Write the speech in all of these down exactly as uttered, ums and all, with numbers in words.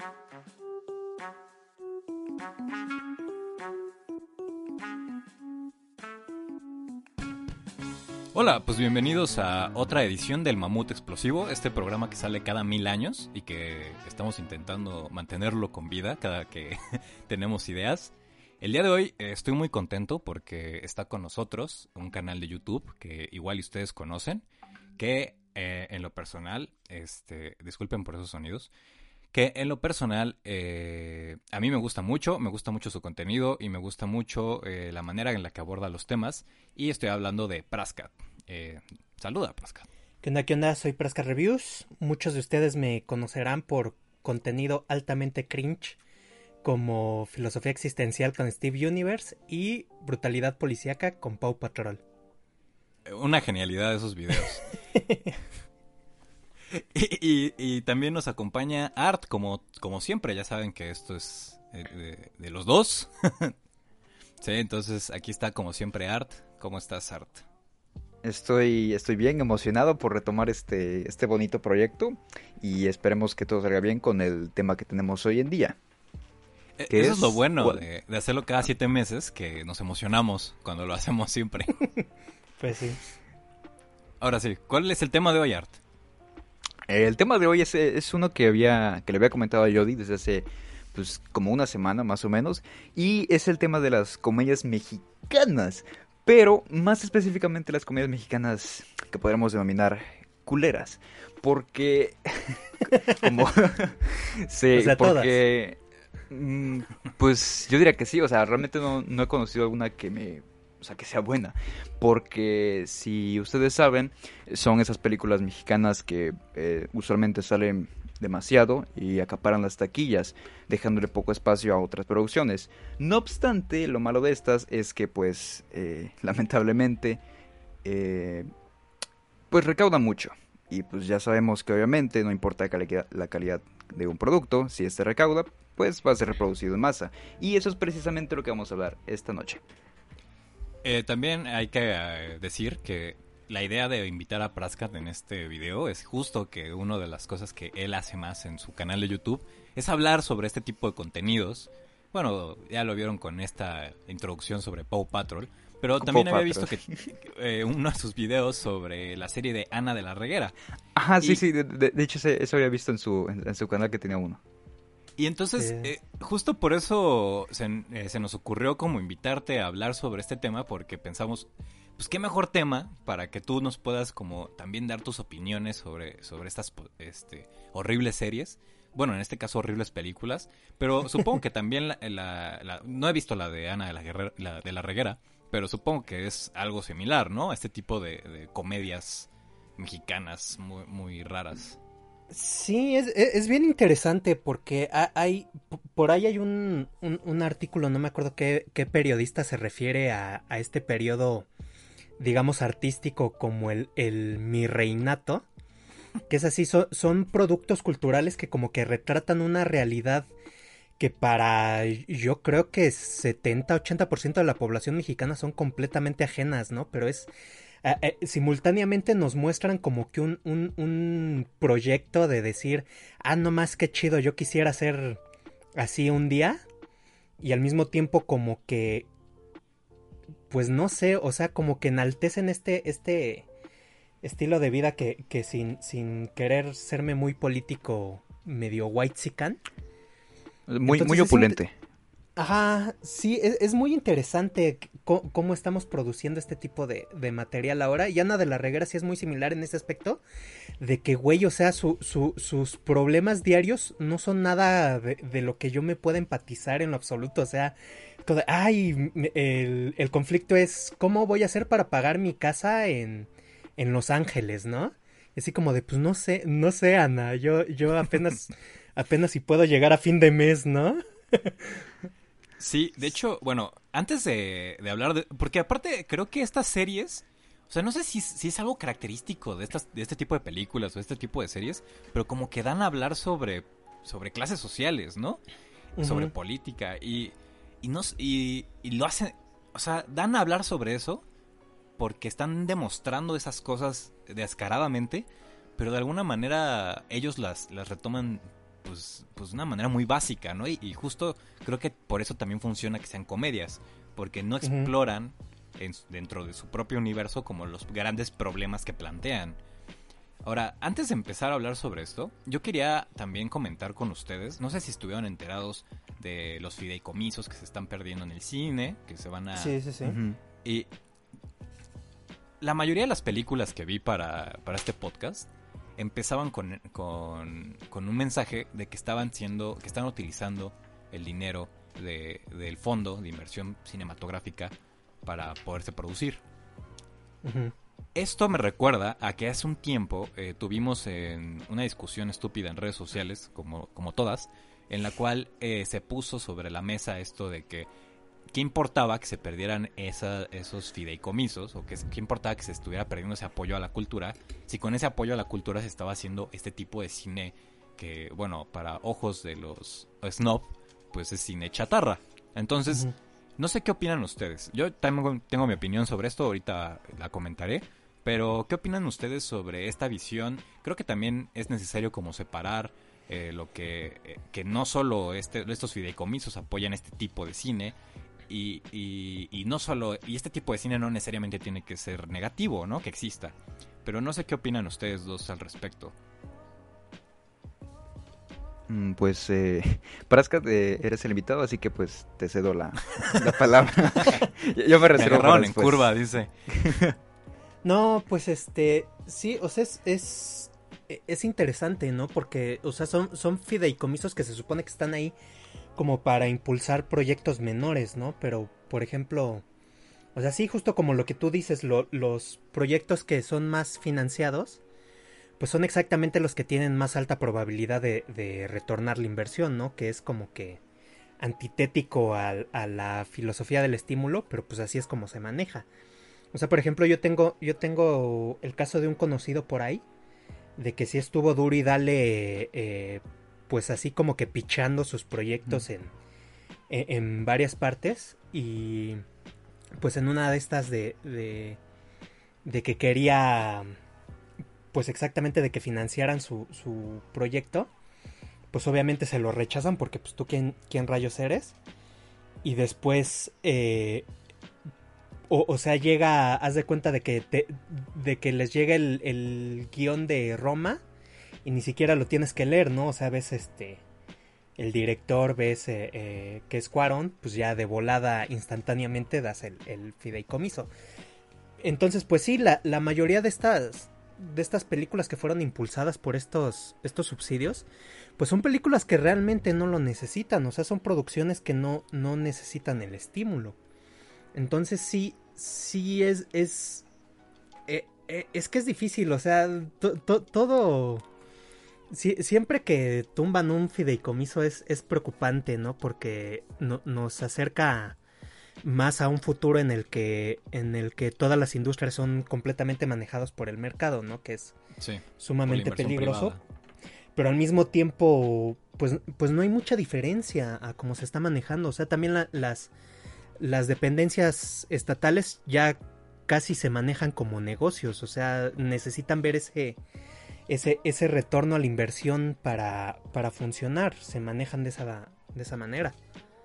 Hola, pues bienvenidos a otra edición del Mamut Explosivo, este programa que sale cada mil años y que estamos intentando mantenerlo con vida cada que tenemos ideas. El día de hoy eh, estoy muy contento porque está con nosotros un canal de YouTube que igual ustedes conocen, que eh, en lo personal, este, disculpen por esos sonidos, que en lo personal eh, a mí me gusta mucho, me gusta mucho su contenido y me gusta mucho eh, la manera en la que aborda los temas, y estoy hablando de Prascat. Eh, saluda, Prascat. ¿Qué onda, qué onda? Soy Prascat Reviews. Muchos de ustedes me conocerán por contenido altamente cringe como Filosofía Existencial con Steve Universe y Brutalidad Policíaca con Paw Patrol. Una genialidad de esos videos. Y, y, y también nos acompaña Art, como, como siempre. Ya saben que esto es de, de, de los dos. Sí, entonces aquí está como siempre Art. ¿Cómo estás, Art? Estoy, estoy bien emocionado por retomar este, este bonito proyecto y esperemos que todo salga bien con el tema que tenemos hoy en día. Eso es, es lo bueno de, de hacerlo cada siete meses, que nos emocionamos cuando lo hacemos siempre. Pues sí. Ahora sí, ¿cuál es el tema de hoy, Art? El tema de hoy es, es uno que había que le había comentado a Jody desde hace pues como una semana más o menos, y es el tema de las comedias mexicanas, pero más específicamente las comedias mexicanas que podríamos denominar culeras, porque como sí, o sea, porque mm, pues yo diría que sí, o sea, realmente no, no he conocido alguna que me O sea, que sea buena, porque si ustedes saben, son esas películas mexicanas que eh, usualmente salen demasiado y acaparan las taquillas, dejándole poco espacio a otras producciones. No obstante, lo malo de estas es que, pues, eh, lamentablemente, eh, pues recaudan mucho. Y pues ya sabemos que obviamente no importa la calidad, la calidad de un producto, si este recauda, pues va a ser reproducido en masa. Y eso es precisamente lo que vamos a hablar esta noche. Eh, también hay que eh, decir que la idea de invitar a Prascat en este video es justo que una de las cosas que él hace más en su canal de YouTube es hablar sobre este tipo de contenidos. Bueno, ya lo vieron con esta introducción sobre Paw Patrol, pero con también Paw había Patrol. visto que eh, uno de sus videos sobre la serie de Ana de la Reguera. Ajá, sí, y... sí, de, de, de hecho eso había visto en su, en, en su canal, que tenía uno. Y entonces, sí. eh, justo por eso se, eh, se nos ocurrió como invitarte a hablar sobre este tema, porque pensamos, pues qué mejor tema para que tú nos puedas como también dar tus opiniones sobre, sobre estas este, horribles series. Bueno, en este caso horribles películas, pero supongo que también la, la, la, no he visto la de Ana de la, Guerrera, la de la Reguera, pero supongo que es algo similar, ¿no? Este tipo de, de comedias mexicanas muy, muy raras. Sí, es, es bien interesante porque hay, por ahí hay un, un, un artículo, no me acuerdo qué, qué periodista se refiere a, a este periodo, digamos, artístico como el, el mi reinato, que es así, son, son productos culturales que como que retratan una realidad que para, yo creo que setenta, ochenta por ciento de la población mexicana son completamente ajenas, ¿no? Pero es... Uh, uh, simultáneamente nos muestran como que un, un, un proyecto de decir, ah, no más que chido, yo quisiera hacer así un día, y al mismo tiempo como que, pues no sé, o sea, como que enaltecen este, este estilo de vida que, que sin, sin querer serme muy político, medio whitexican. Muy, muy opulente. Ajá, sí, es, es muy interesante c- cómo estamos produciendo este tipo de, de material ahora. Y Ana de la Reguera sí es muy similar en ese aspecto, de que, güey, o sea, su, su, sus problemas diarios no son nada de, de lo que yo me pueda empatizar en lo absoluto. O sea, todo, ay, el, el conflicto es, ¿cómo voy a hacer para pagar mi casa en, en Los Ángeles, no? Y así como de, pues no sé, no sé, Ana, yo, yo apenas, apenas si puedo llegar a fin de mes, ¿no? Sí, de hecho, bueno, antes de, de hablar de... Porque aparte creo que estas series... O sea, no sé si, si es algo característico de, estas, de este tipo de películas o de este tipo de series, pero como que dan a hablar sobre, sobre clases sociales, ¿no? Uh-huh. Sobre política y, y, no, y, y lo hacen... O sea, dan a hablar sobre eso porque están demostrando esas cosas descaradamente, pero de alguna manera ellos las, las retoman pues, pues una manera muy básica, ¿no? Y, y justo creo que por eso también funciona que sean comedias, porque no exploran en, dentro de su propio universo como los grandes problemas que plantean. Ahora, antes de empezar a hablar sobre esto, yo quería también comentar con ustedes, no sé si estuvieron enterados de los fideicomisos que se están perdiendo en el cine, que se van a... Sí, sí, sí. Uh-huh. Y la mayoría de las películas que vi para, para este podcast empezaban con, con, con un mensaje de que estaban siendo, que estaban utilizando el dinero de, del fondo de inversión cinematográfica para poderse producir. Uh-huh. Esto me recuerda a que hace un tiempo eh, tuvimos en una discusión estúpida en redes sociales, como, como todas, en la cual eh, se puso sobre la mesa esto de que qué importaba que se perdieran esa, esos fideicomisos, o que qué importaba que se estuviera perdiendo ese apoyo a la cultura, si con ese apoyo a la cultura se estaba haciendo este tipo de cine que, bueno, para ojos de los snob, pues es cine chatarra. Entonces, uh-huh. no sé qué opinan ustedes. Yo tengo, tengo mi opinión sobre esto, ahorita la comentaré. Pero, ¿qué opinan ustedes sobre esta visión? Creo que también es necesario como separar eh, lo que... Eh, que no solo este, estos fideicomisos apoyan este tipo de cine y, y, y no solo... Y este tipo de cine no necesariamente tiene que ser negativo, ¿no? Que exista. Pero no sé qué opinan ustedes dos al respecto. Pues, eh, Prascat, eh, eres el invitado, así que pues te cedo la, la palabra. Yo me reservo para después. En curva, dice. No, pues este, sí, o sea, es, es, es interesante, ¿no? Porque, o sea, son, son fideicomisos que se supone que están ahí como para impulsar proyectos menores, ¿no? Pero, por ejemplo, o sea, sí, justo como lo que tú dices, lo, los proyectos que son más financiados, pues son exactamente los que tienen más alta probabilidad de, de retornar la inversión, ¿no? Que es como que antitético a, a la filosofía del estímulo, pero pues así es como se maneja. O sea, por ejemplo, yo tengo, yo tengo el caso de un conocido por ahí, de que sí estuvo duro y dale, eh, pues así como que pichando sus proyectos en, en, en varias partes, y pues en una de estas de, de, de que quería, pues exactamente de que financiaran su, su proyecto, pues obviamente se lo rechazan porque pues tú quién, quién rayos eres, y después... Eh, O, o sea, llega, haz de cuenta de que te, de que les llega el, el guión de Roma y ni siquiera lo tienes que leer, ¿no? O sea, ves este, el director, ves eh, eh, que es Cuarón, pues ya de volada instantáneamente das el, el fideicomiso. Entonces, pues sí, la, la mayoría de estas, de estas películas que fueron impulsadas por estos, estos subsidios, pues son películas que realmente no lo necesitan, o sea, son producciones que no, no necesitan el estímulo. Entonces sí, sí es, es, eh, eh, es que es difícil, o sea, to, to, todo, si, siempre que tumban un fideicomiso es, es preocupante, ¿no? Porque no, nos acerca más a un futuro en el que, en el que todas las industrias son completamente manejadas por el mercado, ¿no? Que es sí, sumamente peligroso. Privada. Pero al mismo tiempo, pues, pues no hay mucha diferencia a cómo se está manejando, o sea, también la, las... Las dependencias estatales ya casi se manejan como negocios, o sea, necesitan ver ese, ese, ese retorno a la inversión para, para funcionar, se manejan de esa, de esa manera.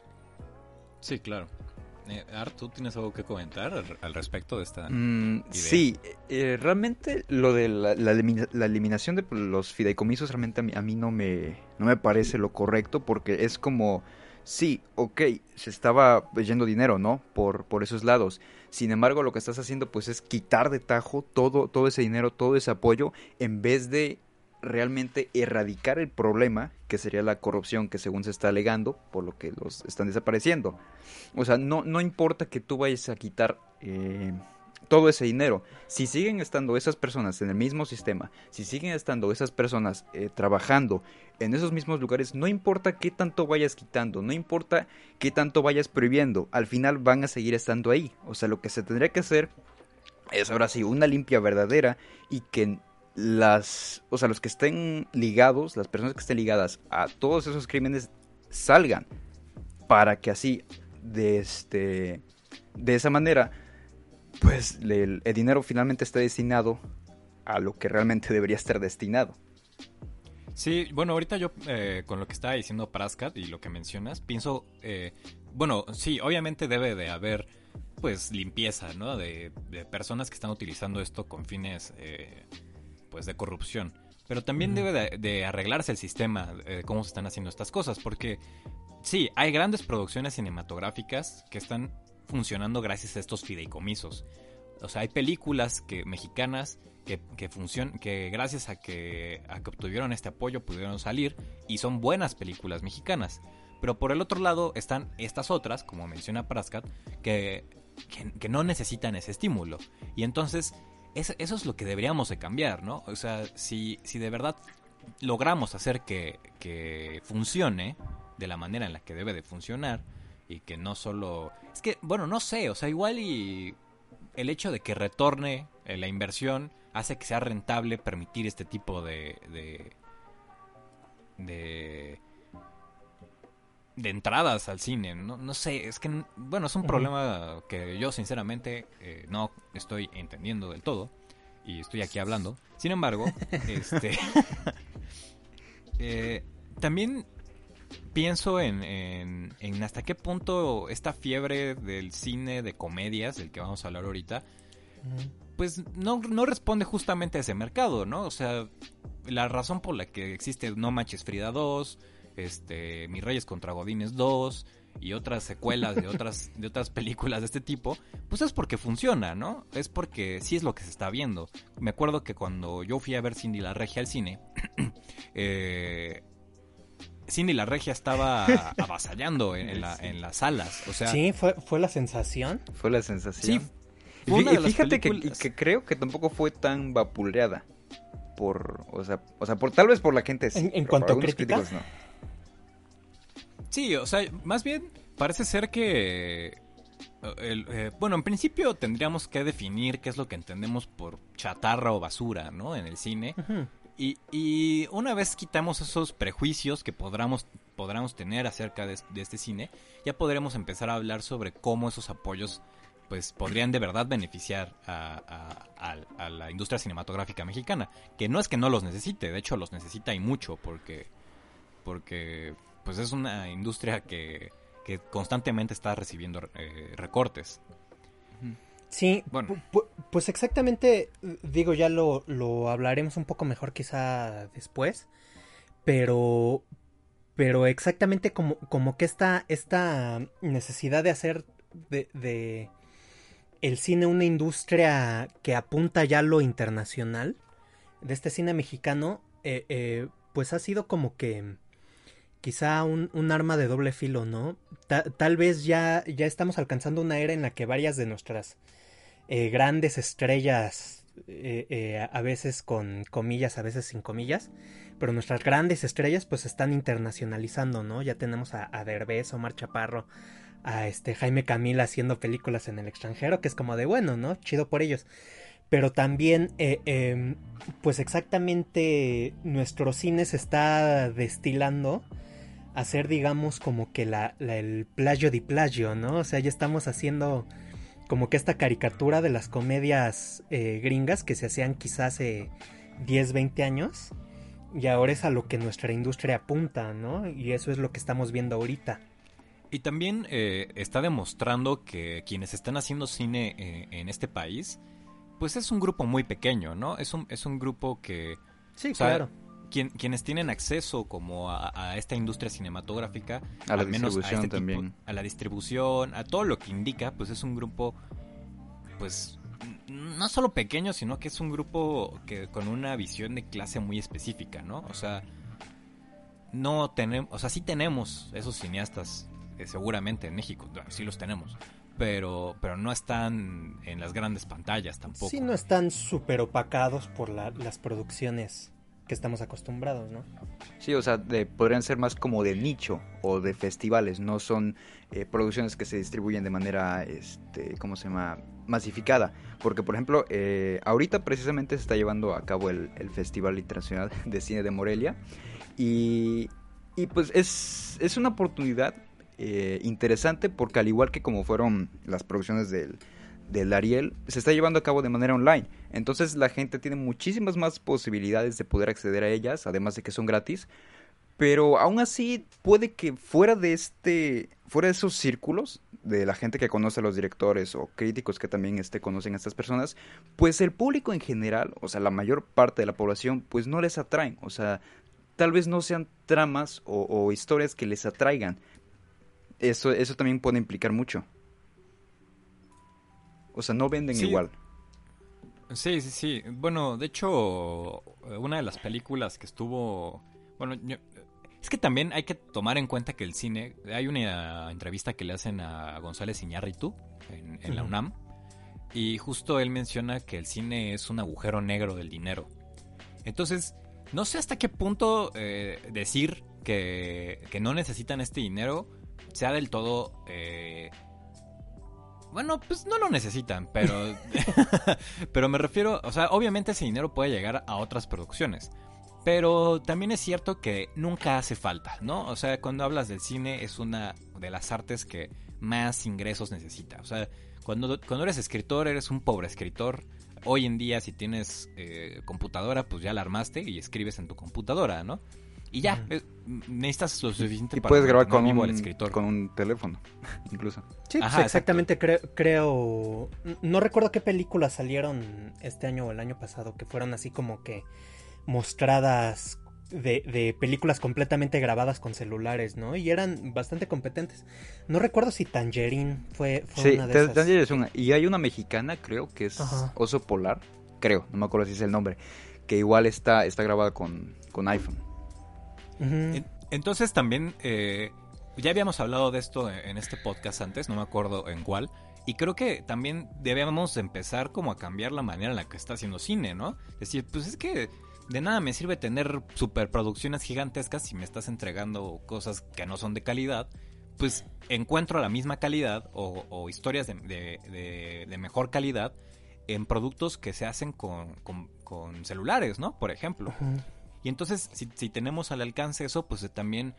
Sí, claro. Eh, Art, ¿tú tienes algo que comentar al, al respecto de esta mm, idea? Sí, eh, realmente lo de la, la, la eliminación de los fideicomisos realmente a mí, a mí no, me, no me parece lo correcto, porque es como... Sí, ok, se estaba yendo dinero, ¿no? Por, por esos lados. Sin embargo, lo que estás haciendo pues es quitar de tajo todo, todo ese dinero, todo ese apoyo, en vez de realmente erradicar el problema, que sería la corrupción que según se está alegando, por lo que los están desapareciendo. O sea, no, no importa que tú vayas a quitar... Eh, todo ese dinero, si siguen estando esas personas en el mismo sistema, si siguen estando esas personas eh, trabajando en esos mismos lugares, no importa qué tanto vayas quitando, no importa qué tanto vayas prohibiendo, al final van a seguir estando ahí. O sea, lo que se tendría que hacer es ahora sí una limpia verdadera, y que las, o sea, los que estén ligados, las personas que estén ligadas a todos esos crímenes salgan, para que así de este de esa manera pues el, el dinero finalmente está destinado a lo que realmente debería estar destinado. Sí, bueno, ahorita yo eh, con lo que estaba diciendo Praskat y lo que mencionas, pienso, eh, bueno, sí, obviamente debe de haber, pues, limpieza, ¿no? De, de personas que están utilizando esto con fines, eh, pues, de corrupción. Pero también uh-huh. debe de, de arreglarse el sistema de cómo se están haciendo estas cosas, porque sí, hay grandes producciones cinematográficas que están funcionando gracias a estos fideicomisos. O sea, hay películas que mexicanas que, que funcionan, que gracias a que, a que obtuvieron este apoyo pudieron salir y son buenas películas mexicanas. Pero por el otro lado están estas otras, como menciona Praskat, que, que, que no necesitan ese estímulo. Y entonces es, eso es lo que deberíamos de cambiar, ¿no? O sea, si, si de verdad logramos hacer que, que funcione de la manera en la que debe de funcionar y que no solo... Es que, bueno, no sé, o sea, igual y... el hecho de que retorne eh, la inversión hace que sea rentable permitir este tipo de de, de, de entradas al cine. No, no sé, es que, bueno, es un uh-huh. problema que yo sinceramente eh, no estoy entendiendo del todo y estoy aquí hablando. Sin embargo, este eh, también pienso en, en, en hasta qué punto esta fiebre del cine de comedias, del que vamos a hablar ahorita, pues no, no responde justamente a ese mercado, ¿no? O sea, la razón por la que existe No Manches Frida dos, este, Mis Reyes contra Godines dos y otras secuelas de otras, de otras películas de este tipo, pues es porque funciona, ¿no? Es porque sí es lo que se está viendo. Me acuerdo que cuando yo fui a ver Cindy la Regia al cine, eh... Cindy la Regia estaba avasallando en, en, la, en las salas, o sea... Sí, fue, fue la sensación. Fue la sensación. Sí. Y, y fíjate que, que creo que tampoco fue tan vapuleada por, o sea, o sea, por tal vez por la gente sí. En, en cuanto a crítica, críticos, no. Sí, o sea, más bien parece ser que... El, eh, bueno, en principio tendríamos que definir qué es lo que entendemos por chatarra o basura, ¿no? En el cine. Uh-huh. Y, y una vez quitamos esos prejuicios que podamos, podamos tener acerca de, de este cine, ya podremos empezar a hablar sobre cómo esos apoyos pues podrían de verdad beneficiar a, a, a, a la industria cinematográfica mexicana. Que no es que no los necesite, de hecho los necesita y mucho, porque, porque pues es una industria que, que constantemente está recibiendo eh, recortes. Sí, bueno. pu- pues exactamente, digo, ya lo, lo hablaremos un poco mejor quizá después, pero, pero exactamente como, como que esta, esta necesidad de hacer de, de el cine una industria que apunta ya a lo internacional, de este cine mexicano, eh, eh, pues ha sido como que quizá un, un arma de doble filo, ¿no? Ta- tal vez ya, ya estamos alcanzando una era en la que varias de nuestras Eh, grandes estrellas, eh, eh, a veces con comillas, a veces sin comillas, pero nuestras grandes estrellas pues se están internacionalizando, ¿no? Ya tenemos a, a Derbez, Omar Chaparro, a este Jaime Camil haciendo películas en el extranjero, que es como de bueno, ¿no? Chido por ellos. Pero también, eh, eh, pues exactamente nuestro cine se está destilando a ser, digamos, como que la, la, el plagio di plagio, ¿no? O sea, ya estamos haciendo como que esta caricatura de las comedias eh, gringas que se hacían quizás hace diez, veinte años, y ahora es a lo que nuestra industria apunta, ¿no? Y eso es lo que estamos viendo ahorita. Y también eh, está demostrando que quienes están haciendo cine eh, en este país, pues es un grupo muy pequeño, ¿no? Es un, es un grupo que... Sí, o sea, claro. Quien, quienes tienen acceso como a, a esta industria cinematográfica, a la al menos distribución a este también, tipo, a la distribución, a todo lo que indica, pues es un grupo, pues no solo pequeño, sino que es un grupo que con una visión de clase muy específica, ¿no? O sea, no tenemos, o sea, sí tenemos esos cineastas, eh, seguramente en México, sí los tenemos. Pero, pero no están en las grandes pantallas tampoco. Sí, no están súper opacados por la, las producciones que estamos acostumbrados, ¿no? Sí, o sea, de, podrían ser más como de nicho o de festivales, no son eh, producciones que se distribuyen de manera, este, ¿cómo se llama? Masificada, porque por ejemplo, eh, ahorita precisamente se está llevando a cabo el, el Festival Internacional de Cine de Morelia y, y pues es, es una oportunidad eh, interesante porque al igual que como fueron las producciones del del Ariel se está llevando a cabo de manera online. Entonces la gente tiene muchísimas más posibilidades de poder acceder a ellas, además de que son gratis. Pero aún así puede que fuera de este, fuera de esos círculos de la gente que conoce a los directores o críticos que también este, conocen a estas personas, pues el público en general, o sea, la mayor parte de la población, pues no les atraen. O sea, tal vez no sean tramas o, o historias que les atraigan. Eso, eso también puede implicar mucho. O sea, no venden Sí. igual. Sí, sí, sí. Bueno, de hecho, una de las películas que estuvo... Bueno, yo- es que también hay que tomar en cuenta que el cine... Hay una entrevista que le hacen a González Iñárritu en, en la Ujú. UNAM. Y justo él menciona que el cine es un agujero negro del dinero. Entonces, no sé hasta qué punto eh, decir que, que no necesitan este dinero sea del todo... eh, Bueno, pues no lo necesitan, pero pero me refiero, o sea, obviamente ese dinero puede llegar a otras producciones, pero también es cierto que nunca hace falta, ¿no? O sea, cuando hablas del cine es una de las artes que más ingresos necesita. O sea, cuando, cuando eres escritor, eres un pobre escritor. Hoy en día, si tienes eh, computadora, pues ya la armaste y escribes en tu computadora, ¿no? Y ya, Ujú. eh, necesitas lo suficiente Y para puedes grabar mantener con vivo al un, escritor. con un teléfono, incluso. Sí, pues Ajá, exactamente creo, creo, no recuerdo qué películas salieron este año o el año pasado, que fueron así como que mostradas de, de películas completamente grabadas con celulares, ¿no? Y eran bastante competentes. No recuerdo si Tangerine fue, fue Sí, una de Te- esas. Tangerine es una. Y hay una mexicana, creo, que es Ajá. Oso Polar. Creo, no me acuerdo si es el nombre. Que igual está, está grabada con, con iPhone. Ujú. En- Entonces también, eh, ya habíamos hablado de esto en este podcast antes, no me acuerdo en cuál, y creo que también debemos empezar como a cambiar la manera en la que está haciendo cine, ¿no? Es decir, pues es que de nada me sirve tener superproducciones gigantescas si me estás entregando cosas que no son de calidad, pues encuentro la misma calidad o, o historias de, de- de- de mejor calidad en productos que se hacen con, con- con celulares, ¿no? Por ejemplo. Ujú. Y entonces, si, si tenemos al alcance eso, pues eh, también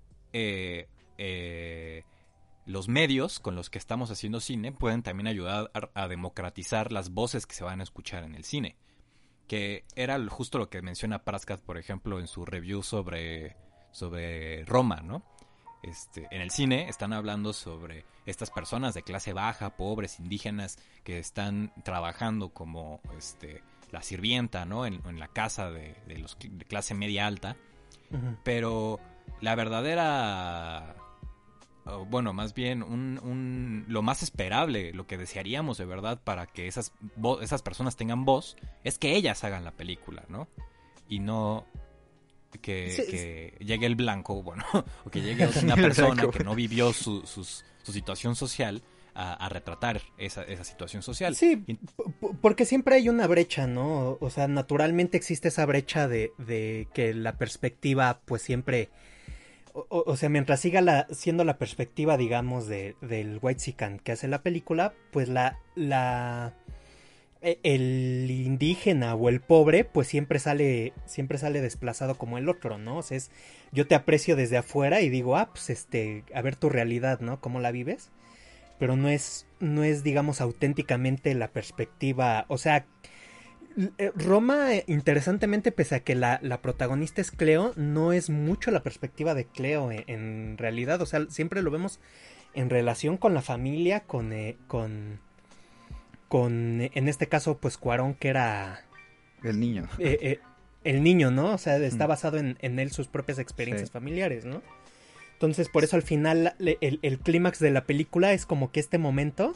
eh, eh, los medios con los que estamos haciendo cine pueden también ayudar a, a democratizar las voces que se van a escuchar en el cine. Que era l- justo lo que menciona Praskat, por ejemplo, en su review sobre, sobre Roma, ¿no? Este, en el cine están hablando sobre estas personas de clase baja, pobres, indígenas, que están trabajando como este, la sirvienta, ¿no? En, en la casa de, de los cl- de clase media alta. Ujú. Pero la verdadera, o bueno, más bien un, un- lo más esperable, lo que desearíamos de verdad para que esas, vo- esas personas tengan voz, es que ellas hagan la película, ¿no? Y no que, Sí, que llegue el blanco, bueno, o que llegue una El persona blanco. que no vivió su, sus- su situación social a, a retratar esa, esa situación social. Sí, Y- p- p- porque siempre hay una brecha, ¿no? O sea, naturalmente existe esa brecha de, de que la perspectiva, pues siempre, o, o- o sea, mientras siga la, siendo la perspectiva, digamos, de, del whitexican que hace la película, pues la, la, e- el indígena o el pobre, pues siempre sale, siempre sale desplazado como el otro, ¿no? O sea, es, yo te aprecio desde afuera y digo, ah, pues este, a ver tu realidad, ¿no? ¿Cómo la vives? Pero no es, no es, digamos, auténticamente la perspectiva, o sea, eh, Roma, eh, interesantemente, pese a que la, la protagonista es Cleo, no es mucho la perspectiva de Cleo en, en realidad, o sea, siempre lo vemos en relación con la familia, con, eh, con, con, eh, en este caso, pues Cuarón, que era El niño. eh, eh, el niño, ¿no? O sea, está Mm. basado en, en él sus propias experiencias Sí. familiares, ¿no? Entonces, por eso al final le- el, el clímax de la película es como que este momento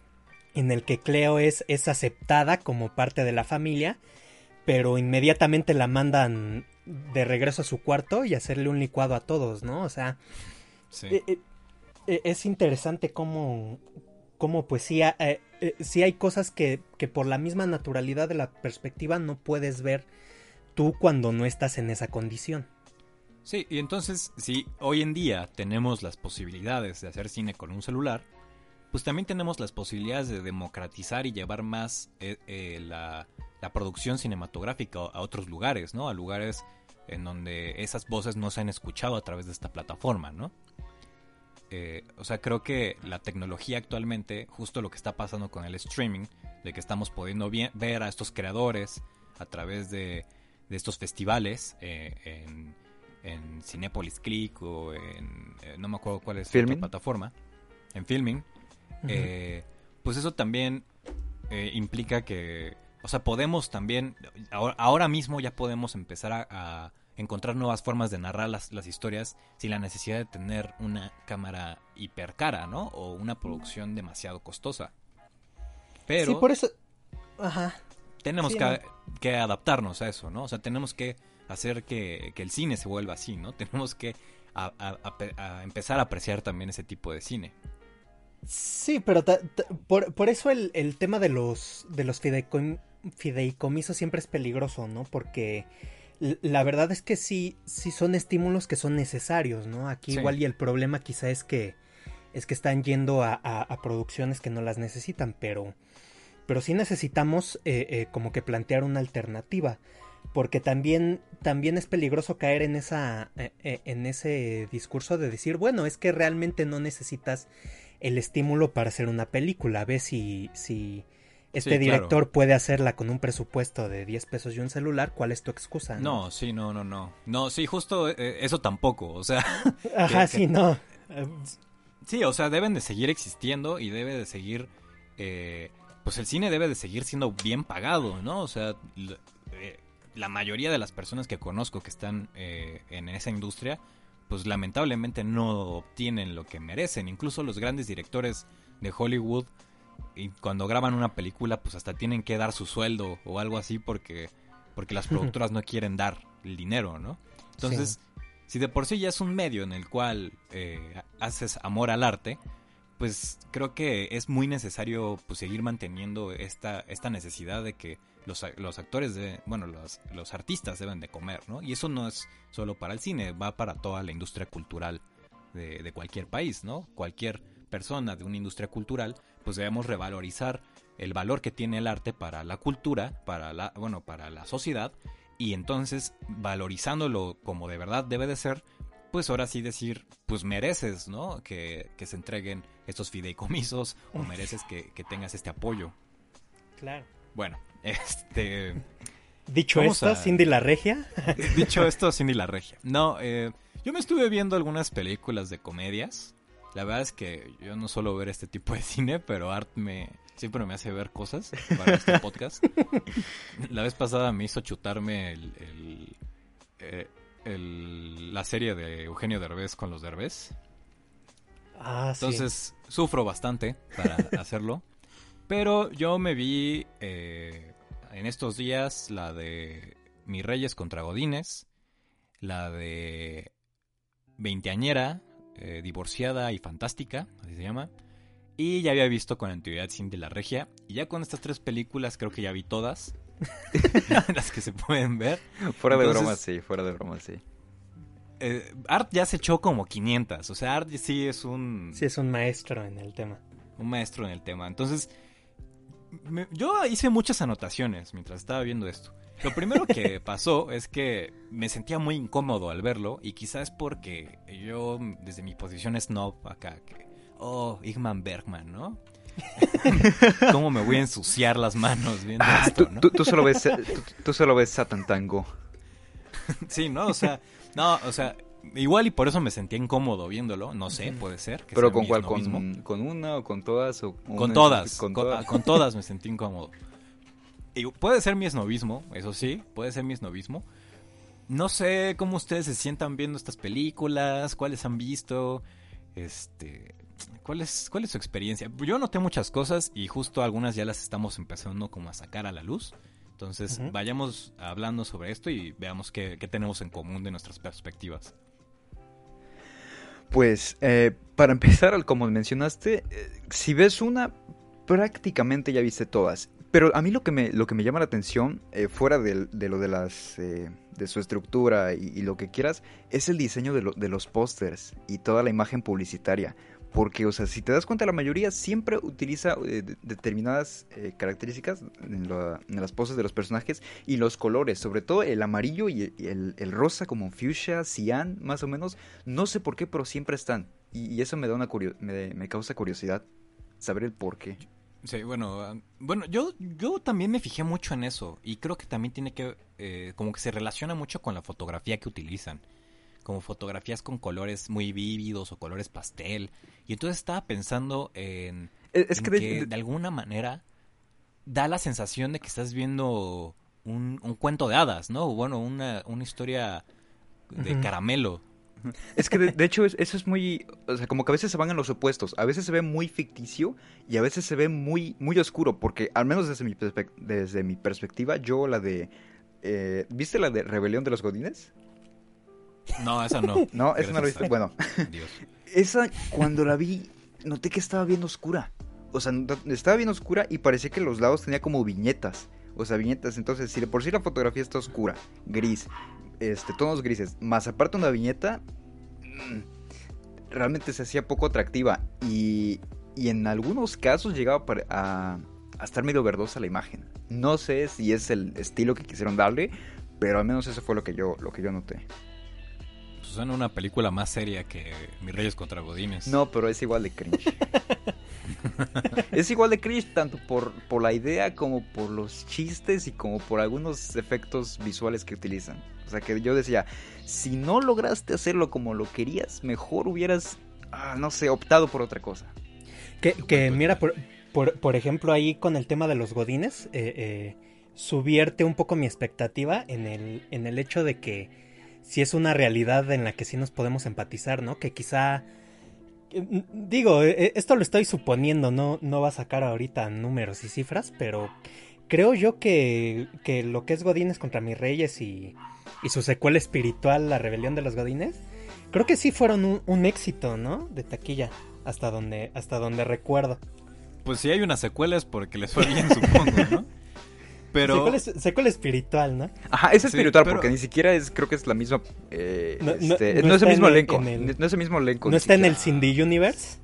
en el que Cleo es, es aceptada como parte de la familia, pero inmediatamente la mandan de regreso a su cuarto y hacerle un licuado a todos, ¿no? O sea, sí. eh, eh, eh, es interesante cómo, cómo pues sí, ha- eh, eh, sí hay cosas que, que por la misma naturalidad de la perspectiva no puedes ver tú cuando no estás en esa condición. Sí, y entonces, si hoy en día tenemos las posibilidades de hacer cine con un celular, pues también tenemos las posibilidades de democratizar y llevar más eh, eh, la, la producción cinematográfica a otros lugares, ¿no? A lugares en donde esas voces no se han escuchado a través de esta plataforma, ¿no? eh, o sea, creo que la tecnología actualmente, justo lo que está pasando con el streaming, de que estamos pudiendo bien, ver a estos creadores a través de, de estos festivales eh, en, en Cinépolis Click o en, eh, no me acuerdo cuál es la otra plataforma, en Filming, uh-huh. eh, pues eso también eh, implica que, o sea, podemos también, ahora, ahora mismo ya podemos empezar a, a encontrar nuevas formas de narrar las, las historias sin la necesidad de tener una cámara hiper cara, ¿no? O una producción demasiado costosa. Pero... Sí, por eso... Ajá. Tenemos sí, que, no. que adaptarnos a eso, ¿no? O sea, tenemos que hacer que, que el cine se vuelva así, ¿no? Tenemos que a, a, a, a empezar a apreciar también ese tipo de cine. Sí, pero ta, ta, por, por eso el, el tema de los, de los fideicom, fideicomisos siempre es peligroso, ¿no? Porque... La verdad es que sí, sí son estímulos que son necesarios, ¿no? Aquí sí. Igual y el problema quizá es que es que están yendo a, a, a producciones que no las necesitan, pero, pero sí necesitamos eh, eh, como que plantear una alternativa, porque también, también es peligroso caer en esa eh, eh, en ese discurso de decir, bueno, es que realmente no necesitas el estímulo para hacer una película, ves si... si este sí, director claro. puede hacerla con un presupuesto de diez pesos y un celular, ¿cuál es tu excusa? No, no sí, no, no, no. No, sí, justo eh, eso tampoco, o sea... Ajá, que, sí, que... no. Sí, o sea, deben de seguir existiendo y debe de seguir... Eh, pues el cine debe de seguir siendo bien pagado, ¿no? O sea, la, eh, la mayoría de las personas que conozco que están eh, en esa industria, pues lamentablemente no obtienen lo que merecen. Incluso los grandes directores de Hollywood... Y cuando graban una película, pues hasta tienen que dar su sueldo o algo así porque, porque las productoras no quieren dar el dinero, ¿no? Entonces, sí. si de por sí ya es un medio en el cual eh, haces amor al arte, pues creo que es muy necesario pues, seguir manteniendo esta, esta necesidad de que los, los actores, de, bueno, los, los artistas deben de comer, ¿no? Y eso no es solo para el cine, va para toda la industria cultural de, de cualquier país, ¿no? Cualquier persona de una industria cultural, pues debemos revalorizar el valor que tiene el arte para la cultura, para la, bueno, para la sociedad, y entonces valorizándolo como de verdad debe de ser, pues ahora sí decir, pues mereces, ¿no? Que, que se entreguen estos fideicomisos o mereces que, que tengas este apoyo. Claro. Bueno, este... Dicho esto, a... Cindy la Regia. Dicho esto, Cindy la Regia. No, eh, yo me estuve viendo algunas películas de comedias. La verdad es que yo no suelo ver este tipo de cine, pero Art me siempre me hace ver cosas para este podcast. La vez pasada me hizo chutarme el, el, el, el, la serie de Eugenio Derbez con los Derbez. Ah, Entonces sí. sufro bastante para hacerlo. Pero yo me vi eh, en estos días la de Mis Reyes contra Godines, la de Veinteañera, Eh, divorciada y fantástica, así se llama. Y ya había visto con anterioridad Cindy la Regia. Y ya con estas tres películas creo que ya vi todas. Las que se pueden ver. Fuera Entonces, de broma, sí, fuera de broma, sí. Eh, Art ya se echó como quinientas. O sea, Art sí es un... Sí, es un maestro en el tema. Un maestro en el tema. Entonces, me, yo hice muchas anotaciones mientras estaba viendo esto. Lo primero que pasó es que me sentía muy incómodo al verlo y quizás porque yo desde mi posición snob acá, que, oh, Ingmar Bergman, ¿no? ¿Cómo me voy a ensuciar las manos viendo ah, esto, tú, ¿no? Tú, tú, solo ves, tú, tú solo ves Satan Tango. Sí, ¿no? O sea, no, o sea, igual y por eso me sentía incómodo viéndolo, no sé, puede ser. Que ¿Pero con cuál? ¿Con, ¿Con una o con todas? O con todas, con, con, todas. con todas me sentí incómodo. Y puede ser mi esnovismo, eso sí, puede ser mi esnovismo. No sé cómo ustedes se sientan viendo estas películas, cuáles han visto, este, cuál es, cuál es su experiencia. Yo noté muchas cosas y justo algunas ya las estamos empezando como a sacar a la luz. Entonces uh-huh. vayamos hablando sobre esto y veamos qué, qué tenemos en común de nuestras perspectivas. Pues, eh, para empezar, como mencionaste, eh, si ves una, prácticamente ya viste todas. Pero a mí lo que me, lo que me llama la atención, eh, fuera de, de lo de las eh, de su estructura y, y lo que quieras, es el diseño de, lo, de los pósters y toda la imagen publicitaria. Porque, o sea, si te das cuenta, la mayoría siempre utiliza eh, de- determinadas eh, características en, la- en las poses de los personajes y los colores, sobre todo el amarillo y el, y el- el rosa como fuchsia, cian, más o menos. No sé por qué, pero siempre están. Y, y eso me da una curio- me, me causa curiosidad saber el por qué. Sí, bueno, ah, bueno, yo, yo también me fijé mucho en eso y creo que también tiene que, eh, como que se relaciona mucho con la fotografía que utilizan, como fotografías con colores muy vívidos o colores pastel. Y entonces estaba pensando en, Es, es en que de- que de- de alguna manera da la sensación de que estás viendo un, un cuento de hadas, ¿no? Bueno, una, una historia de Ujú. caramelo. Es que de, de hecho es- eso es muy, o sea, como que a veces se van en los opuestos, a veces se ve muy ficticio y a veces se ve muy, muy oscuro, porque al menos desde mi, perspec- desde mi perspectiva, yo la de, eh, ¿viste la de Rebelión de los Godines? No, esa no. No, esa no la Gracias viste. Bueno, a Dios. esa cuando la vi noté que estaba bien oscura, o sea, no- estaba bien oscura y parecía que los lados tenía como viñetas, o sea, viñetas, entonces si de por sí la fotografía está oscura, gris, este, tonos grises, más aparte una viñeta, mm, realmente se hacía poco atractiva y, y en algunos casos llegaba a, pare- a- a estar medio verdosa la imagen. No sé si es el estilo que quisieron darle, pero al menos eso fue lo que yo, lo que yo noté. Pues suena una película más seria que Mis Reyes contra Godines. No, pero es igual de cringe. Es igual de cringe tanto por, por la idea como por los chistes y como por algunos efectos visuales que utilizan. O sea que yo decía, si no lograste hacerlo como lo querías, mejor hubieras, ah, no sé, optado por otra cosa. Que, que mira, por, por, por ejemplo, ahí con el tema de los godines, eh, eh, subierte un poco mi expectativa en el, en el hecho de que si es una realidad en la que sí nos podemos empatizar, ¿no? Que quizá, eh, digo, eh, esto lo estoy suponiendo, no, no va a sacar ahorita números y cifras, pero creo yo que, que lo que es Godines contra mis reyes y, y su secuela espiritual, La Rebelión de los Godines, creo que sí fueron un, un éxito, ¿no? De taquilla, hasta donde, hasta donde recuerdo. Pues si hay una secuela es porque les fue bien, supongo, ¿no? Pero... Secuela, es- secuela espiritual, ¿no? Ajá, es Sí, espiritual pero- porque ni siquiera es, creo que es la misma, eh, No- no- este, no no, es está el mismo en el- elenco, en el- no es el mismo elenco. ¿No ni está en el siquiera. Cindy Universe?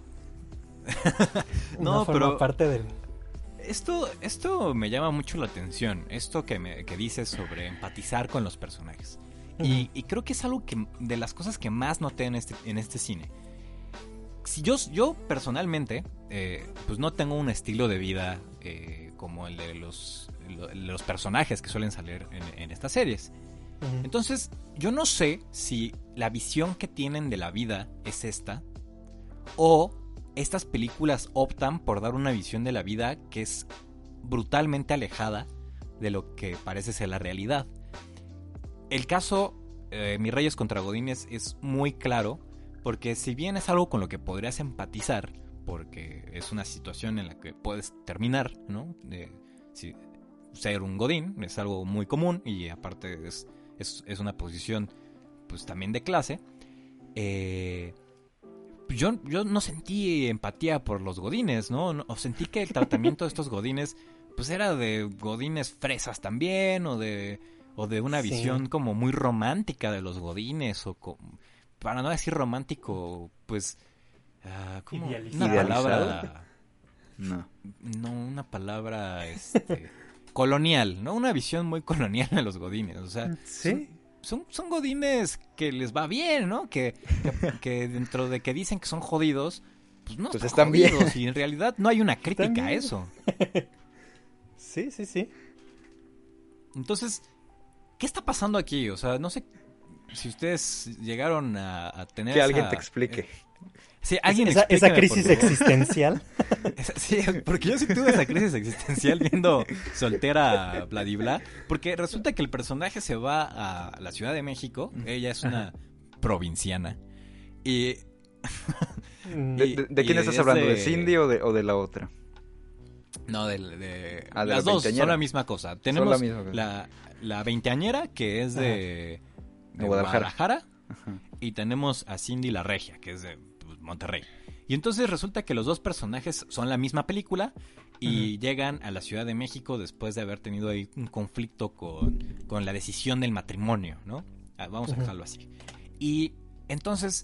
No, Una forma pero- parte del... Esto, esto me llama mucho la atención, esto que, me, que dices sobre empatizar con los personajes. Y, y creo que es algo que de las cosas que más noté en este, en este cine. Si yo, yo personalmente, eh, pues no tengo un estilo de vida eh, como el de los, lo- los personajes que suelen salir en, en estas series. Ujú. Entonces, yo no sé si la visión que tienen de la vida es esta, o estas películas optan por dar una visión de la vida que es brutalmente alejada de lo que parece ser la realidad. El caso, eh, Mis Reyes contra Godines, es muy claro, porque si bien es algo con lo que podrías empatizar, porque es una situación en la que puedes terminar, ¿no? De, si, ser un godín es algo muy común y aparte es, es, es una posición pues también de clase. Eh, yo, yo no sentí empatía por los godines, ¿no? No- O sentí que el tratamiento de estos godines pues era de godines fresas también, o de, o de una Sí. visión como muy romántica de los godines, o co- para no decir romántico, pues... ah, ¿cómo? Idealizado. Una ¿Idealizado? palabra... No. No, una palabra este, colonial, ¿no? Una visión muy colonial de los godines, o sea... Sí. Son, son godines que les va bien, ¿no? Que, que, que dentro de que dicen que son jodidos, pues no Pues están están bien. jodidos. Y en realidad no hay una crítica a bien. eso. Sí, sí, sí. Entonces, ¿qué está pasando aquí? O sea, no sé si ustedes llegaron a, a tener Que esa- alguien te explique. Sí, alguien esa, esa explíqueme, crisis por favor. existencial. Esa- Sí, porque yo sí tuve esa crisis existencial viendo Soltera Bladibla, porque resulta que el personaje se va a la Ciudad de México, ella es una provinciana, y... Mm, ¿De, de- de y quién estás es hablando? ¿De de- Cindy o de, o de la otra? No, de, de- Ah, de las la dos son veinteañera. la misma cosa. Tenemos la misma cosa. la, la veinteañera, que es de, De de Guadalajara. Guadalajara, Ajá. y tenemos a Cindy la Regia, que es de pues, Monterrey. Y entonces resulta que los dos personajes son la misma película y Ujú. llegan a la Ciudad de México después de haber tenido ahí un conflicto con, con la decisión del matrimonio, ¿no? Ah, vamos a Ujú. dejarlo así. Y entonces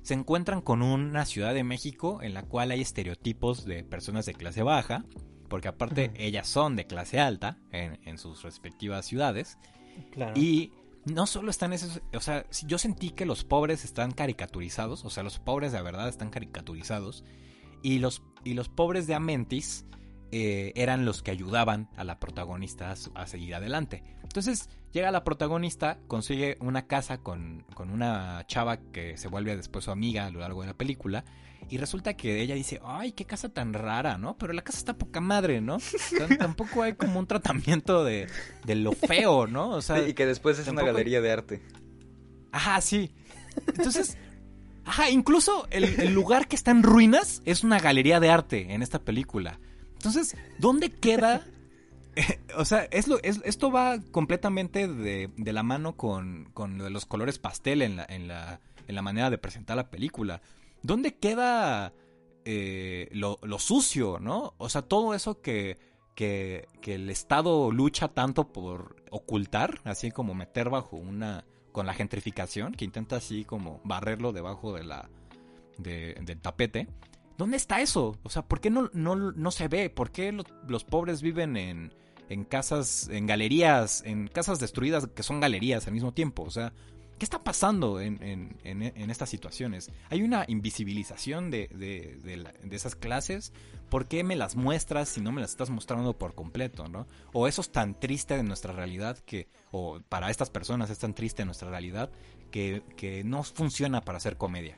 se encuentran con una Ciudad de México en la cual hay estereotipos de personas de clase baja, porque aparte uh-huh. ellas son de clase alta en, en sus respectivas ciudades. Claro. Y no solo están esos, o sea, yo sentí que los pobres están caricaturizados, o sea, los pobres de verdad están caricaturizados, y los, y los pobres de Amentis eh, eran los que ayudaban a la protagonista a, a seguir adelante. Entonces llega la protagonista, consigue una casa con, con una chava que se vuelve después su amiga a lo largo de la película, y resulta que ella dice, ay, qué casa tan rara, ¿no? Pero la casa está poca madre, ¿no? T- tampoco hay como un tratamiento de, de lo feo, ¿no? O sea, sí, y que después es una galería de arte. Ajá, sí. Entonces, ajá, incluso el, el lugar que está en ruinas es una galería de arte en esta película. Entonces, ¿dónde queda? O sea, es lo, es, esto va completamente de, de la mano con, con lo de los colores pastel en la, en la, en la manera de presentar la película. ¿Dónde queda eh, lo, lo sucio, no? O sea, todo eso que, que, que el Estado lucha tanto por ocultar, así como meter bajo una... con la gentrificación, que intenta así como barrerlo debajo de la de, del tapete. ¿Dónde está eso? O sea, ¿por qué no, no, no se ve? ¿Por qué lo, los pobres viven en, en casas, en galerías, en casas destruidas que son galerías al mismo tiempo? O sea, ¿qué está pasando en, en, en, en estas situaciones? ¿Hay una invisibilización de, de, de, la, de esas clases? ¿Por qué me las muestras si no me las estás mostrando por completo, no? O eso es tan triste de nuestra realidad que, o para estas personas es tan triste nuestra realidad que, que no funciona para hacer comedia.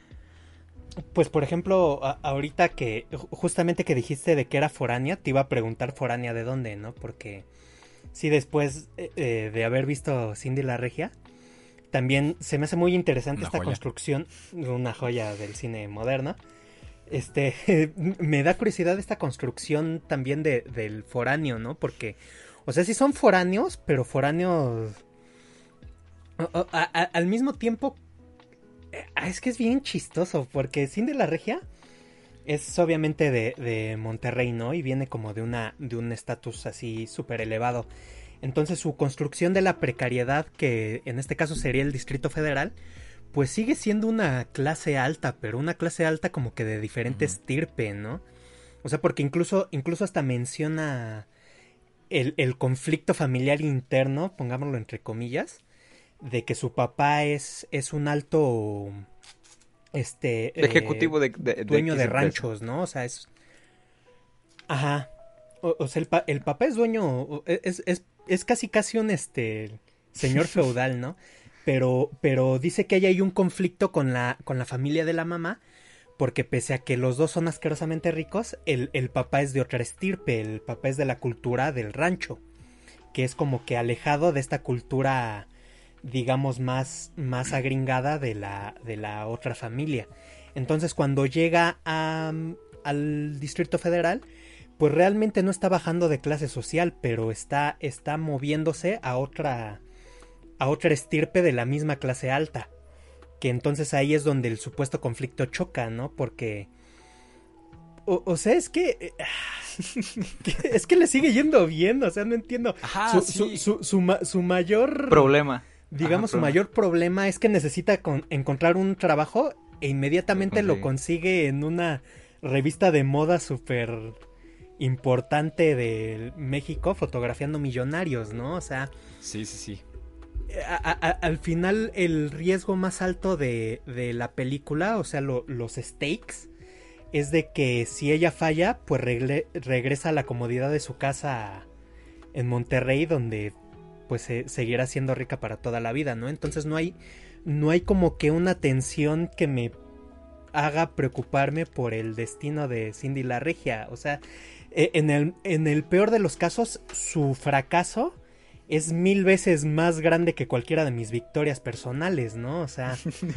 Pues por ejemplo, a- ahorita que justamente que dijiste de que era foránea, te iba a preguntar foránea de dónde, ¿no? Porque sí, después eh, de haber visto Cindy la Regia, también se me hace muy interesante Una esta joya. construcción, una joya del cine moderno. Este, me da curiosidad esta construcción también de, del foráneo, ¿no? Porque, o sea, sí son foráneos, pero foráneos o- o- a- a- al mismo tiempo. eh, Es que es bien chistoso, porque Cindy la Regia es obviamente de, de Monterrey, ¿no? Y viene como de una de un estatus así súper elevado. Entonces su construcción de la precariedad, que en este caso sería el Distrito Federal, pues sigue siendo una clase alta, pero una clase alta como que de diferente Ujú. estirpe, ¿no? O sea, porque incluso, incluso hasta menciona el, el conflicto familiar interno, pongámoslo entre comillas, de que su papá es, es un alto este eh, Ejecutivo de, de, de dueño X de empresa. ranchos, ¿no? O sea, es... Ajá. O, o sea, el, pa- el papá es dueño, o- es, es, es casi casi un este señor feudal, ¿no? Pero, pero dice que ahí hay un conflicto con la, con la familia de la mamá, porque pese a que los dos son asquerosamente ricos, el, el papá es de otra estirpe, el papá es de la cultura del rancho, que es como que alejado de esta cultura, digamos, más, más agringada de la, de la otra familia. Entonces, cuando llega a, al Distrito Federal, pues realmente no está bajando de clase social, pero está, está moviéndose a otra, a otra estirpe de la misma clase alta. Que entonces ahí es donde el supuesto conflicto choca, ¿no? Porque... O, o sea, es que... es que le sigue yendo bien, o sea, no entiendo. Ajá, su, sí. su, su, su, ma- su mayor... Problema. Digamos, Ajá, su problema. mayor problema es que necesita con- encontrar un trabajo e inmediatamente Lo lo consigue. consigue en una revista de moda súper importante de México, fotografiando millonarios, ¿no? O sea, Sí, sí, sí. a- a- al final el riesgo más alto de, de la película, o sea, lo- los stakes, es de que si ella falla, pues regle- regresa a la comodidad de su casa en Monterrey, donde pues se seguirá siendo rica para toda la vida, ¿no? Entonces no hay, no hay como que una tensión que me haga preocuparme por el destino de Cindy la Regia. O sea, eh, en el, en el peor de los casos, su fracaso es mil veces más grande que cualquiera de mis victorias personales, ¿no? O sea,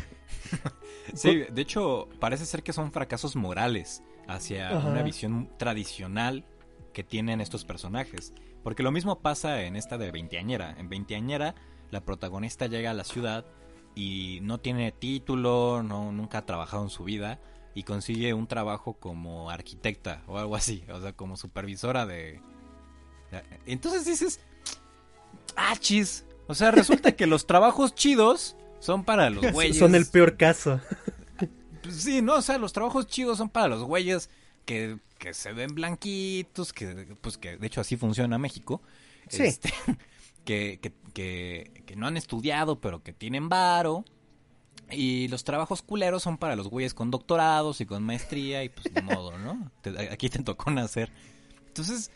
Sí, de hecho, parece ser que son fracasos morales hacia Ajá. una visión tradicional que tienen estos personajes. Porque lo mismo pasa en esta de Veinteañera. En Veinteañera, la protagonista llega a la ciudad y no tiene título, no, nunca ha trabajado en su vida y consigue un trabajo como arquitecta o algo así, o sea, como supervisora de... de- Entonces dices, ah, chis, o sea, resulta que los trabajos chidos son para los güeyes. son el peor caso. pues sí, ¿no? O sea, los trabajos chidos son para los güeyes que, que se ven blanquitos, que pues que de hecho así funciona México. Sí. Este, que, que, que, que no han estudiado, pero que tienen varo. Y los trabajos culeros son para los güeyes con doctorados y con maestría y pues de modo, ¿no? Te, aquí te tocó nacer. Entonces,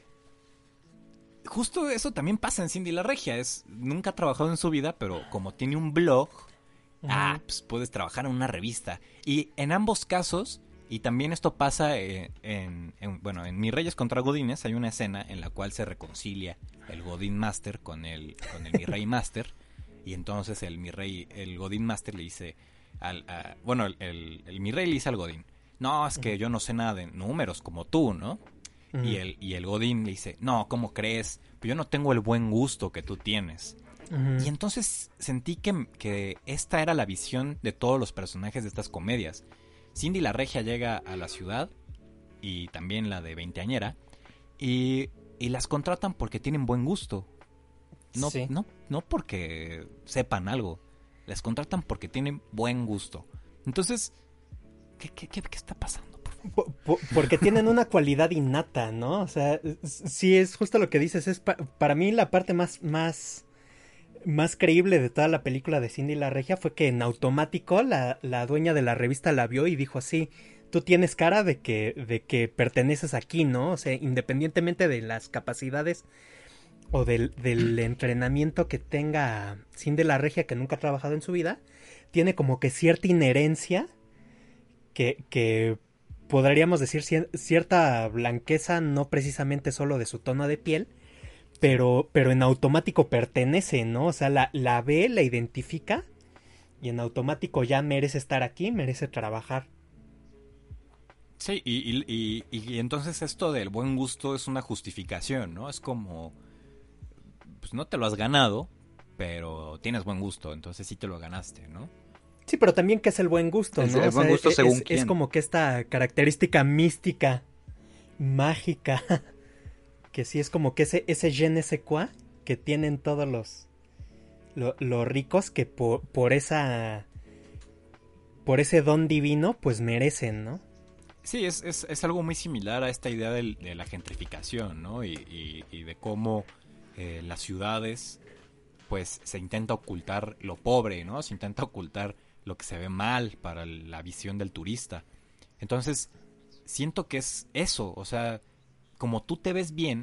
justo eso también pasa en Cindy la Regia. Es, nunca ha trabajado en su vida, pero como tiene un blog, uh-huh. ah, pues puedes trabajar en una revista. Y en ambos casos, y también esto pasa en, en, en bueno, en Mis Reyes contra Godines hay una escena en la cual se reconcilia el Godín Master con el, con el Mi Rey Master. Y entonces el mi rey, el Godín Master le dice, al, a, bueno, el, el, el mi rey le dice al Godín, no, es que yo no sé nada de números como tú, ¿no? Uh-huh. Y, el, y el Godín le dice, no, ¿cómo crees? Pues yo no tengo el buen gusto que tú tienes. Uh-huh. Y entonces sentí que, que esta era la visión de todos los personajes de estas comedias. Cindy la Regia llega a la ciudad, y también la de Veinteañera, y, y las contratan porque tienen buen gusto. No, sí. no, no porque sepan algo. Les contratan porque tienen buen gusto. Entonces, ¿qué, qué, qué, qué está pasando? Por por, porque tienen una cualidad innata, ¿no? O sea, sí es justo lo que dices. Es pa para mí la parte más, más, más creíble de toda la película de Cindy la Regia fue que en automático la, la dueña de la revista la vio y dijo así, tú tienes cara de que, de que perteneces aquí, ¿no? O sea, independientemente de las capacidades o del, del entrenamiento que tenga Cindy la Regia, que nunca ha trabajado en su vida, tiene como que cierta inherencia que, que podríamos decir cierta blanqueza, no precisamente solo de su tono de piel, pero, pero en automático pertenece, ¿no? O sea, la, la ve, la identifica y en automático ya merece estar aquí, merece trabajar. Sí, y, y, y, y entonces esto del buen gusto es una justificación, ¿no? Es como, pues no te lo has ganado, pero tienes buen gusto, entonces sí te lo ganaste, ¿no? Sí, pero también que es el buen gusto, ¿no? El, el o sea, buen gusto es, según es, quién. Es como que esta característica mística, mágica, que sí es como que ese, ese je ne sais quoi que tienen todos los, lo, los ricos que por, por esa, por ese don divino, pues merecen, ¿no? Sí, es, es, es algo muy similar a esta idea de, de la gentrificación, ¿no? Y, y, y de cómo eh, las ciudades, pues, se intenta ocultar lo pobre, ¿no? Se intenta ocultar lo que se ve mal para la visión del turista. Entonces, siento que es eso, o sea, como tú te ves bien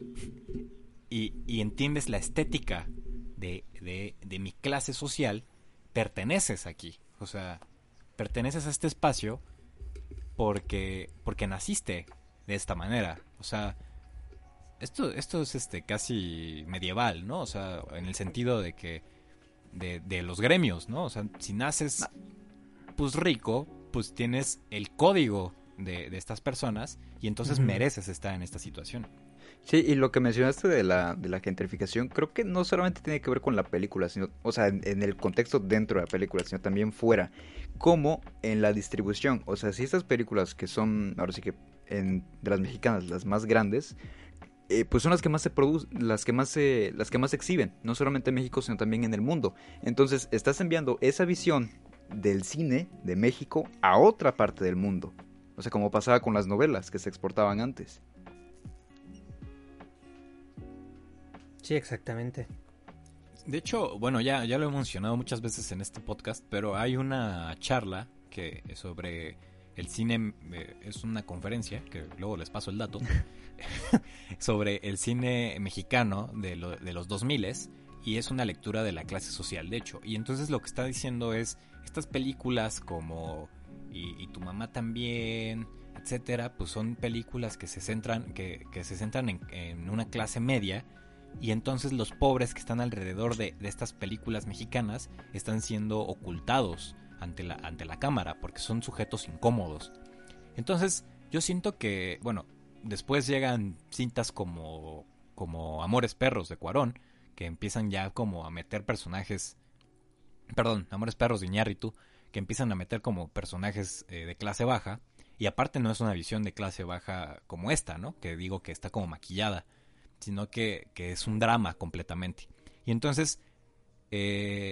y, y entiendes la estética de, de, de mi clase social, perteneces aquí, o sea, perteneces a este espacio porque porque naciste de esta manera, o sea, esto esto es este casi medieval, ¿no? O sea, en el sentido de que de, de los gremios, ¿no? O sea, si naces pues rico, pues tienes el código de, de estas personas y entonces uh-huh. mereces estar en esta situación. Sí, y lo que mencionaste de la, de la gentrificación, creo que no solamente tiene que ver con la película, sino, o sea, en, en el contexto dentro de la película, sino también fuera, como en la distribución. O sea, si estas películas que son, ahora sí que en, de las mexicanas, las más grandes, eh, pues son las que más se producen, las que más se, las que más se exhiben, no solamente en México, sino también en el mundo. Entonces, estás enviando esa visión del cine de México a otra parte del mundo. O sea, como pasaba con las novelas que se exportaban antes. Sí, exactamente. De hecho, bueno, ya, ya lo he mencionado muchas veces en este podcast, pero hay una charla que sobre el cine, eh, es una conferencia, que luego les paso el dato, sobre el cine mexicano de, lo, de los dos miles, y es una lectura de la clase social, de hecho. Y entonces lo que está diciendo es, estas películas como Y, y Tu Mamá También, etcétera, pues son películas que se centran, que, que se centran en, en una clase media. Y entonces los pobres que están alrededor de, de estas películas mexicanas están siendo ocultados ante la, ante la cámara porque son sujetos incómodos. Entonces yo siento que, bueno, después llegan cintas como, como Amores Perros de Cuarón, que empiezan ya como a meter personajes, perdón, Amores Perros de Iñárritu, que empiezan a meter como personajes eh, de clase baja. Y aparte no es una visión de clase baja como esta, ¿no? Que digo que está como maquillada, sino que, que es un drama completamente. Y entonces, eh,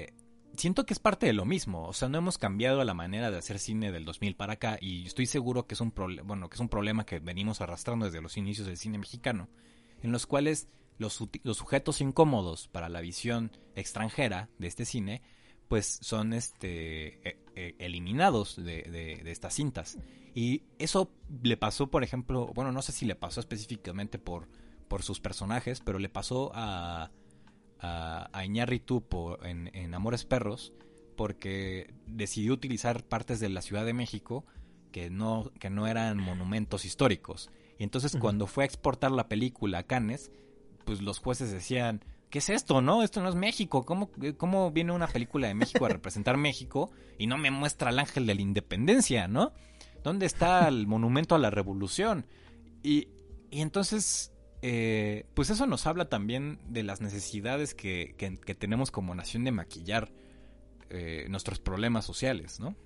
siento que es parte de lo mismo. O sea, no hemos cambiado la manera de hacer cine del dos mil para acá y estoy seguro que es un, proble- bueno, que es un problema que venimos arrastrando desde los inicios del cine mexicano, en los cuales los, los sujetos incómodos para la visión extranjera de este cine pues son este eh, eh, eliminados de, de, de estas cintas. Y eso le pasó, por ejemplo, bueno, no sé si le pasó específicamente por, por sus personajes, pero le pasó a, a, a Iñárritu por, en, en Amores Perros, porque decidió utilizar partes de la Ciudad de México que no, que no eran monumentos históricos. Y entonces uh-huh. cuando fue a exportar la película a Cannes, pues los jueces decían, ¿qué es esto, no? Esto no es México. ¿Cómo, cómo viene una película de México a representar México y no me muestra el ángel de la independencia, ¿no? ¿Dónde está el monumento a la revolución? Y, y entonces, eh, pues eso nos habla también de las necesidades que, que, que tenemos como nación de maquillar eh, nuestros problemas sociales, ¿no?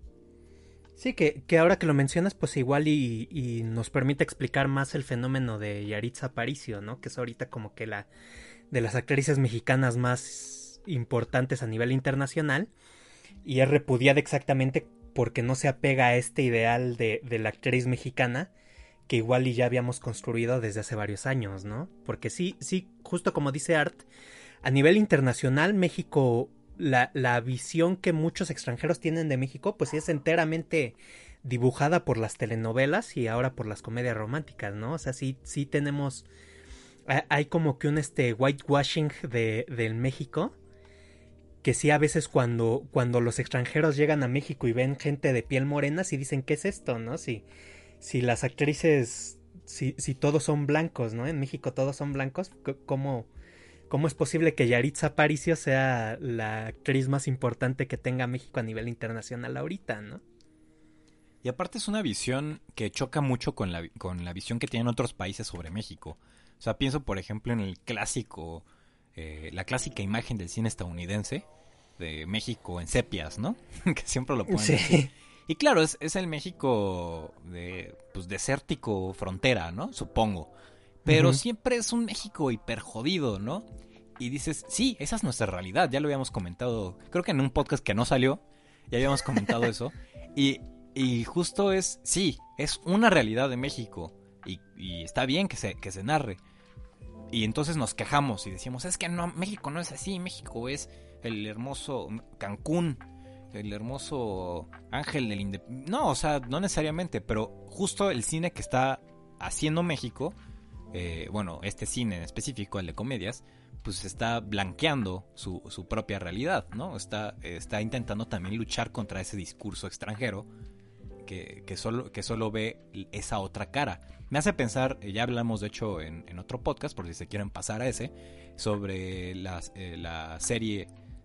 Sí, que, que ahora que lo mencionas, pues igual y, y nos permite explicar más el fenómeno de Yalitza Aparicio, ¿no? Que es ahorita como que la de las actrices mexicanas más importantes a nivel internacional y es repudiada exactamente porque no se apega a este ideal de, de la actriz mexicana que igual y ya habíamos construido desde hace varios años, ¿no? Porque sí, sí, justo como dice Art, a nivel internacional México, la, la visión que muchos extranjeros tienen de México pues es enteramente dibujada por las telenovelas y ahora por las comedias románticas, ¿no? O sea, sí, sí tenemos... Hay como que un este whitewashing de, del México que sí a veces cuando, cuando los extranjeros llegan a México y ven gente de piel morena sí dicen ¿qué es esto? ¿No? Si, si las actrices, si, si todos son blancos, ¿no? En México todos son blancos, ¿cómo, cómo es posible que Yalitza Aparicio sea la actriz más importante que tenga México a nivel internacional ahorita, ¿no? Y aparte es una visión que choca mucho con la, con la visión que tienen otros países sobre México. O sea, pienso, por ejemplo, en el clásico, eh, la clásica imagen del cine estadounidense de México en sepias, ¿no? Que siempre lo ponen sí. así. Y claro, es, es el México de, pues, desértico frontera, ¿no? Supongo. Pero uh-huh. siempre es un México hiper jodido, ¿no? Y dices, sí, esa es nuestra realidad. Ya lo habíamos comentado, creo que en un podcast que no salió, ya habíamos comentado eso. Y, y justo es, sí, es una realidad de México. Y, y está bien que se, que se narre. Y entonces nos quejamos y decimos, es que no, México no es así, México es el hermoso Cancún, el hermoso Ángel del Independencia. No, o sea, no necesariamente, pero justo el cine que está haciendo México, eh, bueno, este cine en específico, el de comedias, pues está blanqueando su, su propia realidad, ¿no? Está, está intentando también luchar contra ese discurso extranjero que, que, solo, que solo ve esa otra cara. Me hace pensar, ya hablamos de hecho en, en otro podcast, por si se quieren pasar a ese, sobre la, eh, la serie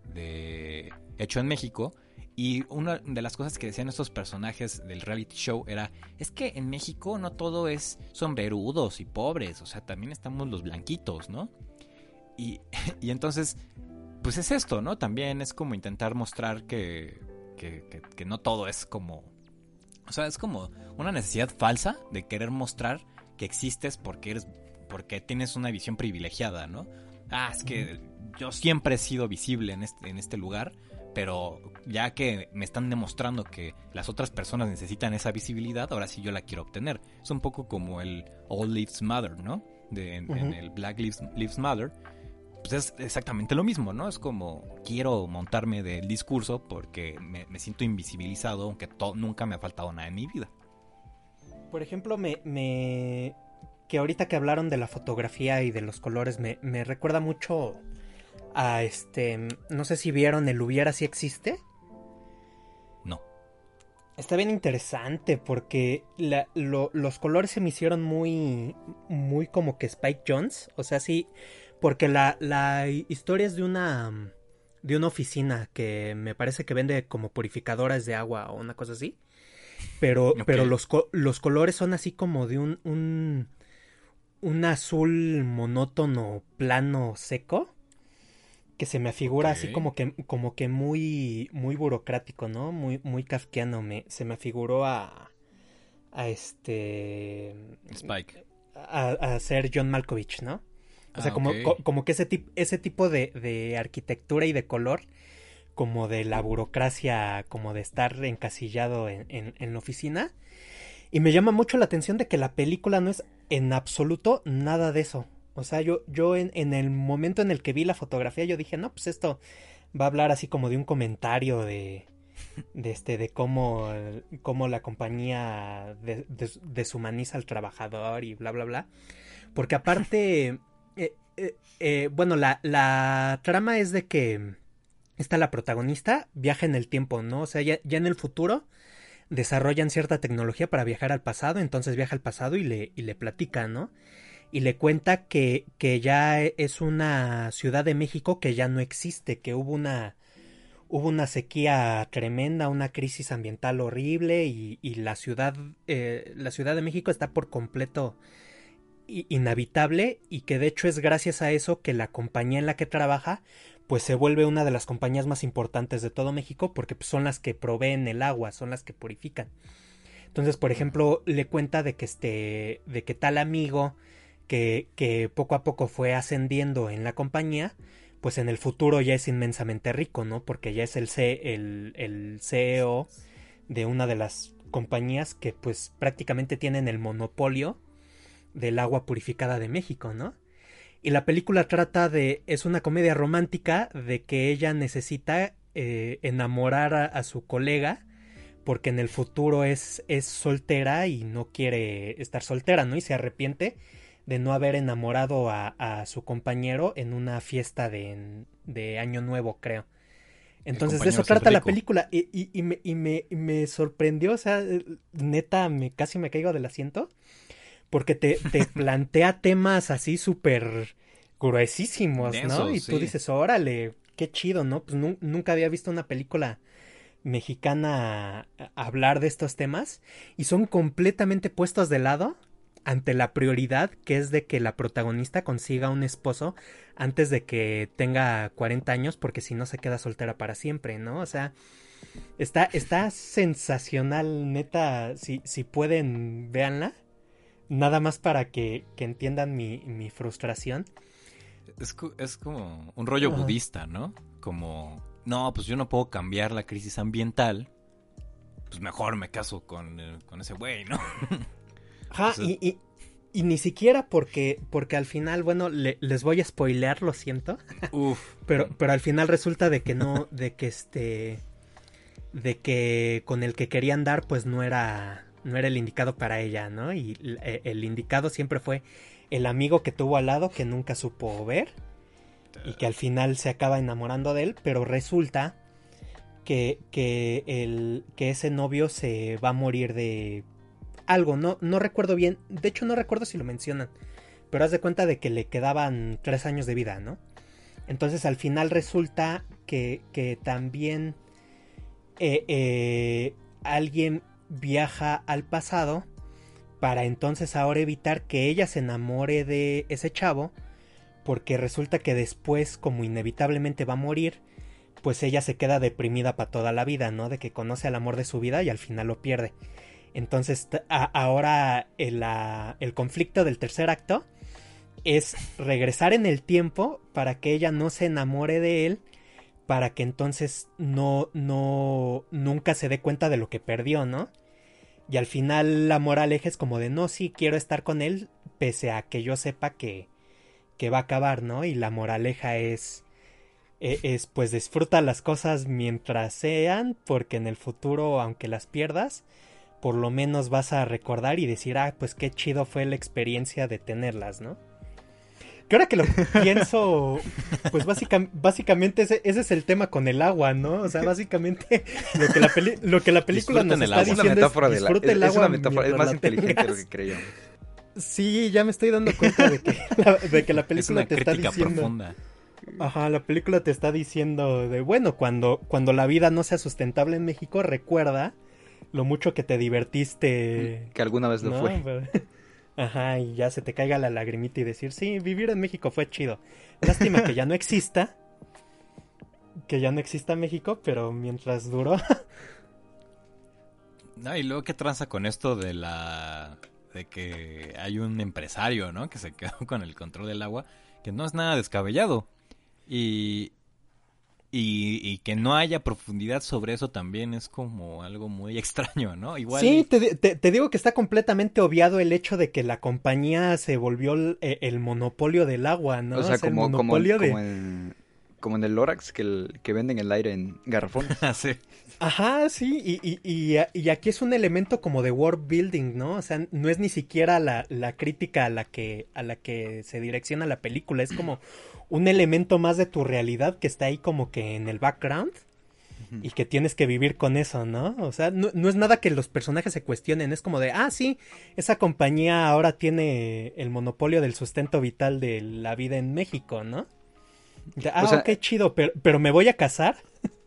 de Hecho en México. Y una de las cosas que decían estos personajes del reality show era, es que en México no todo es sombrerudos y pobres, o sea, también estamos los blanquitos, ¿no? Y, y entonces, pues es esto, ¿no? También es como intentar mostrar que, que, que, que no todo es como... O sea, es como una necesidad falsa de querer mostrar que existes porque eres, porque tienes una visión privilegiada, ¿no? Ah, es que yo siempre he sido visible en este, en este lugar, pero ya que me están demostrando que las otras personas necesitan esa visibilidad, ahora sí yo la quiero obtener. Es un poco como el All Lives Matter, ¿no? De, en, uh-huh. en el Black Lives, Lives Matter. Pues es exactamente lo mismo, ¿no? Es como, quiero montarme del discurso porque me, me siento invisibilizado, aunque to- nunca me ha faltado nada en mi vida. Por ejemplo, me, me... que ahorita que hablaron de la fotografía y de los colores, me, me recuerda mucho a este... No sé si vieron el Hubiera si existe. No. Está bien interesante porque la, lo, los colores se me hicieron muy... Muy como que Spike Jonze. O sea, sí... Porque la, la historia es de una de una oficina que me parece que vende como purificadoras de agua o una cosa así. Pero, okay. pero los, los colores son así como de un, un, un azul monótono, plano, seco. Que se me afigura okay. así como que, como que muy, muy burocrático, ¿no? Muy, muy kafkiano. Me, se me afiguró a, a este... Spike. A, a ser John Malkovich, ¿no? O sea, ah, como, okay. co- como que ese, tip, ese tipo de, de arquitectura y de color como de la burocracia, como de estar encasillado en, en, en la oficina. Y me llama mucho la atención de que la película no es en absoluto nada de eso. O sea, yo, yo en, en el momento en el que vi la fotografía, yo dije, no, pues esto va a hablar así como de un comentario de, de este, de cómo, cómo la compañía de, de, deshumaniza al trabajador y bla, bla, bla. Porque aparte, eh, eh, eh, bueno, la, la trama es de que está la protagonista, viaja en el tiempo, ¿no? O sea, ya, ya en el futuro desarrollan cierta tecnología para viajar al pasado, entonces viaja al pasado y le, y le platica, ¿no? Y le cuenta que, que ya es una Ciudad de México que ya no existe, que hubo una, hubo una sequía tremenda, una crisis ambiental horrible y, y la ciudad, eh, la Ciudad de México está por completo inhabitable y que de hecho es gracias a eso que la compañía en la que trabaja pues se vuelve una de las compañías más importantes de todo México porque pues, son las que proveen el agua, son las que purifican. Entonces, por ejemplo, le cuenta de que este, de que tal amigo que, que poco a poco fue ascendiendo en la compañía, pues en el futuro ya es inmensamente rico, ¿no? Porque ya es el, C, el, el C E O de una de las compañías que pues prácticamente tienen el monopolio del agua purificada de México, ¿no? Y la película trata de, es una comedia romántica de que ella necesita eh, enamorar a, a su colega porque en el futuro es, es soltera y no quiere estar soltera, ¿no? Y se arrepiente de no haber enamorado a, a su compañero en una fiesta de, de Año Nuevo, creo. Entonces de eso trata la película y, y, y, me, y, me, y me sorprendió, o sea, neta, me, casi me caigo del asiento. Porque te, te plantea temas así súper gruesísimos, densos, ¿no? Y sí. Tú dices, órale, qué chido, ¿no? Pues nu- nunca había visto una película mexicana hablar de estos temas. Y son completamente puestos de lado ante la prioridad que es de que la protagonista consiga un esposo antes de que tenga cuarenta años, porque si no se queda soltera para siempre, ¿no? O sea, está, está sensacional, neta, si, si pueden, véanla. Nada más para que, que entiendan mi, mi frustración. Es, es como un rollo uh-huh. budista, ¿no? Como, no, pues yo no puedo cambiar la crisis ambiental. Pues mejor me caso con, con ese güey, ¿no? Ajá, o sea, y, y, y ni siquiera porque, porque al final, bueno, le, les voy a spoilear, lo siento. Uf. Pero, pero al final resulta de que no, de que este... De que con el que querían dar, pues no era... no era el indicado para ella, ¿no? Y el indicado siempre fue el amigo que tuvo al lado que nunca supo ver y que al final se acaba enamorando de él, pero resulta que, que, el, que ese novio se va a morir de algo, no, no recuerdo bien, de hecho no recuerdo si lo mencionan, pero haz de cuenta de que le quedaban tres años de vida, ¿no? Entonces al final resulta que, que también eh, eh, alguien viaja al pasado para entonces ahora evitar que ella se enamore de ese chavo, porque resulta que después, como inevitablemente va a morir, pues ella se queda deprimida para toda la vida, ¿no? De que conoce al amor de su vida y al final lo pierde. Entonces a, ahora el, a, el conflicto del tercer acto es regresar en el tiempo para que ella no se enamore de él, para que entonces no, no, nunca se dé cuenta de lo que perdió, ¿no? Y al final la moraleja es como de, no, sí, quiero estar con él, pese a que yo sepa que, que va a acabar, ¿no? Y la moraleja es, es, es, pues disfruta las cosas mientras sean, porque en el futuro, aunque las pierdas, por lo menos vas a recordar y decir, ah, pues qué chido fue la experiencia de tenerlas, ¿no? Que ahora que lo pienso, pues básica, básicamente ese, ese es el tema con el agua, ¿no? O sea, básicamente lo que la, peli, lo que la película nos está diciendo es, disfruta el agua. Es una metáfora, es más inteligente de lo que creíamos. Sí, ya me estoy dando cuenta de que la, de que la película te está diciendo... profunda. Ajá, la película te está diciendo de, bueno, cuando, cuando la vida no sea sustentable en México, recuerda lo mucho que te divertiste. Que alguna vez lo ¿no? fue. Pero... Ajá, y ya se te caiga la lagrimita y decir, sí, vivir en México fue chido. Lástima que ya no exista, que ya no exista México, pero mientras duró. No, y luego qué tranza con esto de la... de que hay un empresario, ¿no? Que se quedó con el control del agua, que no es nada descabellado. Y... Y, y que no haya profundidad sobre eso también es como algo muy extraño, ¿no? Igual. Sí, y... te, te, te digo que está completamente obviado el hecho de que la compañía se volvió el, el monopolio del agua, ¿no? O sea, o sea como, el como, monopolio como, de... en, como en el Lorax que, el, que venden el aire en garrafones. sí. Ajá, sí, y, y, y, y aquí es un elemento como de world building, ¿no? O sea, no es ni siquiera la, la crítica a la que, a la que se direcciona la película, es como un elemento más de tu realidad que está ahí como que en el background y que tienes que vivir con eso, ¿no? O sea, no, no es nada que los personajes se cuestionen, es como de, ah, sí, esa compañía ahora tiene el monopolio del sustento vital de la vida en México, ¿no? De, ah, O sea, ok, chido, pero, pero ¿me voy a casar?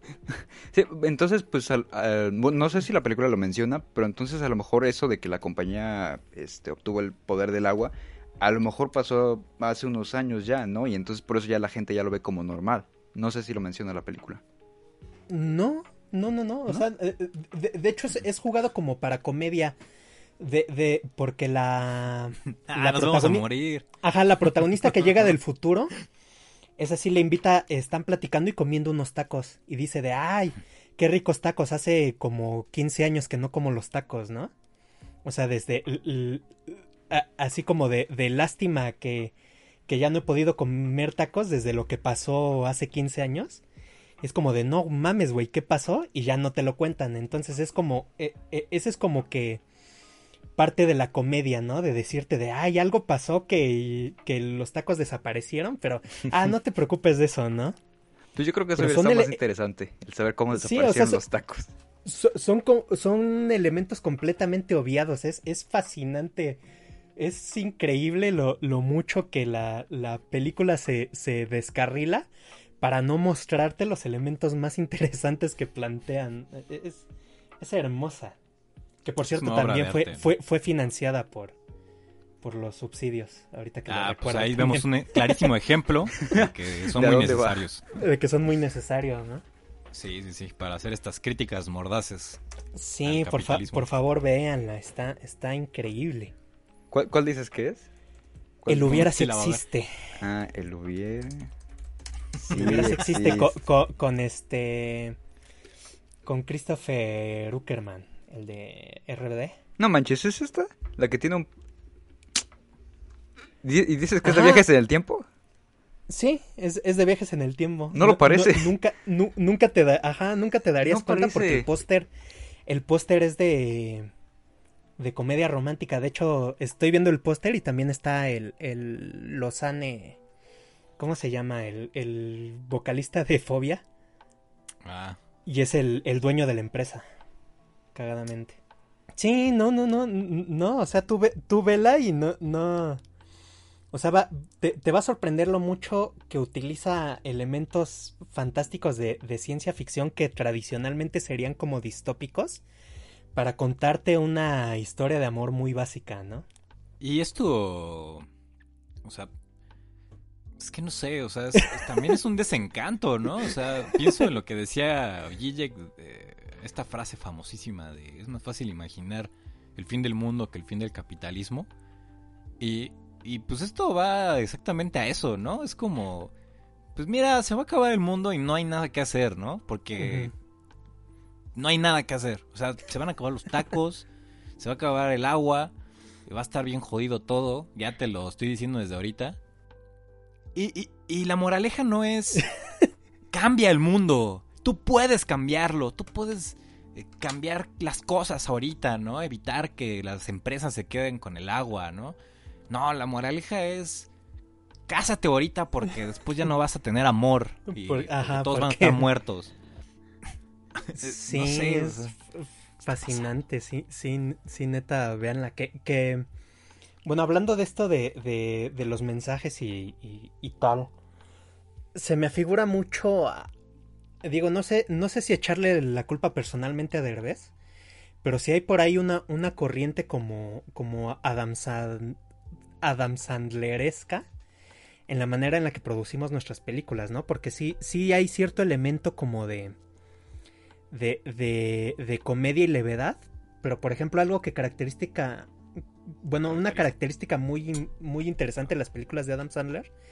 Sí, entonces, pues, al- al- bueno, no sé si la película lo menciona, pero entonces a lo mejor eso de que la compañía este, obtuvo el poder del agua, a lo mejor pasó hace unos años ya, ¿no? Y entonces por eso ya la gente ya lo ve como normal. No sé si lo menciona la película. No, no, no, no. O ¿No? sea, eh, de, de hecho es, es jugado como para comedia. De, de, porque la. Ah, la nos vamos a protagoni- morir. Ajá, la protagonista que llega del futuro. Esa sí le invita, están platicando y comiendo unos tacos. Y dice de, ay, qué ricos tacos. Hace como quince años que no como los tacos, ¿no? O sea, desde. l- l- a- así como de, de lástima que, que ya no he podido comer tacos desde lo que pasó hace quince años. Es como de, no mames, güey, ¿qué pasó? Y ya no te lo cuentan. Entonces es como, eh, eh, ese es como que parte de la comedia, ¿no? De decirte de, ay, algo pasó que, que los tacos desaparecieron, pero, ah, no te preocupes de eso, ¿no? Pues yo creo que eso Pero está son más ele- interesante, el saber cómo Sí, o sea, desaparecieron so- los tacos. So- son, co- son elementos completamente obviados, es, es fascinante, es increíble lo, lo mucho que la, la película se, se descarrila para no mostrarte los elementos más interesantes que plantean. Es, es hermosa. Que por cierto una obra también de fue, arte. fue, fue financiada por, por los subsidios, ahorita que lo Ah, pues recuerdo ahí también, vemos un clarísimo ejemplo de que son ¿De muy dónde va? necesarios. de que son muy necesarios, ¿no? Sí, sí, sí, para hacer estas críticas mordaces. Sí, Al por, fa- capitalismo. por favor véanla, está, está increíble. ¿Cuál, cuál dices que es? ¿Cuál- El hubiera si Sí, la va a ver. existe. Ah, el hubiera... Sí, El hubiera si existe co- existe. co- con este... Con Christopher Uckerman, el de R B D. No manches, ¿es esta? La que tiene un... Di- ¿Y dices que es de Ajá. viajes en el tiempo? Sí, es, es de viajes en el tiempo. No lo parece. nunca, nu- nunca te da, ajá, nunca te darías No cuenta porque parece. el póster, el póster es de, de comedia romántica. De hecho, estoy viendo el póster y también está el, el Lozane, ¿cómo se llama? El, el vocalista de Fobia. Ah, Y es el, el dueño de la empresa. Cagadamente. Sí, no, no, no, n- no, o sea, tú, ve, tú vela y no, no... O sea, va, te, te va a sorprender lo mucho que utiliza elementos fantásticos de, de ciencia ficción que tradicionalmente serían como distópicos para contarte una historia de amor muy básica, ¿no? y esto, o sea, es que no sé, o sea, es- es- también es un desencanto, ¿no? O sea, pienso en lo que decía Zizek, eh, esta frase famosísima de es más fácil imaginar el fin del mundo que el fin del capitalismo. Y, y pues esto va exactamente a eso, ¿no? Es como, pues mira, se va a acabar el mundo y no hay nada que hacer, ¿no? Porque no hay nada que hacer. O sea, se van a acabar los tacos, se va a acabar el agua, va a estar bien jodido todo, ya te lo estoy diciendo desde ahorita. Y, y, y la moraleja no es cambia el mundo, tú puedes cambiarlo, tú puedes eh, cambiar las cosas ahorita, ¿no? Evitar que las empresas se queden con el agua, ¿no? No, la moraleja es cásate ahorita porque después ya no vas a tener amor y Por- porque ajá, todos van a porque- estar muertos. Sí, No sé, o es sea, f- fascinante, sí, sí, sí, neta, véanla, que, que, bueno, hablando de esto de, de, de los mensajes y, y, y tal, se me afigura mucho, a- digo, no sé, no sé si echarle la culpa personalmente a Derbez, pero sí hay por ahí una, una corriente como, como Adam, Sand- Adam Sandleresca en la manera en la que producimos nuestras películas, ¿no? Porque sí, sí hay cierto elemento como de... De, de, de comedia y levedad, pero por ejemplo algo que característica, bueno, una característica muy, muy interesante en las películas de Adam Sandler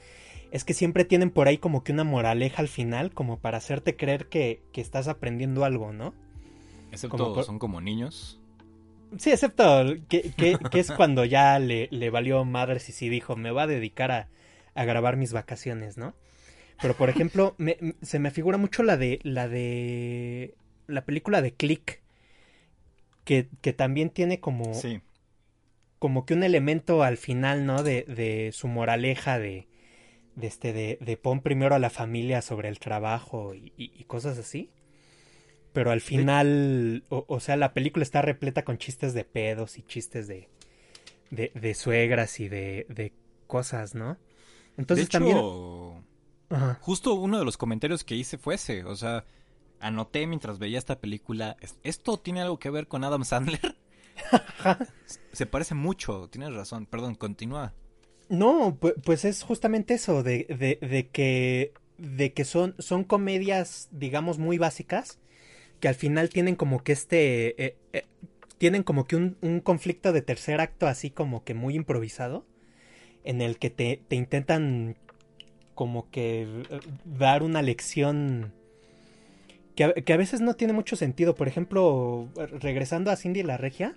es que siempre tienen por ahí como que una moraleja al final, como para hacerte creer que, que estás aprendiendo algo, ¿no? Excepto Como por- son como niños. Sí, excepto que, que, que es cuando ya le, le valió madres y sí dijo, me va a dedicar a, a grabar mis vacaciones, ¿no? Pero por ejemplo, me- m- se me figura mucho la de la de la película de Click, que, que también tiene como, Sí. como que un elemento al final, ¿no? De, de su moraleja de, de este, de, de pon primero a la familia sobre el trabajo y, y- y cosas así. Pero al De- final, o, o sea, la película está repleta con chistes de pedos y chistes de, de, de suegras y de, de cosas, ¿no? De Entonces hecho, también... Ajá. justo uno de los comentarios que hice fue ese. O sea, anoté mientras veía esta película. ¿es- ¿Esto tiene algo que ver con Adam Sandler? Se parece mucho, tienes razón. Perdón, continúa. No, pu- pues es justamente eso, de, de, de que, de que son, son comedias, digamos, muy básicas, que al final tienen como que este, eh, eh, tienen como que un, un conflicto de tercer acto así como que muy improvisado, en el que te, te intentan como que eh, dar una lección que a, que a veces no tiene mucho sentido. Por ejemplo, regresando a Cindy la Regia,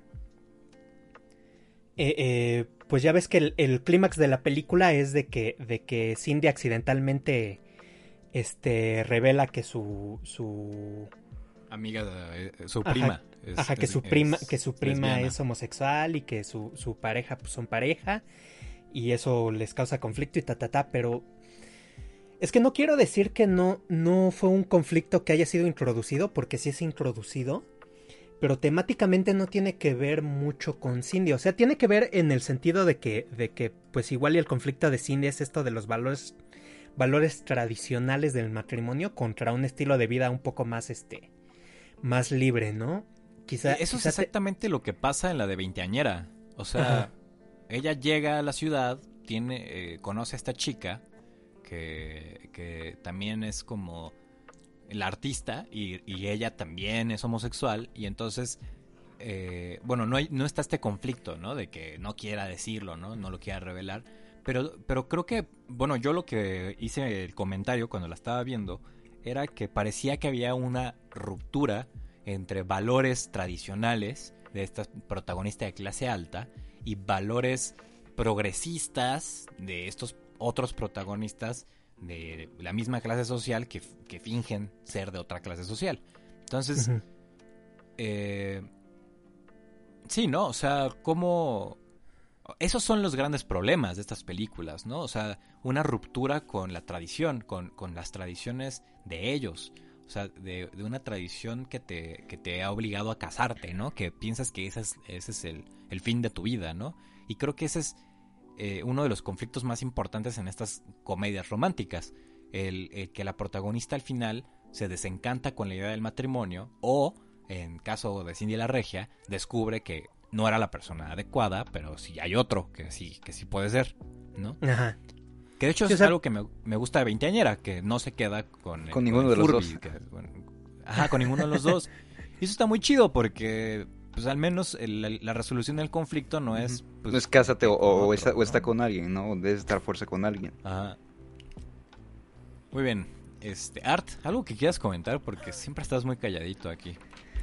eh, eh, pues ya ves que el, el clímax de la película es de que, de que Cindy accidentalmente este, revela que su, su Amiga, de, eh, su Ajá, prima. Es, ajá, que es- su prima, es que su prima lesbiana. es homosexual y que su, su pareja pues, son pareja y eso les causa conflicto y ta ta ta, pero es que no quiero decir que no, no fue un conflicto que haya sido introducido, porque sí es introducido, pero temáticamente no tiene que ver mucho con Cindy. O sea, tiene que ver en el sentido de que, de que pues igual y el conflicto de Cindy es esto de los valores, valores tradicionales del matrimonio contra un estilo de vida un poco más, este, más libre, ¿no? Quizá, Eso es quizá te- exactamente lo que pasa en la de Veinteañera. O sea, Ajá. ella llega a la ciudad, tiene, eh, conoce a esta chica que, que también es como la artista y, y ella también es homosexual y entonces, eh, bueno, no, hay, no está este conflicto, ¿no? De que no quiera decirlo, ¿no? No lo quiera revelar. Pero, pero creo que, bueno, yo lo que hice el comentario cuando la estaba viendo era que parecía que había una ruptura entre valores tradicionales de esta protagonista de clase alta y valores progresistas de estos otros protagonistas de la misma clase social que, que fingen ser de otra clase social. Entonces, Ujú. eh, sí, ¿no? O sea, ¿cómo...? Esos son los grandes problemas de estas películas, ¿no? O sea, una ruptura con la tradición, con, con las tradiciones de ellos. O sea, de, de una tradición que te, que te ha obligado a casarte, ¿no? Que piensas que ese es, ese es el, el fin de tu vida, ¿no? Y creo que ese es eh, uno de los conflictos más importantes en estas comedias románticas. El, el que la protagonista al final se desencanta con la idea del matrimonio o, en caso de Cindy la Regia, descubre que no era la persona adecuada, pero sí hay otro que sí, que sí puede ser, ¿no? Ajá. Que de hecho Sí, es o sea- algo que me, me gusta de Veinteañera, que no se queda con, el- Con ninguno el de los Furby, dos. que, bueno, ajá, con ninguno de los dos. Y eso está muy chido porque, pues al menos el- la, la resolución del conflicto no es... Pues, No es cásate o, con o otro, está, o está ¿no? con alguien, ¿no? Debes estar a fuerza con alguien. Ajá. Muy bien. Este, Art, algo que quieras comentar porque siempre estás muy calladito aquí.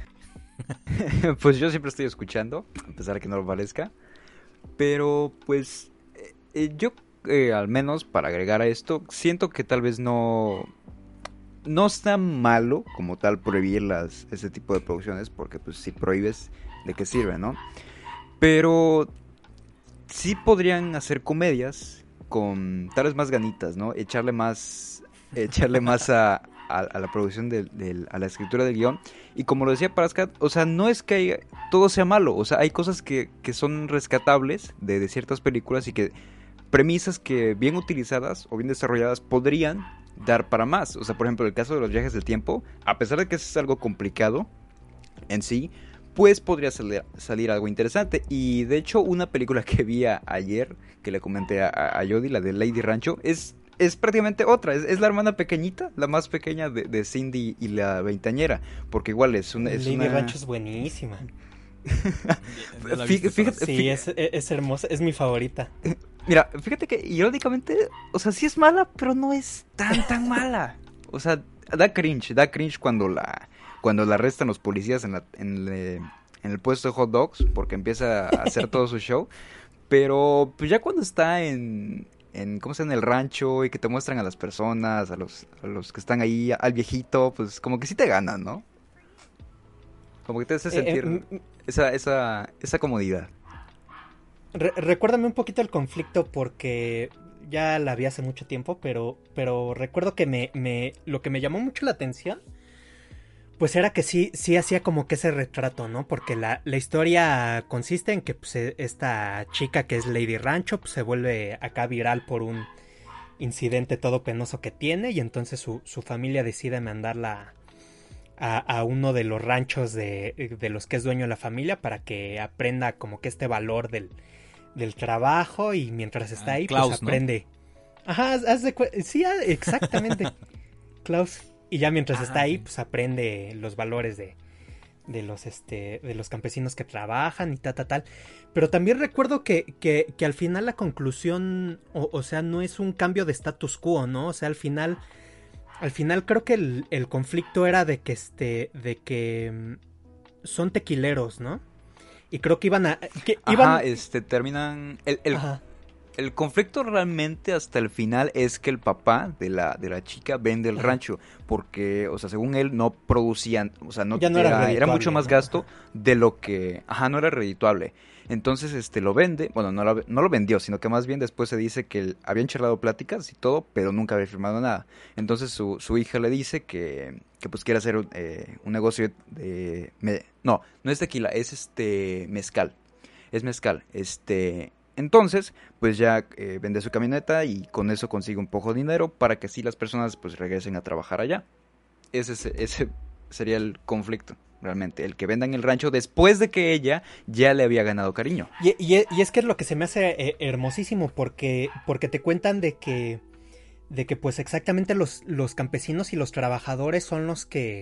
Pues yo siempre estoy escuchando, a pesar de que no lo parezca. Pero pues eh, eh, yo eh, al menos para agregar a esto, siento que tal vez no... No está malo como tal prohibir las, ese tipo de producciones, porque pues si prohíbes, ¿de qué sirve, no? Pero sí podrían hacer comedias con tal vez más ganitas, ¿no? Echarle más, echarle más a, a, a la producción, del, del, a la escritura del guión. Y como lo decía Parascat, o sea, no es que haya, todo sea malo, o sea, hay cosas que, que son rescatables de, de ciertas películas y que premisas que bien utilizadas o bien desarrolladas podrían dar para más. O sea, por ejemplo, el caso de los viajes del tiempo, a pesar de que es algo complicado en sí, pues podría salir, salir algo interesante. Y de hecho, una película que vi a, ayer, que le comenté a, a Jody, la de Lady Rancho, es, es prácticamente otra. Es, es la hermana pequeñita, la más pequeña de, de Cindy y la veinteañera. Porque igual es una... Es Lady una... Rancho es buenísima. ¿No la Fí- viste, fíjate- Sara? Sí, es, es, es hermosa, es mi favorita. Mira, fíjate que irónicamente, o sea, sí es mala, pero no es tan, tan mala. O sea, da cringe, da cringe cuando la cuando la arrestan los policías en, la, en, le- en el puesto de hot dogs, porque empieza a hacer todo su show. Pero pues ya cuando está en, en ¿cómo se llama? En el rancho y que te muestran a las personas, a los, a los que están ahí, al viejito, pues como que sí te ganan, ¿no? Como que te hace Eh, eh, sentir m- m- esa, esa, esa comodidad. re- recuérdame un poquito el conflicto porque ya la vi hace mucho tiempo, pero, pero recuerdo que me, me, lo que me llamó mucho la atención, pues era que sí, sí hacía como que ese retrato, ¿no? Porque la, la historia consiste en que pues, e- esta chica que es Lady Rancho pues, se vuelve acá viral por un incidente todo penoso que tiene y entonces su, su familia decide mandarla a, a uno de los ranchos de, de los que es dueño de la familia para que aprenda como que este valor del, del trabajo y mientras está Ah, ahí Klaus, pues ¿no? aprende. Ajá, haz haz de cue- sí, ah, exactamente. Klaus. Y ya mientras Ah, está ahí ok. pues aprende los valores de, de los este de los campesinos que trabajan y tal tal tal, pero también recuerdo que, que, que al final la conclusión o, o sea no es un cambio de status quo, ¿no? O sea al final al final creo que el, el conflicto era de que este de que mm, son tequileros, ¿no? Y creo que iban a que Ajá, iban este, terminan... El, el, ajá, el conflicto realmente hasta el final es que el papá de la, de la chica vende el ajá. rancho, porque, o sea, según él no producían, o sea, no Ya no era era, era mucho redituable, más ¿no? gasto Ajá. de lo que, ajá, no era redituable. Entonces, este, lo vende, bueno, no lo, no lo vendió, sino que más bien después se dice que él- habían charlado pláticas y todo, pero nunca había firmado nada. Entonces su, su hija le dice que, que pues quiere hacer un, eh, un negocio de... me- no, no es tequila, es este mezcal. Es mezcal. Este, entonces, pues ya eh, vende su camioneta y con eso consigue un poco de dinero para que así las personas pues regresen a trabajar allá. Ese, es- ese sería el conflicto, realmente. El que vendan el rancho después de que ella ya le había ganado cariño. Y, y- y es que es lo que se me hace eh, hermosísimo porque porque te cuentan de que de que pues exactamente los, los campesinos y los trabajadores son los que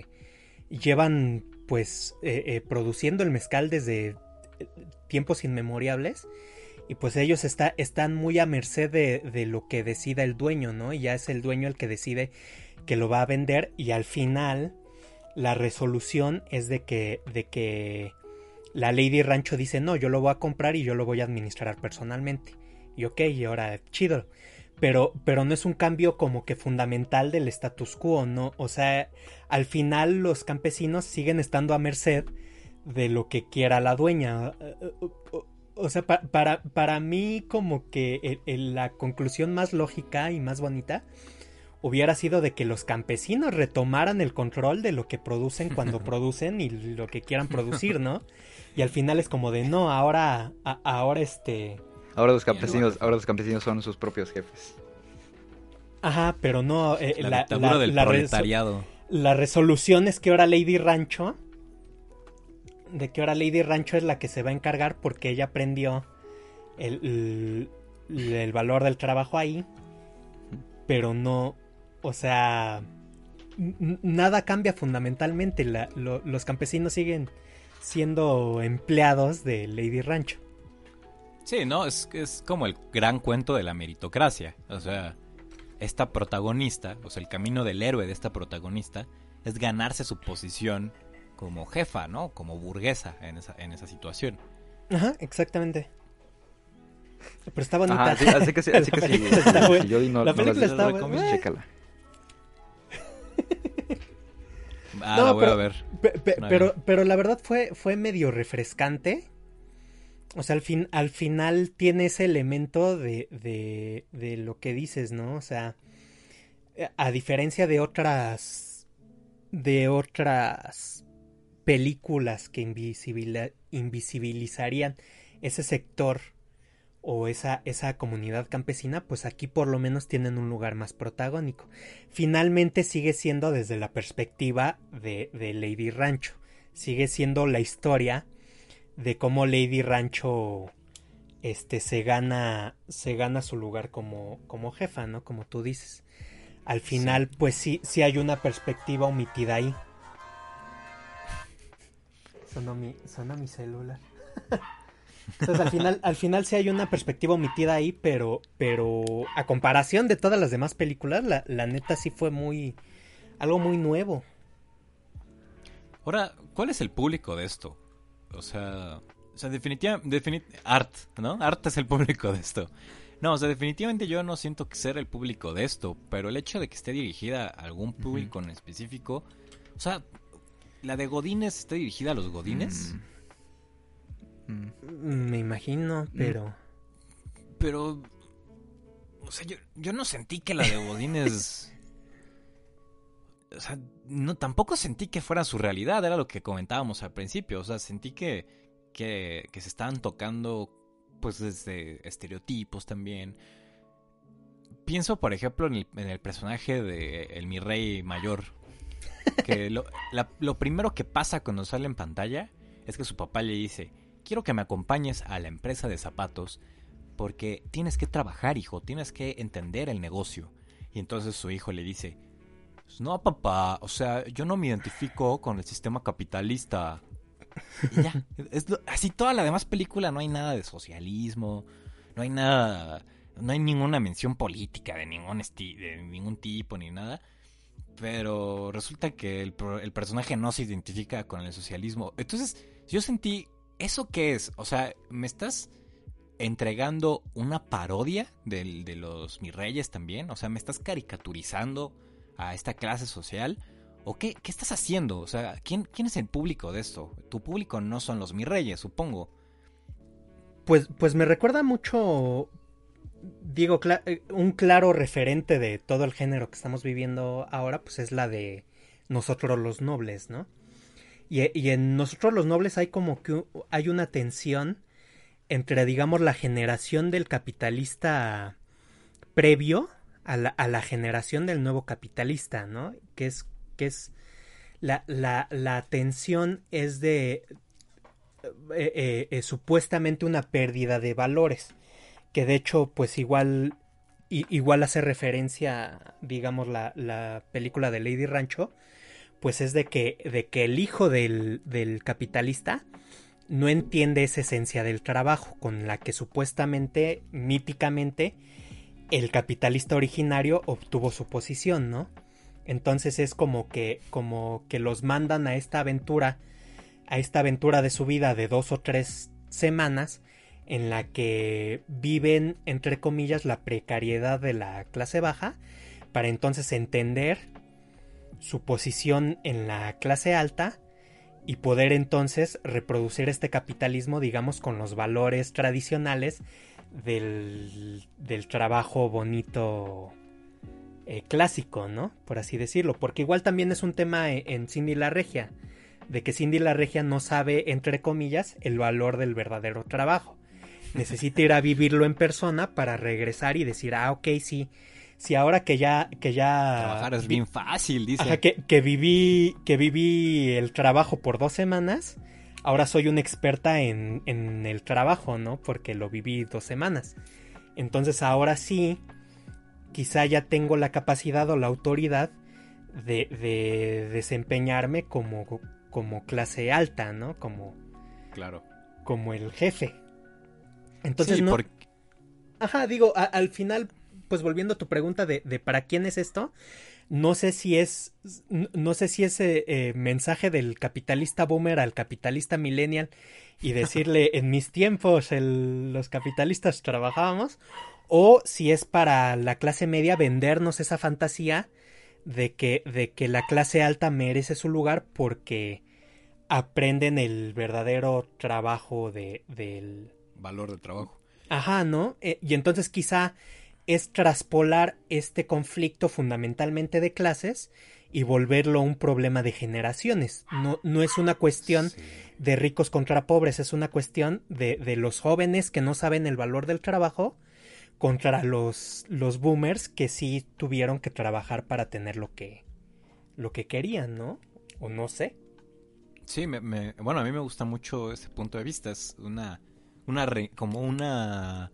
llevan pues eh, eh, produciendo el mezcal desde eh, tiempos inmemorables y pues ellos está, están muy a merced de, de lo que decida el dueño, ¿no? Y ya es el dueño el que decide que lo va a vender y al final la resolución es de que, de que la Lady Rancho dice no, yo lo voy a comprar y yo lo voy a administrar personalmente. Y ok, y ahora chido. Pero, pero no es un cambio como que fundamental del status quo, ¿no? O sea, al final los campesinos siguen estando a merced de lo que quiera la dueña. O sea, pa- para, para mí como que el- el- la conclusión más lógica y más bonita hubiera sido de que los campesinos retomaran el control de lo que producen cuando producen y lo que quieran producir, ¿no? Y al final es como de no, ahora, a- ahora este... Ahora los Y en lugar campesinos, de- ahora los campesinos son sus propios jefes. Ajá, pero no, eh, La la, dictadura la, del la, reso- proletariado. la resolución es que ahora Lady Rancho, de que ahora Lady Rancho es la que se va a encargar porque ella aprendió el, el, el valor del trabajo ahí, pero no, o sea, n- nada cambia fundamentalmente, la, lo- los campesinos siguen siendo empleados de Lady Rancho. Sí, ¿no? Es, es como el gran cuento de la meritocracia. O sea, esta protagonista, o sea, el camino del héroe de esta protagonista es ganarse su posición como jefa, ¿no? Como burguesa en esa, en esa situación. Ajá, exactamente. Pero está bonita. Ajá, así, así que, si- así La que si, película está si buena. yo no, La no película las está recomiendo, buena. chécala. Ah, No, la voy pero- a ver. Pe- pe- Suena pero, bien. pero la verdad fue, fue medio refrescante. O sea, al, fin, al final tiene ese elemento de, de, de lo que dices, ¿no? O sea, eh, a diferencia de otras, de otras películas que invisibila- invisibilizarían ese sector o esa, esa comunidad campesina, pues aquí por lo menos tienen un lugar más protagónico. Finalmente sigue siendo desde la perspectiva de, de Lady Rancho. Sigue siendo la historia de cómo Lady Rancho este, se gana, se gana su lugar como, como jefa, ¿no? Como tú dices. Al final, Sí. pues sí, sí hay una perspectiva omitida ahí. Sonó mi, sonó mi celular. Entonces al final, al final sí hay una perspectiva omitida ahí, pero, pero a comparación de todas las demás películas, la, la neta sí fue muy, algo muy nuevo. Ahora, ¿cuál es el público de esto? O sea, o sea definitivamente, definit Art, ¿no? Art es el público de esto. No, o sea, definitivamente yo no siento que ser el público de esto, pero el hecho de que esté dirigida a algún público uh-huh. en específico, o sea, ¿la de Godínez está dirigida a los Godínez? Mm. Mm. Me imagino, pero... Pero... O sea, yo, yo no sentí que la de Godínez... O sea, no, tampoco sentí que fuera su realidad, era lo que comentábamos al principio. O sea, sentí que, que, que se estaban tocando, pues, desde estereotipos también. Pienso, por ejemplo, en el, en el personaje de el mi rey mayor. Que lo, la, lo primero que pasa cuando sale en pantalla es que su papá le dice: quiero que me acompañes a la empresa de zapatos porque tienes que trabajar, hijo, tienes que entender el negocio. Y entonces su hijo le dice: no, papá, o sea, yo no me identifico con el sistema capitalista. Y ya, es lo, así toda la demás película no hay nada de socialismo, no hay nada, no hay ninguna mención política de ningún esti de ningún tipo ni nada. Pero resulta que el, el personaje no se identifica con el socialismo. Entonces, yo sentí, ¿eso qué es? O sea, ¿me estás entregando una parodia de, de los mis reyes también? O sea, ¿me estás caricaturizando a esta clase social? ¿O qué, qué estás haciendo? O sea, ¿quién, ¿quién es el público de esto? Tu público no son los mis reyes, supongo. Pues, pues me recuerda mucho, digo, cl- un claro referente de todo el género que estamos viviendo ahora, pues es la de Nosotros los Nobles, ¿no? Y, y en Nosotros los Nobles hay como que hay una tensión entre, digamos, la generación del capitalista previo a la, a la generación del nuevo capitalista, ¿no? Que es, que es la, la, la tensión es de eh, eh, eh, supuestamente una pérdida de valores, que de hecho pues igual i, igual hace referencia, digamos, la, la película de Lady Rancho, pues es de que, de que el hijo del, del capitalista no entiende esa esencia del trabajo con la que supuestamente, míticamente, el capitalista originario obtuvo su posición, ¿no? Entonces es como que, como que los mandan a esta aventura, a esta aventura de su vida de dos o tres semanas, en la que viven, entre comillas, la precariedad de la clase baja, para entonces entender su posición en la clase alta y poder entonces reproducir este capitalismo, digamos, con los valores tradicionales del, del trabajo bonito eh, clásico, ¿no? Por así decirlo, porque igual también es un tema en, en Cindy la Regia, de que Cindy la Regia no sabe, entre comillas, el valor del verdadero trabajo. Necesita ir a vivirlo en persona para regresar y decir, ah, ok, sí, sí, ahora que ya, que ya... Trabajar es bien fácil, dice. Ajá, que, que viví, que viví el trabajo por dos semanas, ahora soy una experta en, en el trabajo, ¿no? Porque lo viví dos semanas. Entonces ahora sí, quizá ya tengo la capacidad o la autoridad de, de desempeñarme como, como clase alta, ¿no? Como, claro. Como el jefe. Entonces sí, no... porque... Ajá, digo, a, al final, pues volviendo a tu pregunta de, de ¿para quién es esto? No sé si es, no sé si ese eh, mensaje del capitalista boomer al capitalista millennial y decirle en mis tiempos el, los capitalistas trabajábamos, o si es para la clase media vendernos esa fantasía de que, de que la clase alta merece su lugar porque aprenden el verdadero trabajo de, del... valor del trabajo. Ajá, ¿no? Eh, y entonces quizá es traspolar este conflicto fundamentalmente de clases y volverlo un problema de generaciones. No, no es una cuestión sí. de ricos contra pobres, es una cuestión de, de los jóvenes que no saben el valor del trabajo contra los, los boomers que sí tuvieron que trabajar para tener lo que, lo que querían, ¿no? O no sé. Sí, me, me, bueno, a mí me gusta mucho ese punto de vista. Es una, una re, como una...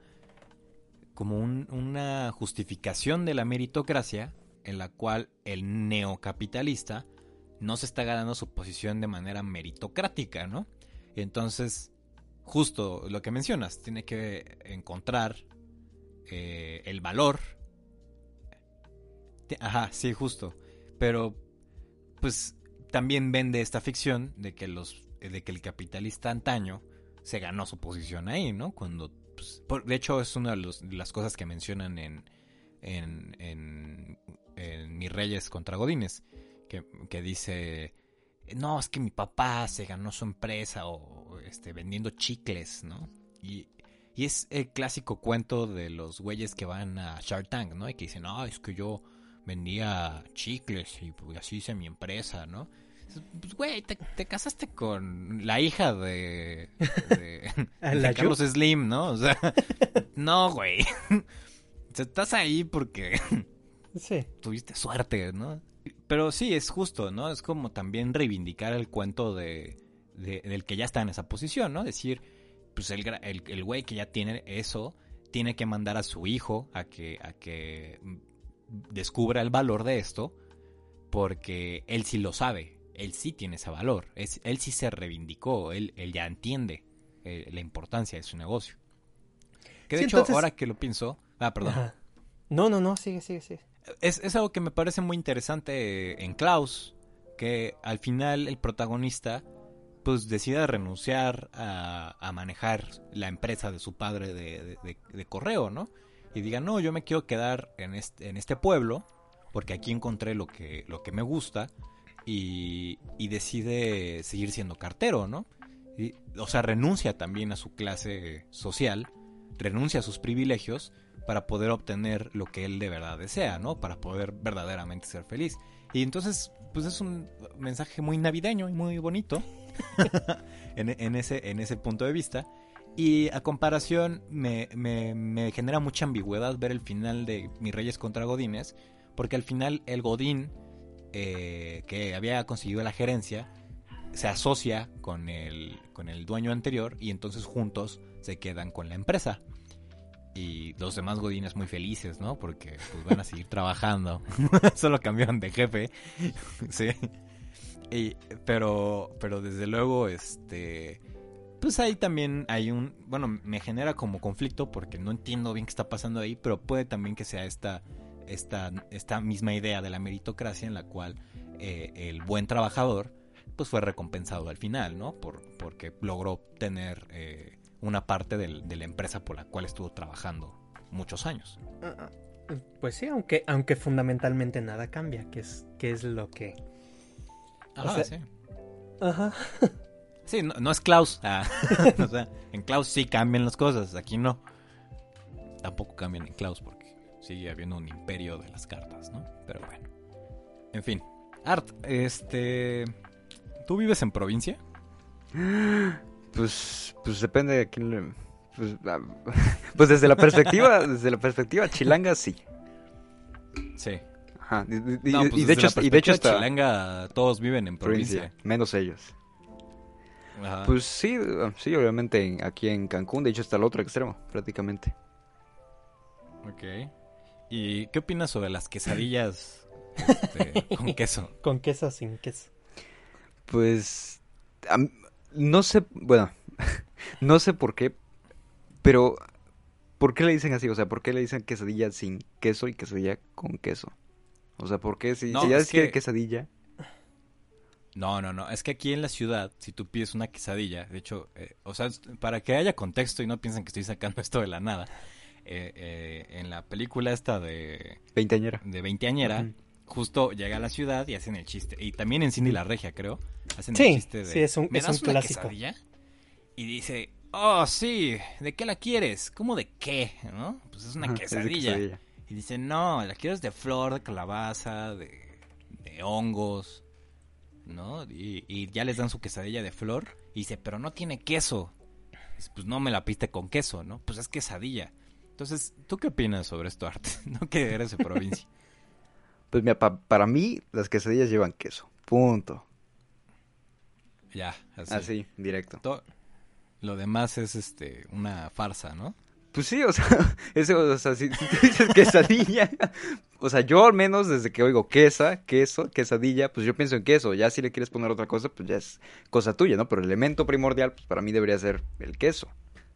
como un, una justificación de la meritocracia en la cual el neocapitalista no se está ganando su posición de manera meritocrática, ¿no? Entonces, justo lo que mencionas, tiene que encontrar eh, el valor. Ajá, sí, justo. Pero, pues, también vende esta ficción de que los, de que el capitalista antaño se ganó su posición ahí, ¿no? Cuando, pues, por, de hecho, es una de, los, de las cosas que mencionan en, en, en, en Mis Reyes contra Godines, que, que dice, no, es que mi papá se ganó su empresa o este, vendiendo chicles, ¿no? Y, y es el clásico cuento de los güeyes que van a Shark Tank, ¿no? Y que dicen, no, es que yo vendía chicles y pues, así hice mi empresa, ¿no? Pues, güey, te, te casaste con la hija de, de, de Carlos Slim, ¿no? O sea, no, güey. O sea, estás ahí porque sí. tuviste suerte, ¿no? Pero sí, es justo, ¿no? Es como también reivindicar el cuento de, de del que ya está en esa posición, ¿no? Decir, pues el, el, el güey que ya tiene eso, tiene que mandar a su hijo a que, a que descubra el valor de esto, porque él sí lo sabe. Él sí tiene ese valor, es, él sí se reivindicó, él, él ya entiende eh, la importancia de su negocio. Que de sí, hecho, entonces... ahora que lo pienso... Ah, perdón. Ajá. No, no, no, sigue, sigue, sigue. Es, es algo que me parece muy interesante en Klaus, que al final el protagonista pues decide renunciar a, a manejar la empresa de su padre de, de, de, de correo, ¿no? Y diga, no, yo me quiero quedar en este, en este pueblo, porque aquí encontré lo que, lo que me gusta... Y, y decide seguir siendo cartero, ¿no? Y, o sea, renuncia también a su clase social, renuncia a sus privilegios para poder obtener lo que él de verdad desea, ¿no? Para poder verdaderamente ser feliz. Y entonces, pues es un mensaje muy navideño y muy bonito en, en, ese, en ese punto de vista. Y a comparación, me, me, me genera mucha ambigüedad ver el final de Mis Reyes contra Godines, porque al final el Godín Eh, que había conseguido la gerencia se asocia con el, con el dueño anterior y entonces juntos se quedan con la empresa y los demás godines muy felices, ¿no? Porque pues van a seguir trabajando. Solo cambiaron de jefe. Sí. Y, pero pero desde luego este pues ahí también hay un, bueno, me genera como conflicto porque no entiendo bien qué está pasando ahí, pero puede también que sea esta Esta, esta misma idea de la meritocracia en la cual eh, el buen trabajador pues fue recompensado al final, ¿no? Por, porque logró tener eh, una parte del, de la empresa por la cual estuvo trabajando muchos años. Pues sí, aunque, aunque fundamentalmente nada cambia, que es, que es lo que... Ajá, o sea, sí. Ajá. Sí, no, no es Klaus. Ah, o sea, en Klaus sí cambian las cosas, aquí no. Tampoco cambian en Klaus porque sigue habiendo un imperio de las cartas, ¿no? Pero bueno. En fin. Art, este... ¿tú vives en provincia? Pues, pues depende de quién le... Pues, pues desde la perspectiva, desde la perspectiva chilanga, sí. Sí. Ajá. Y, y, no, pues y, de hecho, y de hecho hasta chilanga todos viven en provincia. provincia menos ellos. Ajá. Pues sí, sí, obviamente aquí en Cancún, de hecho hasta el otro extremo, prácticamente. Ok. ¿Y qué opinas sobre las quesadillas este, con queso? Con queso o sin queso. Pues um, no sé, bueno, no sé por qué, pero ¿por qué le dicen así? O sea, ¿por qué le dicen quesadilla sin queso y quesadilla con queso? O sea, ¿por qué? Si, no, si ya es es que que quesadilla. No, no, no. Es que aquí en la ciudad, si tú pides una quesadilla, de hecho, eh, o sea, para que haya contexto y no piensen que estoy sacando esto de la nada, eh, eh, en la película esta de... Veinteañera. De Veinteañera, uh-huh. Justo llega a la ciudad y hacen el chiste. Y también en Cindy la Regia, creo. Hacen sí, el chiste de... Sí, es un, ¿me es das un una clásico. quesadilla? Y dice, oh, sí, ¿de qué la quieres? ¿Cómo de qué? ¿No? Pues es una uh-huh, quesadilla. Es quesadilla. Y dice, no, la quiero de flor, de calabaza, de, de hongos... ¿no? Y, y ya les dan su quesadilla de flor y dice, pero no tiene queso. Dice, pues no me la piste con queso, ¿no? Pues es quesadilla. Entonces, ¿tú qué opinas sobre esto, Arte? ¿No que eres de provincia? Pues mira, pa- para mí las quesadillas llevan queso, punto. Ya, así. Así, directo. Todo, lo demás es este una farsa, ¿no? Pues sí, o sea, eso, o sea, si, si tú dices quesadilla, o sea, yo al menos desde que oigo quesa, queso, quesadilla, pues yo pienso en queso. Ya si le quieres poner otra cosa, pues ya es cosa tuya, ¿no? Pero el elemento primordial, pues para mí debería ser el queso.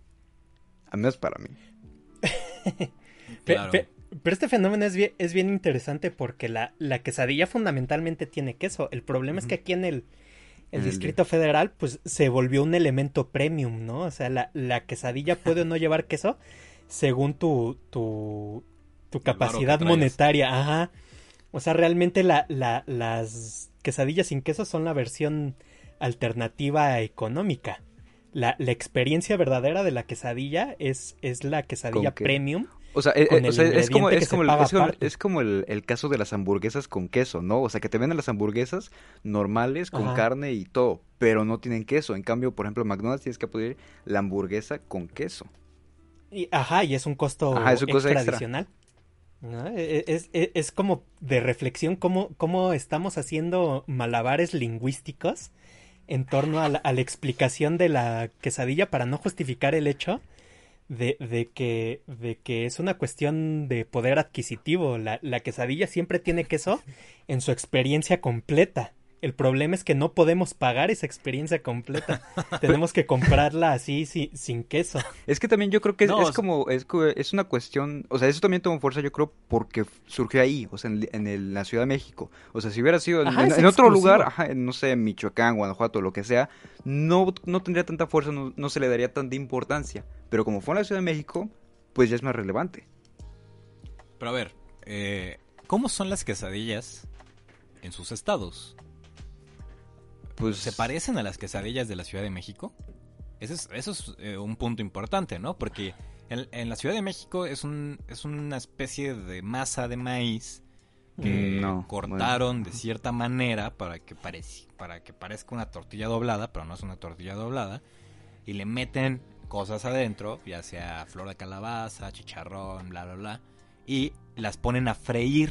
Al menos para mí. Claro. Pe, pe, pero este fenómeno es bien, es bien interesante porque la, la quesadilla fundamentalmente tiene queso. El problema uh-huh. es que aquí en el, el, el Distrito Federal, pues se volvió un elemento premium, ¿no? O sea, la, la quesadilla puede o no llevar queso según tu, tu, tu capacidad monetaria. Ajá. O sea, realmente la, la, las quesadillas sin queso son la versión alternativa económica. La, la experiencia verdadera de la quesadilla es, es la quesadilla premium. O sea, eh, o sea es como, es como, el, es como, es como el, el caso de las hamburguesas con queso, ¿no? O sea, que te venden las hamburguesas normales con Ajá. carne y todo, pero no tienen queso. En cambio, por ejemplo, McDonald's tienes que pedir la hamburguesa con queso. Y, ajá, y es un costo, ajá, es un extra, extra adicional. ¿No? Es, es, es como de reflexión cómo, cómo estamos haciendo malabares lingüísticos en torno a la, a la explicación de la quesadilla para no justificar el hecho de, de, que, de que es una cuestión de poder adquisitivo. La, la quesadilla siempre tiene queso en su experiencia completa. El problema es que no podemos pagar esa experiencia completa. Tenemos que comprarla así, sin, sin queso. Es que también yo creo que es, no, es como, es, es una cuestión, o sea, eso también tomó fuerza, yo creo, porque surgió ahí, o sea, en, en, el, en la Ciudad de México. O sea, si hubiera sido ajá, en, en otro lugar, ajá, en, no sé, en Michoacán, Guanajuato, lo que sea, no, no tendría tanta fuerza, no, no se le daría tanta importancia. Pero como fue en la Ciudad de México, pues ya es más relevante. Pero a ver, eh, ¿cómo son las quesadillas en sus estados? Pues ¿se parecen a las quesadillas de la Ciudad de México? Ese es, eso es eh, un punto importante, ¿no? Porque en, en la Ciudad de México es un es una especie de masa de maíz que no, cortaron bueno. de cierta manera para que parezca, para que parezca una tortilla doblada, pero no es una tortilla doblada, y le meten cosas adentro, ya sea flor de calabaza, chicharrón, bla, bla, bla, y las ponen a freír.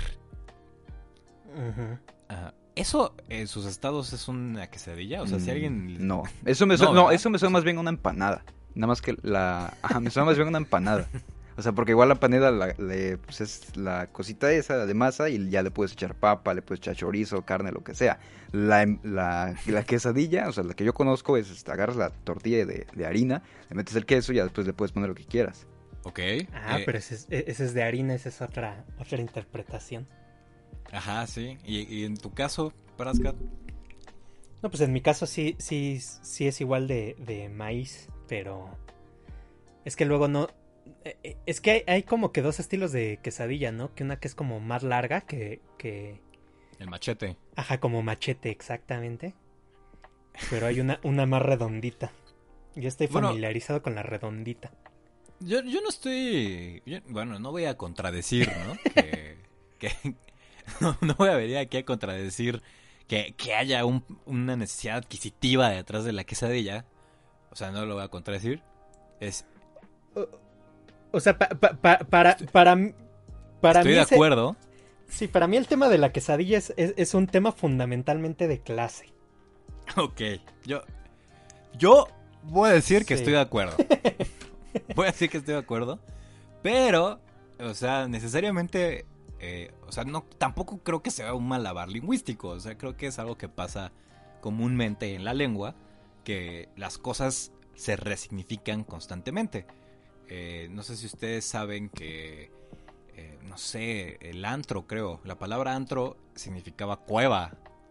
Uh-huh. Ajá. ¿Eso en sus estados es una quesadilla? O sea, si alguien... No, eso me, suena, no, no, eso me suena más bien a una empanada. Nada más que la... Ajá, me suena más bien a una empanada. O sea, porque igual la empanada la, le, pues es la cosita esa de masa y ya le puedes echar papa, le puedes echar chorizo, carne, lo que sea. La, la, la quesadilla, o sea, la que yo conozco es, agarras la tortilla de, de harina, le metes el queso y ya después le puedes poner lo que quieras. Ok. Ah, eh... pero ese es, ese es de harina, esa es otra, otra interpretación. Ajá, sí. ¿Y, y en tu caso, Parascat? No, pues en mi caso sí, sí, sí es igual de, de maíz, pero es que luego no... Es que hay, hay como que dos estilos de quesadilla, ¿no? Que una que es como más larga que... que... El machete. Ajá, como machete, exactamente. Pero hay una, una más redondita. Yo estoy familiarizado bueno, con la redondita. Yo, yo no estoy... Yo, bueno, no voy a contradecir, ¿no? que... que... No, no voy a venir aquí a contradecir que, que haya un, una necesidad adquisitiva detrás de la quesadilla. O sea, no lo voy a contradecir. Es... O, o sea, pa, pa, pa, para, para, para Estoy mí... de ese, acuerdo. Sí, para mí el tema de la quesadilla es, es, es un tema fundamentalmente de clase. Ok, yo... Yo voy a decir que sí. estoy de acuerdo. Voy a decir que estoy de acuerdo. Pero, o sea, necesariamente... Eh, o sea, no, tampoco creo que sea un malabar lingüístico. O sea, creo que es algo que pasa comúnmente en la lengua, que las cosas se resignifican constantemente. Eh, no sé si ustedes saben que, eh, no sé, el antro, creo. La palabra antro significaba cueva,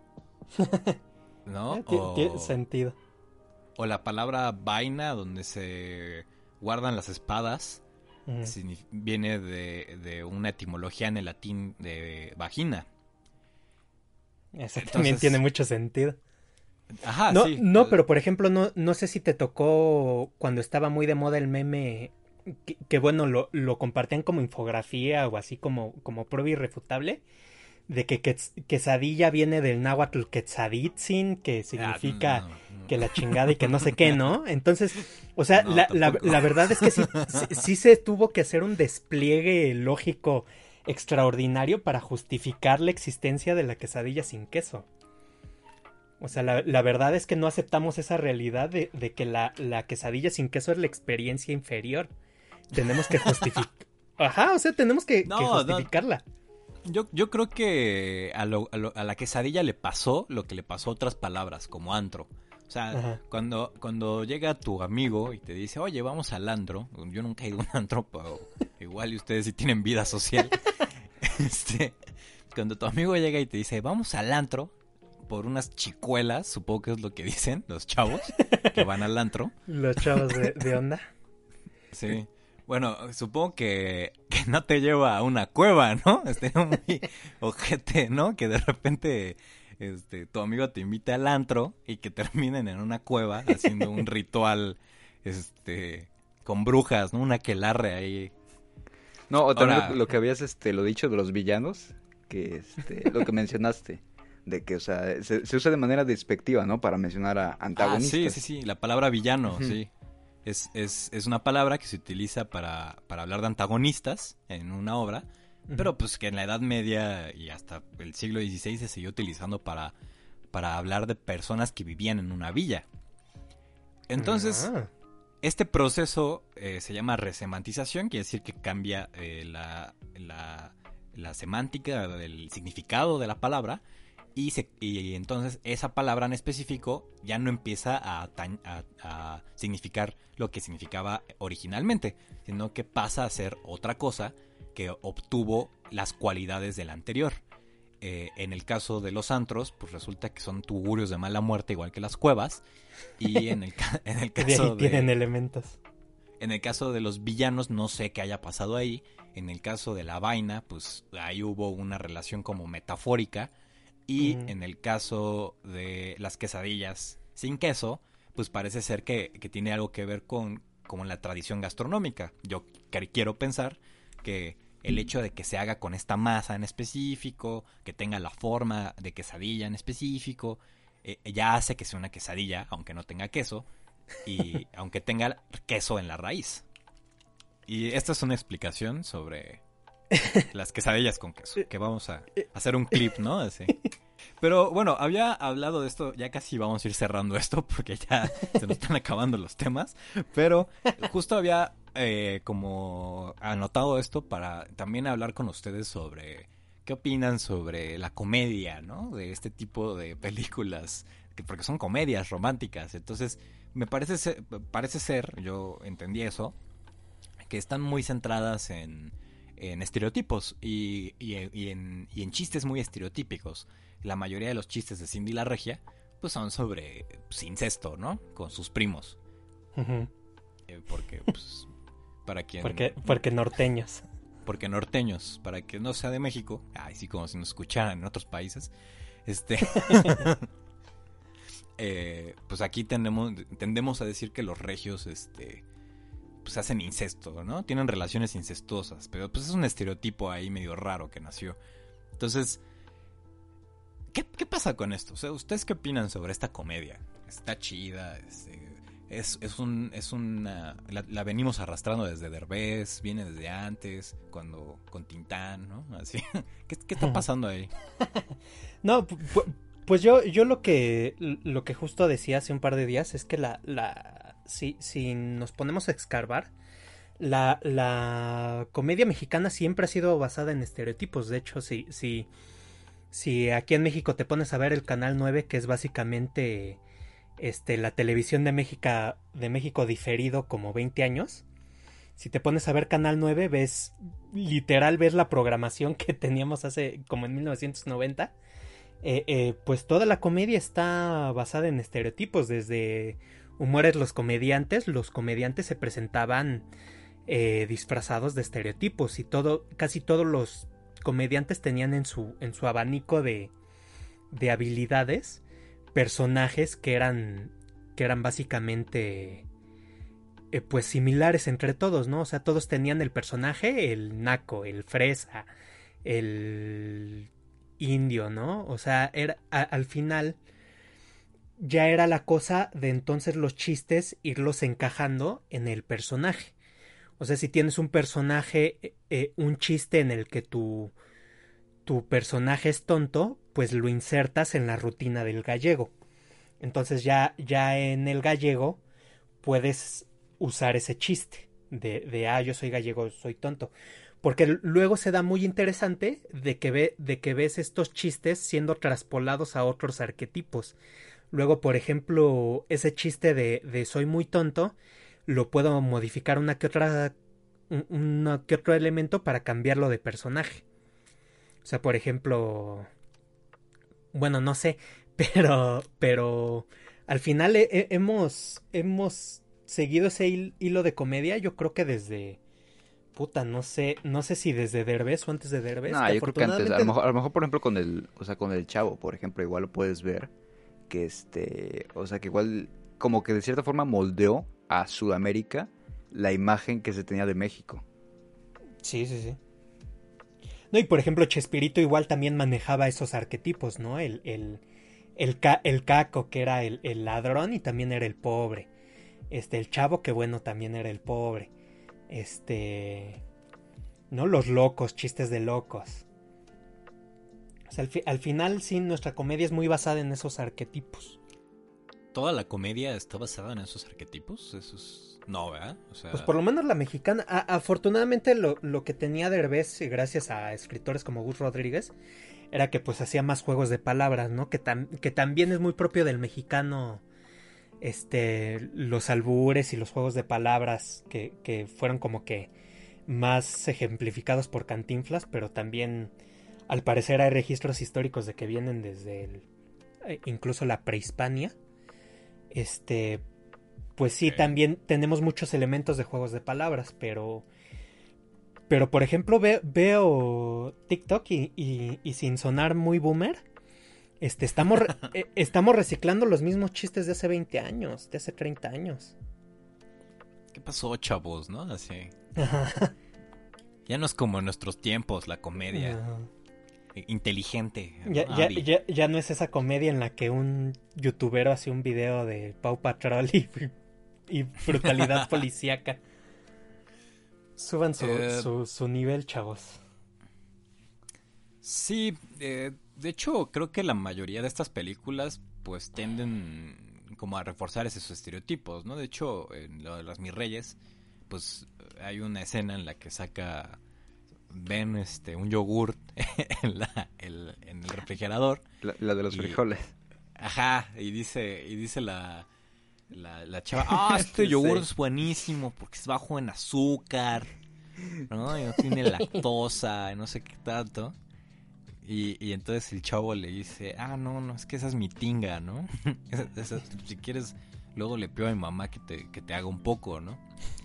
¿no? O, tiene sentido. O la palabra vaina, donde se guardan las espadas. Uh-huh. Viene de, de una etimología en el latín de vagina. Eso Entonces, también tiene mucho sentido. Ajá, no, sí. No, pero por ejemplo, no, no sé si te tocó cuando estaba muy de moda el meme, que, que bueno, lo, lo compartían como infografía o así como, como prueba irrefutable, de que, que quesadilla viene del náhuatl quetzaditzin, que significa... Ah, no, no. Que la chingada y que no sé qué, ¿no? Entonces, o sea, no, la, la, la verdad es que sí, sí, sí se tuvo que hacer un despliegue lógico extraordinario para justificar la existencia de la quesadilla sin queso. O sea, la, la verdad es que no aceptamos esa realidad de, de que la, la quesadilla sin queso es la experiencia inferior. Tenemos que justificar... Ajá, o sea, tenemos que, no, que justificarla. No. Yo, yo creo que a, lo, a, lo, a la quesadilla le pasó lo que le pasó a otras palabras, como antro. O sea, cuando, cuando llega tu amigo y te dice, oye, vamos al antro. Yo nunca he ido a un antro, pero igual y ustedes sí tienen vida social. este, cuando tu amigo llega y te dice, vamos al antro por unas chicuelas, supongo que es lo que dicen los chavos que van al antro. Los chavos de, de onda. Sí. Bueno, supongo que, que no te lleva a una cueva, ¿no? Este, muy ojete, ¿no? Que de repente este, tu amigo te invita al antro y que terminen en una cueva haciendo un ritual este, con brujas, ¿no? Un aquelarre ahí. No, o también Ahora, lo, lo que habías este, lo dicho de los villanos, que este, lo que mencionaste, de que, o sea, se, se usa de manera despectiva, ¿no? Para mencionar a antagonistas. Ah, sí, sí, sí, la palabra villano, Ujú. sí. Es, es, es una palabra que se utiliza para, para hablar de antagonistas en una obra, uh-huh. pero pues que en la Edad Media y hasta el siglo dieciséis se siguió utilizando para, para hablar de personas que vivían en una villa. Entonces, uh-huh. este proceso eh, se llama resemantización, quiere decir que cambia eh, la, la, la semántica del significado de la palabra. Y, se, y entonces esa palabra en específico ya no empieza a, a, a significar lo que significaba originalmente, sino que pasa a ser otra cosa que obtuvo las cualidades de la anterior. Eh, en el caso de los antros, pues resulta que son tugurios de mala muerte, igual que las cuevas. Y en el, en el caso de ahí de... tienen elementos. En el caso de los villanos, no sé qué haya pasado ahí. En el caso de la vaina, pues ahí hubo una relación como metafórica. Y mm. en el caso de las quesadillas sin queso, pues parece ser que, que tiene algo que ver con, con la tradición gastronómica. Yo quiero pensar que el hecho de que se haga con esta masa en específico, que tenga la forma de quesadilla en específico, eh, ya hace que sea una quesadilla, aunque no tenga queso, y aunque tenga queso en la raíz. Y esta es una explicación sobre... las quesadillas con queso, que vamos a hacer un clip, ¿no? Así. Pero bueno, había hablado de esto, ya casi vamos a ir cerrando esto porque ya se nos están acabando los temas, pero justo había eh, como anotado esto para también hablar con ustedes sobre qué opinan sobre la comedia, ¿no? De este tipo de películas, que porque son comedias románticas, entonces me parece ser, parece ser, yo entendí eso, que están muy centradas en en estereotipos y, y, y, en, y en chistes muy estereotípicos. La mayoría de los chistes de Cindy la Regia pues son sobre pues, incesto, ¿no? Con sus primos. Uh-huh. Eh, porque, pues, para quien... Porque, porque norteños. Porque norteños, para que no sea de México, ay, sí, como si nos escucharan en otros países, este... eh, pues aquí tendemos, tendemos a decir que los regios, este... pues hacen incesto, ¿no? Tienen relaciones incestuosas, pero pues es un estereotipo ahí medio raro que nació. Entonces, ¿qué, qué pasa con esto? O sea, ¿ustedes qué opinan sobre esta comedia? Está chida, es, es, es un, es una, la, la venimos arrastrando desde Derbez, viene desde antes, cuando, con Tintán, ¿no? Así, ¿qué, qué está pasando ahí? No, pu- pues yo, yo lo que, lo que justo decía hace un par de días es que la, la Si, si nos ponemos a escarbar, la, la comedia mexicana siempre ha sido basada en estereotipos. De hecho, si, si, si aquí en México te pones a ver el Canal nueve, que es básicamente este, la televisión de México, de México diferido como veinte años, si te pones a ver Canal nueve, ves, literal, ves la programación que teníamos hace como en mil novecientos noventa. Eh, eh, pues toda la comedia está basada en estereotipos, desde... Humores los comediantes, los comediantes se presentaban eh, disfrazados de estereotipos y todo, casi todos los comediantes tenían en su, en su abanico de, de habilidades personajes que eran, que eran básicamente eh, pues similares entre todos, ¿no? O sea, todos tenían el personaje, el naco, el fresa, el indio, ¿no? O sea, era, a, al final... ya era la cosa de entonces los chistes irlos encajando en el personaje. O sea, si tienes un personaje, eh, un chiste en el que tu, tu personaje es tonto, pues lo insertas en la rutina del gallego. Entonces ya, ya en el gallego puedes usar ese chiste de, de, ah, yo soy gallego, soy tonto. Porque luego se da muy interesante de que, ve, de que ves estos chistes siendo traspolados a otros arquetipos. Luego, por ejemplo, ese chiste de, de soy muy tonto, lo puedo modificar una que otra, una que otro elemento para cambiarlo de personaje. O sea, por ejemplo, bueno, no sé, pero, pero al final he, hemos, hemos seguido ese hilo de comedia, yo creo que desde... Puta, no sé, no sé si desde Derbez o antes de Derbez. No, yo creo que antes, a lo, mejor, a lo mejor por ejemplo con el, o sea, con el Chavo, por ejemplo, igual lo puedes ver, que este, o sea, que igual como que de cierta forma moldeó a Sudamérica la imagen que se tenía de México. Sí, sí, sí. No, y por ejemplo Chespirito igual también manejaba esos arquetipos, ¿no? El, el, el, ca, el caco, que era el, el ladrón y también era el pobre. Este, el Chavo, que bueno, también era el pobre. Este... ¿No? Los locos, chistes de locos. O sea, al, fi- al final sí, nuestra comedia es muy basada en esos arquetipos. ¿Toda la comedia está basada en esos arquetipos? Eso es... No, ¿verdad? O sea... Pues por lo menos la mexicana. A- afortunadamente lo, lo que tenía Derbez, gracias a escritores como Gus Rodríguez, era que pues hacía más juegos de palabras, ¿no? Que, tam- que también es muy propio del mexicano... Este, los albures y los juegos de palabras que, que fueron como que más ejemplificados por Cantinflas, pero también al parecer hay registros históricos de que vienen desde el, incluso la prehispania. Este, pues sí, Ok. también tenemos muchos elementos de juegos de palabras, pero pero por ejemplo ve- veo TikTok y, y, y sin sonar muy boomer, Este, estamos, re- eh, estamos reciclando los mismos chistes de hace veinte años, de hace treinta años. ¿Qué pasó, chavos, no? Así... Ajá. Ya no es como en nuestros tiempos, la comedia. Ajá. Inteligente. ¿no? Ya, ya, Hábil. ya, ya no es esa comedia en la que un youtuber hace un video de Paw Patrol y, y brutalidad policíaca. Suban su, Eh, su, su nivel, chavos. Sí, eh, de hecho creo que la mayoría de estas películas pues tienden como a reforzar esos estereotipos, ¿no? De hecho, en lo de las Mis Reyes, pues hay una escena en la que saca ven este un yogurt en, la, el, en el refrigerador. La, la de los Y- frijoles. Ajá, y dice y dice la la, la chava, ah, este yogur Sí. es buenísimo porque es bajo en azúcar, ¿no? Y no tiene lactosa, y no sé qué tanto. Y, y entonces el chavo le dice, ah, no, no, es que esa es mi tinga, ¿no? Esa- esa- si quieres, luego le pido a mi mamá que te, que te haga un poco, ¿no?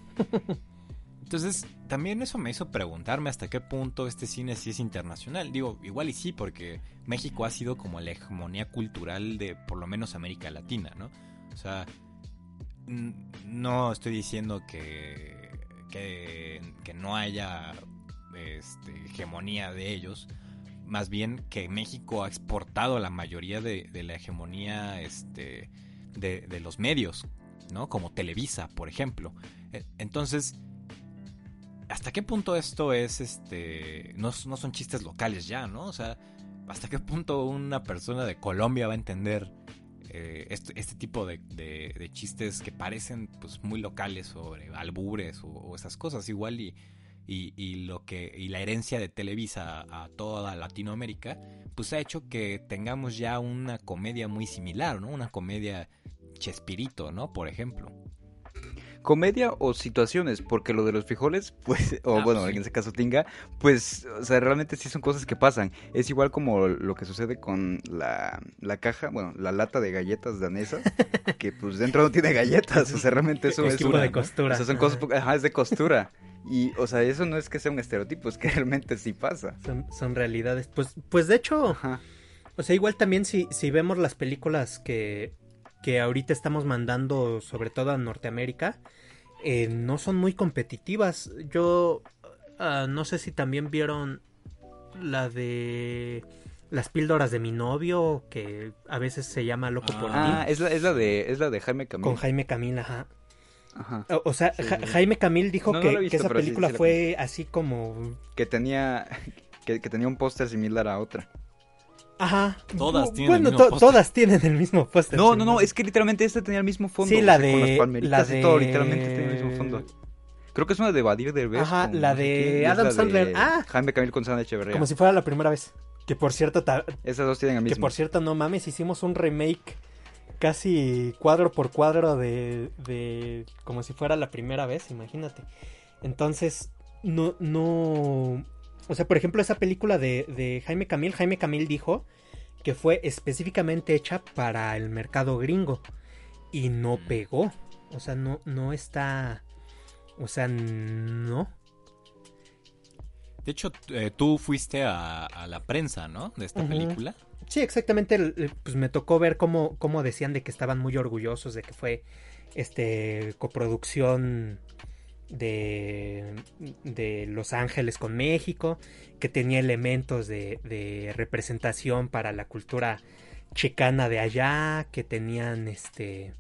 Entonces, también eso me hizo preguntarme hasta qué punto este cine sí es internacional. Digo, igual y sí, porque México ha sido como la hegemonía cultural de por lo menos América Latina, ¿no? O sea, n- no estoy diciendo que, que, que no haya este, hegemonía de ellos, más bien que México ha exportado la mayoría de, de la hegemonía este, de, de los medios, ¿no? Como Televisa, por ejemplo. E- Entonces, ¿hasta qué punto esto es, este, no, no son chistes locales ya, ¿no? O sea, ¿hasta qué punto una persona de Colombia va a entender eh, este, este tipo de, de, de chistes que parecen, pues, muy locales sobre albures o, o esas cosas? Igual y y, y lo que y la herencia de Televisa a, a toda Latinoamérica pues ha hecho que tengamos ya una comedia muy similar, ¿no? Una comedia Chespirito, ¿no? Por ejemplo. Comedia o situaciones, porque lo de los frijoles, pues, o Ah, bueno, pues sí. en ese caso tinga, pues, o sea, realmente sí son cosas que pasan. Es igual como lo que sucede con la, la caja, bueno, la lata de galletas danesas, que pues dentro no tiene galletas, o sea, realmente eso Es es tipo una, de ¿no? costura. O sea, son cosas, ajá, es de costura. Y, o sea, eso no es que sea un estereotipo, es que realmente sí pasa. Son, son realidades. Pues, pues de hecho, Ajá. o sea, igual también si, si vemos las películas que, que ahorita estamos mandando, sobre todo a Norteamérica, eh, no son muy competitivas. Yo ah, no sé si también vieron la de Las píldoras de mi novio, que a veces se llama Loco por Ah, ti, es la, es la de, es la de Jaime Camil. con Jaime Camil, ajá. Ajá. O, o sea, Sí, Ja- sí, sí. Jaime Camil dijo No, no que, la he que visto, esa pero sí- película sí la fue así como... Que tenía, que, que tenía un póster similar a otra. Ajá. Todas Bu- tienen el bueno, mismo to- póster. todas tienen el mismo póster. No, sí, no, no, es que literalmente esta tenía el mismo fondo. Sí, o la sea, con las de... palmeritas la y todo, de- literalmente tenía el mismo fondo. Creo que es una de Badir Derbez. Ajá, con la no sé de quién, y es Adam la Sandler. de Ah. Jaime Camil con Sandra Echeverría. Como si fuera la primera vez. Que por cierto, ta- Esas dos tienen el mismo. que por cierto, no mames, hicimos un remake casi cuadro por cuadro de, de como si fuera la primera vez, imagínate. Entonces, no, no, o sea, por ejemplo, esa película de, de Jaime Camil, Jaime Camil dijo que fue específicamente hecha para el mercado gringo y no pegó, o sea, no, no está, o sea, no. De hecho, eh, tú fuiste a, a la prensa, ¿no? De esta Ujú. película. Sí, exactamente, el- el- pues me tocó ver cómo, cómo decían de que estaban muy orgullosos de que fue este coproducción de, de Los Ángeles con México, que tenía elementos de, de representación para la cultura chicana de allá, que tenían este...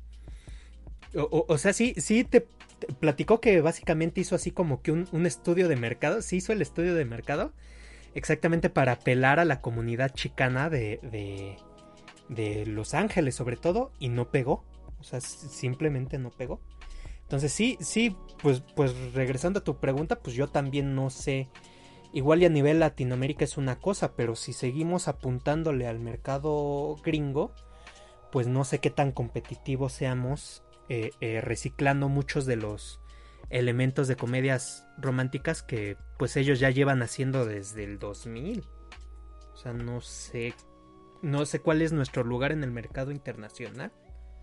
O, o- o sea, sí, sí te, te platicó que básicamente hizo así como que un, un estudio de mercado, sí hizo el estudio de mercado, exactamente para apelar a la comunidad chicana de, de, de Los Ángeles sobre todo, y no pegó, o sea, s- simplemente no pegó. Entonces sí, sí, pues, pues regresando a tu pregunta, pues yo también no sé, igual y a nivel Latinoamérica es una cosa, pero si seguimos apuntándole al mercado gringo, pues no sé qué tan competitivos seamos eh, eh, reciclando muchos de los elementos de comedias románticas que pues ellos ya llevan haciendo desde el dos mil. O sea, no sé, no sé cuál es nuestro lugar en el mercado internacional.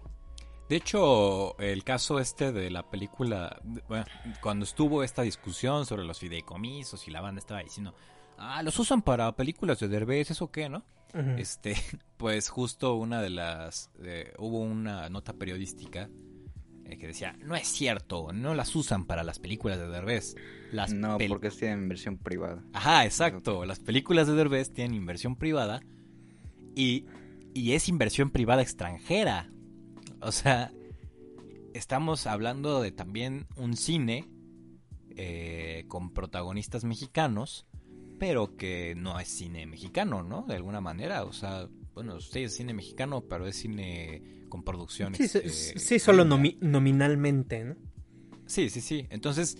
De hecho, el caso este de la película, bueno, cuando estuvo esta discusión sobre los fideicomisos y la banda estaba diciendo, ah, los usan para películas de Derbez, ¿eso qué, no? Ujú. Este, pues justo una de las, eh, hubo una nota periodística eh, que decía, no es cierto, no las usan para las películas de Derbez. Las No, pel- porque tienen inversión privada. Ajá, exacto, las películas de Derbez tienen inversión privada y, y es inversión privada extranjera. O sea, estamos hablando de también un cine eh, con protagonistas mexicanos, pero que no es cine mexicano, ¿no? De alguna manera, o sea, bueno, sí es cine mexicano, pero es cine con producciones. Sí, sí, eh, sí, solo gringas. nomi- nominalmente, ¿no? Sí, sí, sí. Entonces,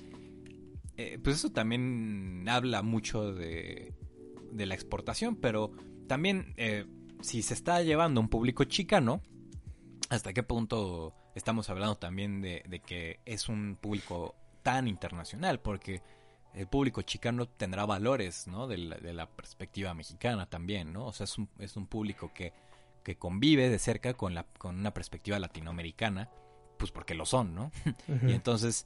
eh, pues eso también habla mucho de, de la exportación, pero también eh, si se está llevando a un público chicano, ¿hasta qué punto estamos hablando también de, de que es un público tan internacional? Porque el público chicano tendrá valores, ¿no? De la, de la perspectiva mexicana también, ¿no? O sea, es un, es un público que, que convive de cerca con, la, con una perspectiva latinoamericana, pues porque lo son, ¿no? Ujú. Y entonces,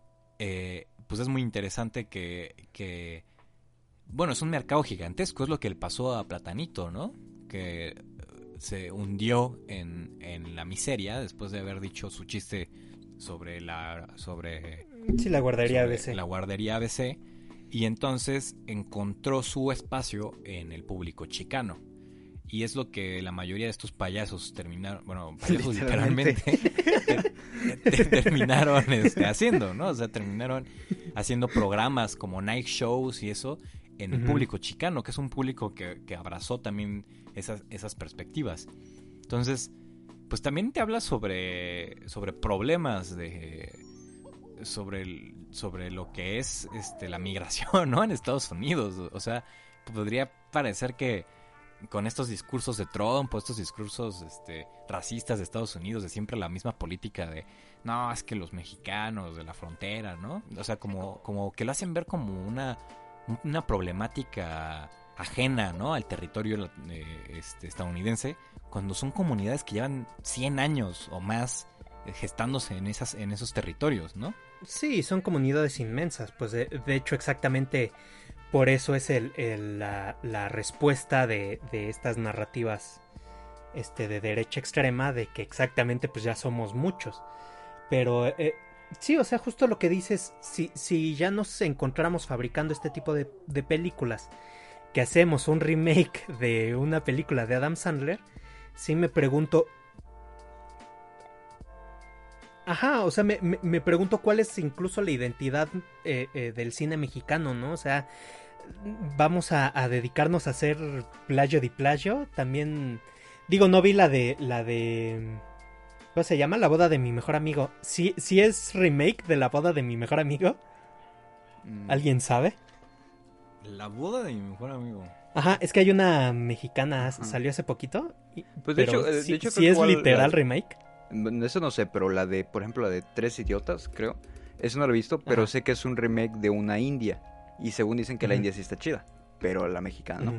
eh, pues es muy interesante que, que, bueno, es un mercado gigantesco, es lo que le pasó a Platanito, ¿no? Que se hundió en, en la miseria después de haber dicho su chiste sobre la sobre, Sí, la guardería sobre A B C. la guardería A B C, y entonces encontró su espacio en el público chicano. Y es lo que la mayoría de estos payasos terminaron, bueno, payasos Literalmente. literalmente te- te- terminaron este, haciendo, ¿no? O sea, terminaron haciendo programas como night shows y eso en el Ujú. público chicano, que es un público que, que abrazó también esas, esas perspectivas. Entonces, pues también te habla sobre, sobre problemas de sobre el- sobre lo que es este la migración, ¿no? En Estados Unidos. O sea, podría parecer que con estos discursos de Trump o estos discursos este, racistas de Estados Unidos, de siempre la misma política de, no, es que los mexicanos de la frontera, ¿no? O sea, como, como que lo hacen ver como una, una problemática ajena, ¿no? Al territorio eh, este, estadounidense, cuando son comunidades que llevan cien años o más eh, gestándose en, esas, en esos territorios, ¿no? Sí, son comunidades inmensas, pues de, de hecho exactamente por eso es el, el- la, la respuesta de, de estas narrativas este, de derecha extrema, de que exactamente pues ya somos muchos. Pero eh, sí, o sea, justo lo que dices, si, si ya nos encontráramos fabricando este tipo de, de películas, que hacemos un remake de una película de Adam Sandler, sí me pregunto... Ajá, o sea, me, me, me pregunto cuál es incluso la identidad eh, eh, del cine mexicano, ¿no? O sea, vamos a, a dedicarnos a hacer plagio di plagio. También, digo, no vi la de, la de, ¿cómo se llama? La boda de mi mejor amigo. ¿Sí, sí es remake de la boda de mi mejor amigo? Mm. ¿Alguien sabe? La boda de mi mejor amigo. Ajá, es que hay una mexicana, Ajá. salió hace poquito. y- Pues de pero hecho, eh, de sí, hecho sí creo que es igual literal la- remake. Mm, Eso no sé, pero la de, por ejemplo, la de Tres Idiotas, creo. Eso no lo he visto, pero Ajá. sé que es un remake de una india. Y según dicen que la Ujú. India sí está chida, pero la mexicana no. Ujú.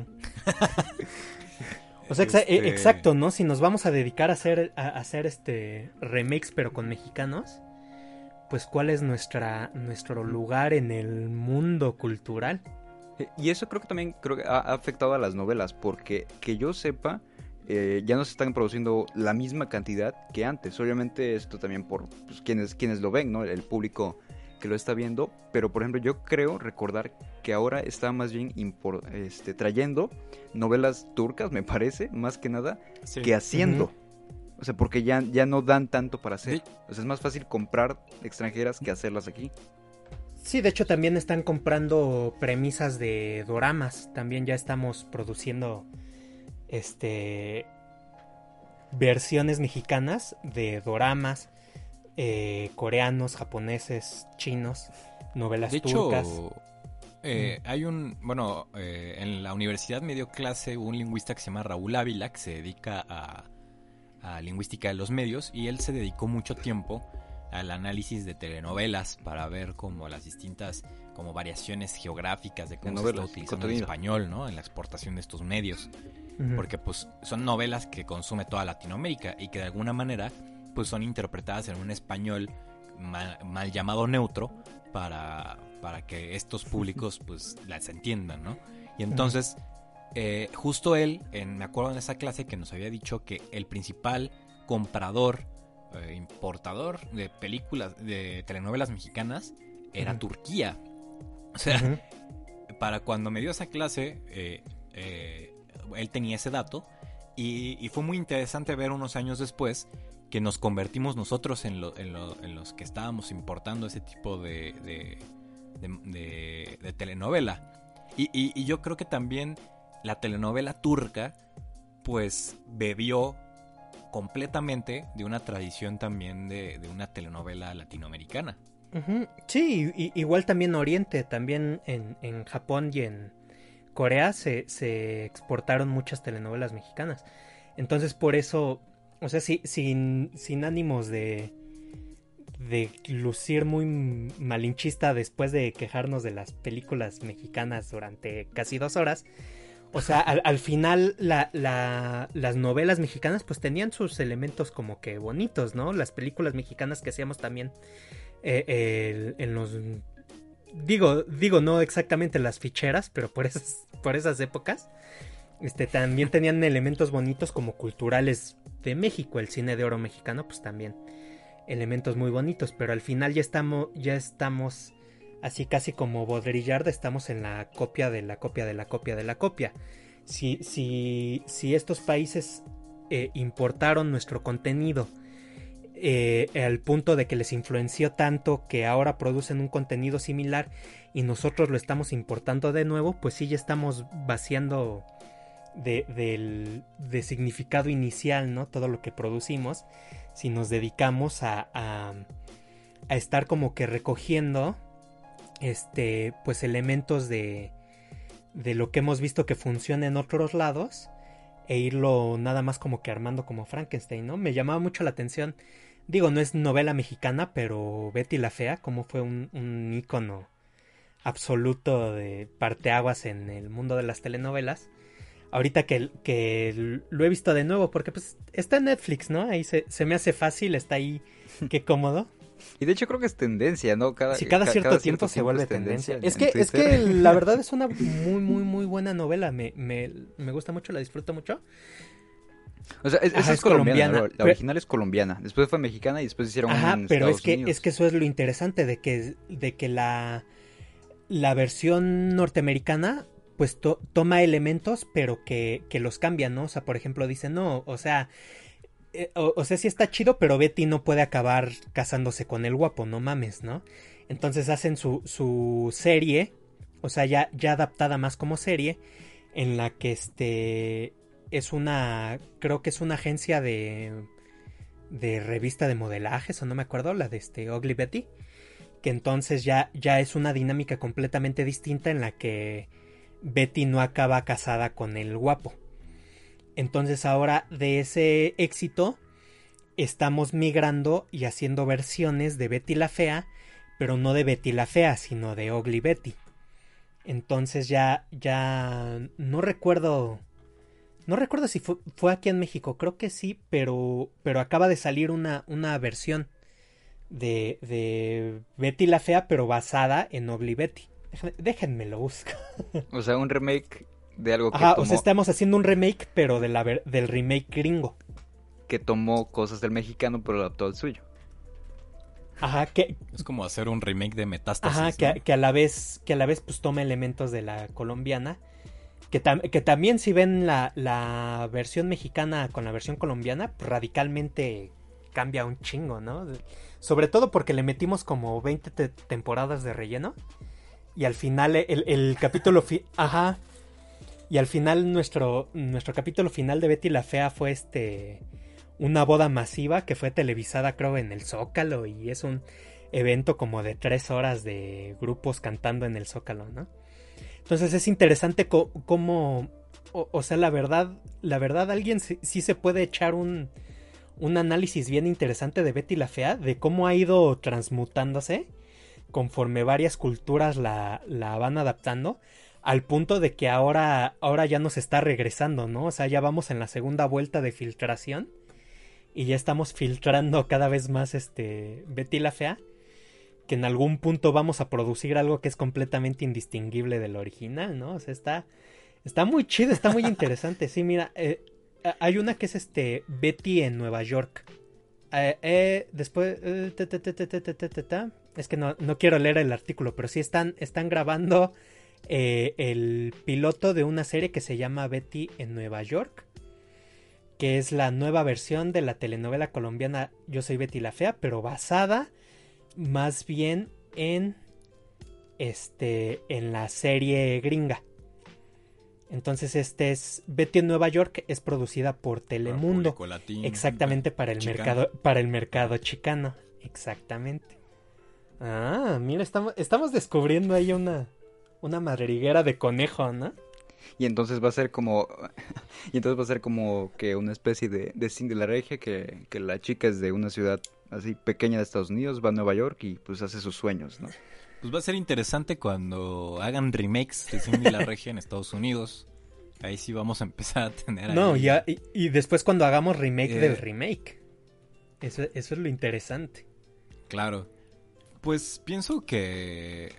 O sea, exa- Este, eh, exacto, ¿no? Si nos vamos a dedicar a hacer, a, a hacer este remakes, pero con mexicanos, pues ¿cuál es nuestra, nuestro lugar en el mundo cultural? Eh, Y eso creo que también creo que ha, ha afectado a las novelas, porque que yo sepa, eh, ya no se están produciendo la misma cantidad que antes. Obviamente esto también por pues, quienes, quienes lo ven, ¿no? El público que lo está viendo. Pero por ejemplo, yo creo recordar que ahora está más bien impor- este, trayendo novelas turcas, me parece, más que nada, Sí. que haciendo. Ujú. O sea, porque ya, ya no dan tanto para hacer. Sí. O sea, es más fácil comprar extranjeras que hacerlas aquí. Sí, de hecho también están comprando premisas de doramas. También ya estamos produciendo este versiones mexicanas de doramas, eh, coreanos, japoneses, chinos, novelas De turcas. hecho, eh, hay un, bueno, eh, en la universidad me dio clase un lingüista que se llama Raúl Ávila, que se dedica a, a lingüística de los medios, y él se dedicó mucho tiempo al análisis de telenovelas para ver como las distintas como variaciones geográficas de cómo De se novelas, está utilizando el contenido. español, ¿no? En la exportación de estos medios. Ujú. Porque pues son novelas que consume toda Latinoamérica y que de alguna manera pues son interpretadas en un español mal, mal llamado neutro para, para que estos públicos pues las entiendan, ¿no? Y entonces eh, justo él, en, me acuerdo en esa clase que nos había dicho que el principal comprador, eh, importador de películas, de telenovelas mexicanas era Ujú. Turquía. O sea, Ujú. para cuando me dio esa clase, eh, eh, él tenía ese dato y, y fue muy interesante ver unos años después que nos convertimos nosotros en, lo, en, lo, en los que estábamos importando ese tipo de, de, de, de, de telenovela. Y, y, y yo creo que también la telenovela turca pues bebió completamente de una tradición también de, de una telenovela latinoamericana. Ujú. Sí, y- igual también Oriente, también en, en Japón y en Corea se, se exportaron muchas telenovelas mexicanas. Entonces por eso, o sea, sí, sin, sin ánimos de, de lucir muy malinchista después de quejarnos de las películas mexicanas durante casi dos horas. O sea, al, al final la, la, las novelas mexicanas pues tenían sus elementos como que bonitos, ¿no? Las películas mexicanas que hacíamos también eh, eh, en los... Digo, digo, no exactamente las ficheras, pero por esas, por esas épocas, este, también tenían elementos bonitos como culturales de México. El cine de oro mexicano, pues también elementos muy bonitos, pero al final ya estamos, ya estamos así casi como Baudrillard, estamos en la copia de la copia de la copia de la copia. Si, si, si estos países eh, importaron nuestro contenido eh, al punto de que les influenció tanto que ahora producen un contenido similar y nosotros lo estamos importando de nuevo, pues sí ya estamos vaciando de, del, de significado inicial, ¿no? Todo lo que producimos, si nos dedicamos a, a, a estar como que recogiendo este, pues elementos de, de lo que hemos visto que funciona en otros lados e irlo nada más como que armando como Frankenstein, ¿no? Me llamaba mucho la atención. Digo, no es novela mexicana, pero Betty la Fea, como fue un, un ícono absoluto de parteaguas en el mundo de las telenovelas. Ahorita que, que lo he visto de nuevo, porque pues está en Netflix, ¿no? Ahí se, se me hace fácil, está ahí, qué cómodo. Y de hecho creo que es tendencia, ¿no? Cada, Si cada ca- cierto cada tiempo cierto se vuelve es tendencia. en- Es en que, es Twitter. que la verdad es una muy, muy, muy buena novela. Me, me, me gusta mucho, la disfruto mucho. O sea, es, Ajá, esa es es colombiana, colombiana, ¿no? La pero- original es colombiana, después fue mexicana y después hicieron una Ajá, en pero Estados es que, Unidos. es que eso es lo interesante de que, de que la, la versión norteamericana pues to- toma elementos pero que, que los cambia, ¿no? O sea, por ejemplo, dice, no, o sea, eh, o, o sea, sí está chido, pero Betty no puede acabar casándose con el guapo, no mames, ¿no? Entonces hacen su, su serie, o sea, ya, ya adaptada más como serie, en la que este es una, creo que es una agencia de, de revista de modelajes, o no me acuerdo, la de este Ugly Betty, que entonces ya, ya es una dinámica completamente distinta en la que Betty no acaba casada con el guapo. Entonces ahora de ese éxito estamos migrando y haciendo versiones de Betty la Fea, pero no de Betty la Fea, sino de Ugly Betty. Entonces ya, ya no recuerdo, no recuerdo si fue, fue aquí en México, creo que sí, pero, pero acaba de salir una, una versión de, de Betty la Fea, pero basada en Ugly Betty. Déjenme, déjenme lo busco. O sea, un remake de algo que Ajá, tomó... o sea, estamos haciendo un remake, pero de la ver- del remake gringo. que tomó cosas del mexicano pero lo adaptó al suyo. Ajá, que... Es como hacer un remake de Metástasis, Ajá, que, ¿no? a, que a la vez, que a la vez pues toma elementos de la colombiana. Que, tam, que también si ven la, la versión mexicana con la versión colombiana, pues, radicalmente cambia un chingo, ¿no? Sobre todo porque le metimos como veinte te- temporadas de relleno. Y al final el, el capítulo... Fi- Ajá. Y al final nuestro, nuestro capítulo final de Betty la Fea fue este... una boda masiva que fue televisada creo en el Zócalo. Y es un evento como de tres horas de grupos cantando en el Zócalo, ¿no? Entonces es interesante co- cómo... O, o sea, la verdad, la verdad alguien sí, sí se puede echar un, un análisis bien interesante de Betty la Fea. De cómo ha ido transmutándose conforme varias culturas la, la van adaptando. Al punto de que ahora, ahora ya nos está regresando, ¿no? O sea, ya vamos en la segunda vuelta de filtración. Y ya estamos filtrando cada vez más este Betty la Fea. Que en algún punto vamos a producir algo que es completamente indistinguible del original, ¿no? O sea, está, está muy chido, está muy interesante. Sí, mira, eh, hay una que es este Betty en Nueva York. Eh, eh, después... Eh, ta, ta, ta, ta, ta, ta, ta, ta. Es que no, no quiero leer el artículo, pero sí están, están grabando eh, el piloto de una serie que se llama Betty en Nueva York. Que es la nueva versión de la telenovela colombiana Yo soy Betty la Fea, pero basada más bien en este en la serie gringa. Entonces este es Betty en Nueva York, es producida por Telemundo, Público latino, exactamente para el chicano. mercado para el mercado chicano, exactamente. Ah, mira, estamos estamos descubriendo ahí una una madriguera de conejo, ¿no? Y entonces va a ser como... y entonces va a ser como que una especie de, de Cindy la Regia, que, que la chica es de una ciudad así pequeña de Estados Unidos, va a Nueva York y pues hace sus sueños, ¿no? Pues va a ser interesante cuando hagan remakes de Cindy la Regia en Estados Unidos. Ahí sí vamos a empezar a tener... No, ahí... ya, y, y después cuando hagamos remake Eh. del remake. Eso, eso es lo interesante. Claro. Pues pienso que...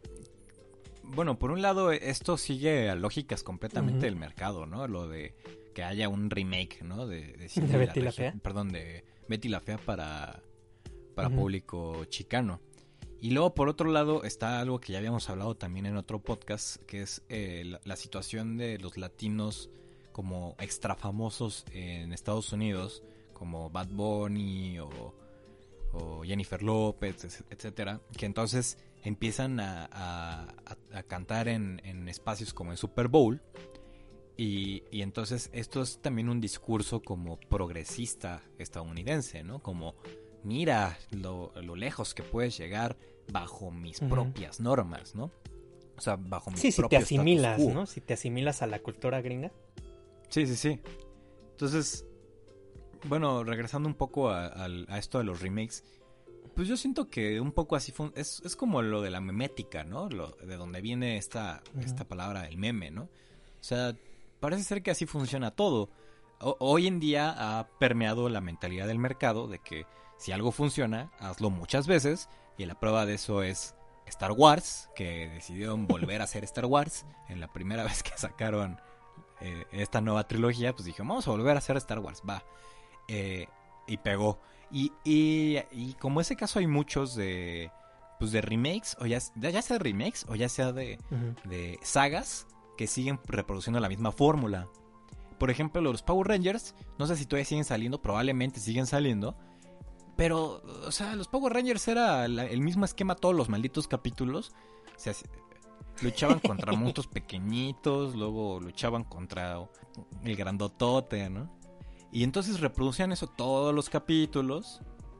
Bueno, por un lado, esto sigue a lógicas completamente Ujú. del mercado, ¿no? Lo de que haya un remake, ¿no? De, de, Cindy ¿De Betty la Regia- Fea? Perdón, de Betty la Fea para, para Ujú. público chicano. Y luego, por otro lado, está algo que ya habíamos hablado también en otro podcast, que es eh, la, la situación de los latinos como extra famosos en Estados Unidos, como Bad Bunny o, o Jennifer López, etcétera, que entonces empiezan a, a, a, a cantar en, en espacios como el Super Bowl. Y, y entonces esto es también un discurso como progresista estadounidense, ¿no? Como, mira lo, lo lejos que puedes llegar bajo mis Ujú. propias normas, ¿no? O sea, bajo mi Sí, si te propio status asimilas, quo. ¿no? Si te asimilas a la cultura gringa. Sí, sí, sí. Entonces, bueno, regresando un poco a, a, a esto de los remakes, pues yo siento que un poco así fun- es, es como lo de la memética, ¿no? Lo, de donde viene esta, Ujú. esta palabra, el meme, ¿no? O sea, parece ser que así funciona todo. O- hoy en día ha permeado la mentalidad del mercado de que si algo funciona, hazlo muchas veces. Y la prueba de eso es Star Wars, que decidieron volver a hacer Star Wars. En la primera vez que sacaron eh, esta nueva trilogía, pues dije, vamos a volver a hacer Star Wars, va. Eh, y pegó. Y, y, y como ese caso hay muchos de pues de remakes, o ya, ya sea de remakes, o ya sea de, Ujú. de sagas que siguen reproduciendo la misma fórmula. Por ejemplo, los Power Rangers, no sé si todavía siguen saliendo, probablemente siguen saliendo. Pero, o sea, los Power Rangers era la- el mismo esquema todos los malditos capítulos. O sea, se- luchaban contra monstruos pequeñitos, luego luchaban contra el grandotote, ¿no? Y entonces reproducían eso todos los capítulos.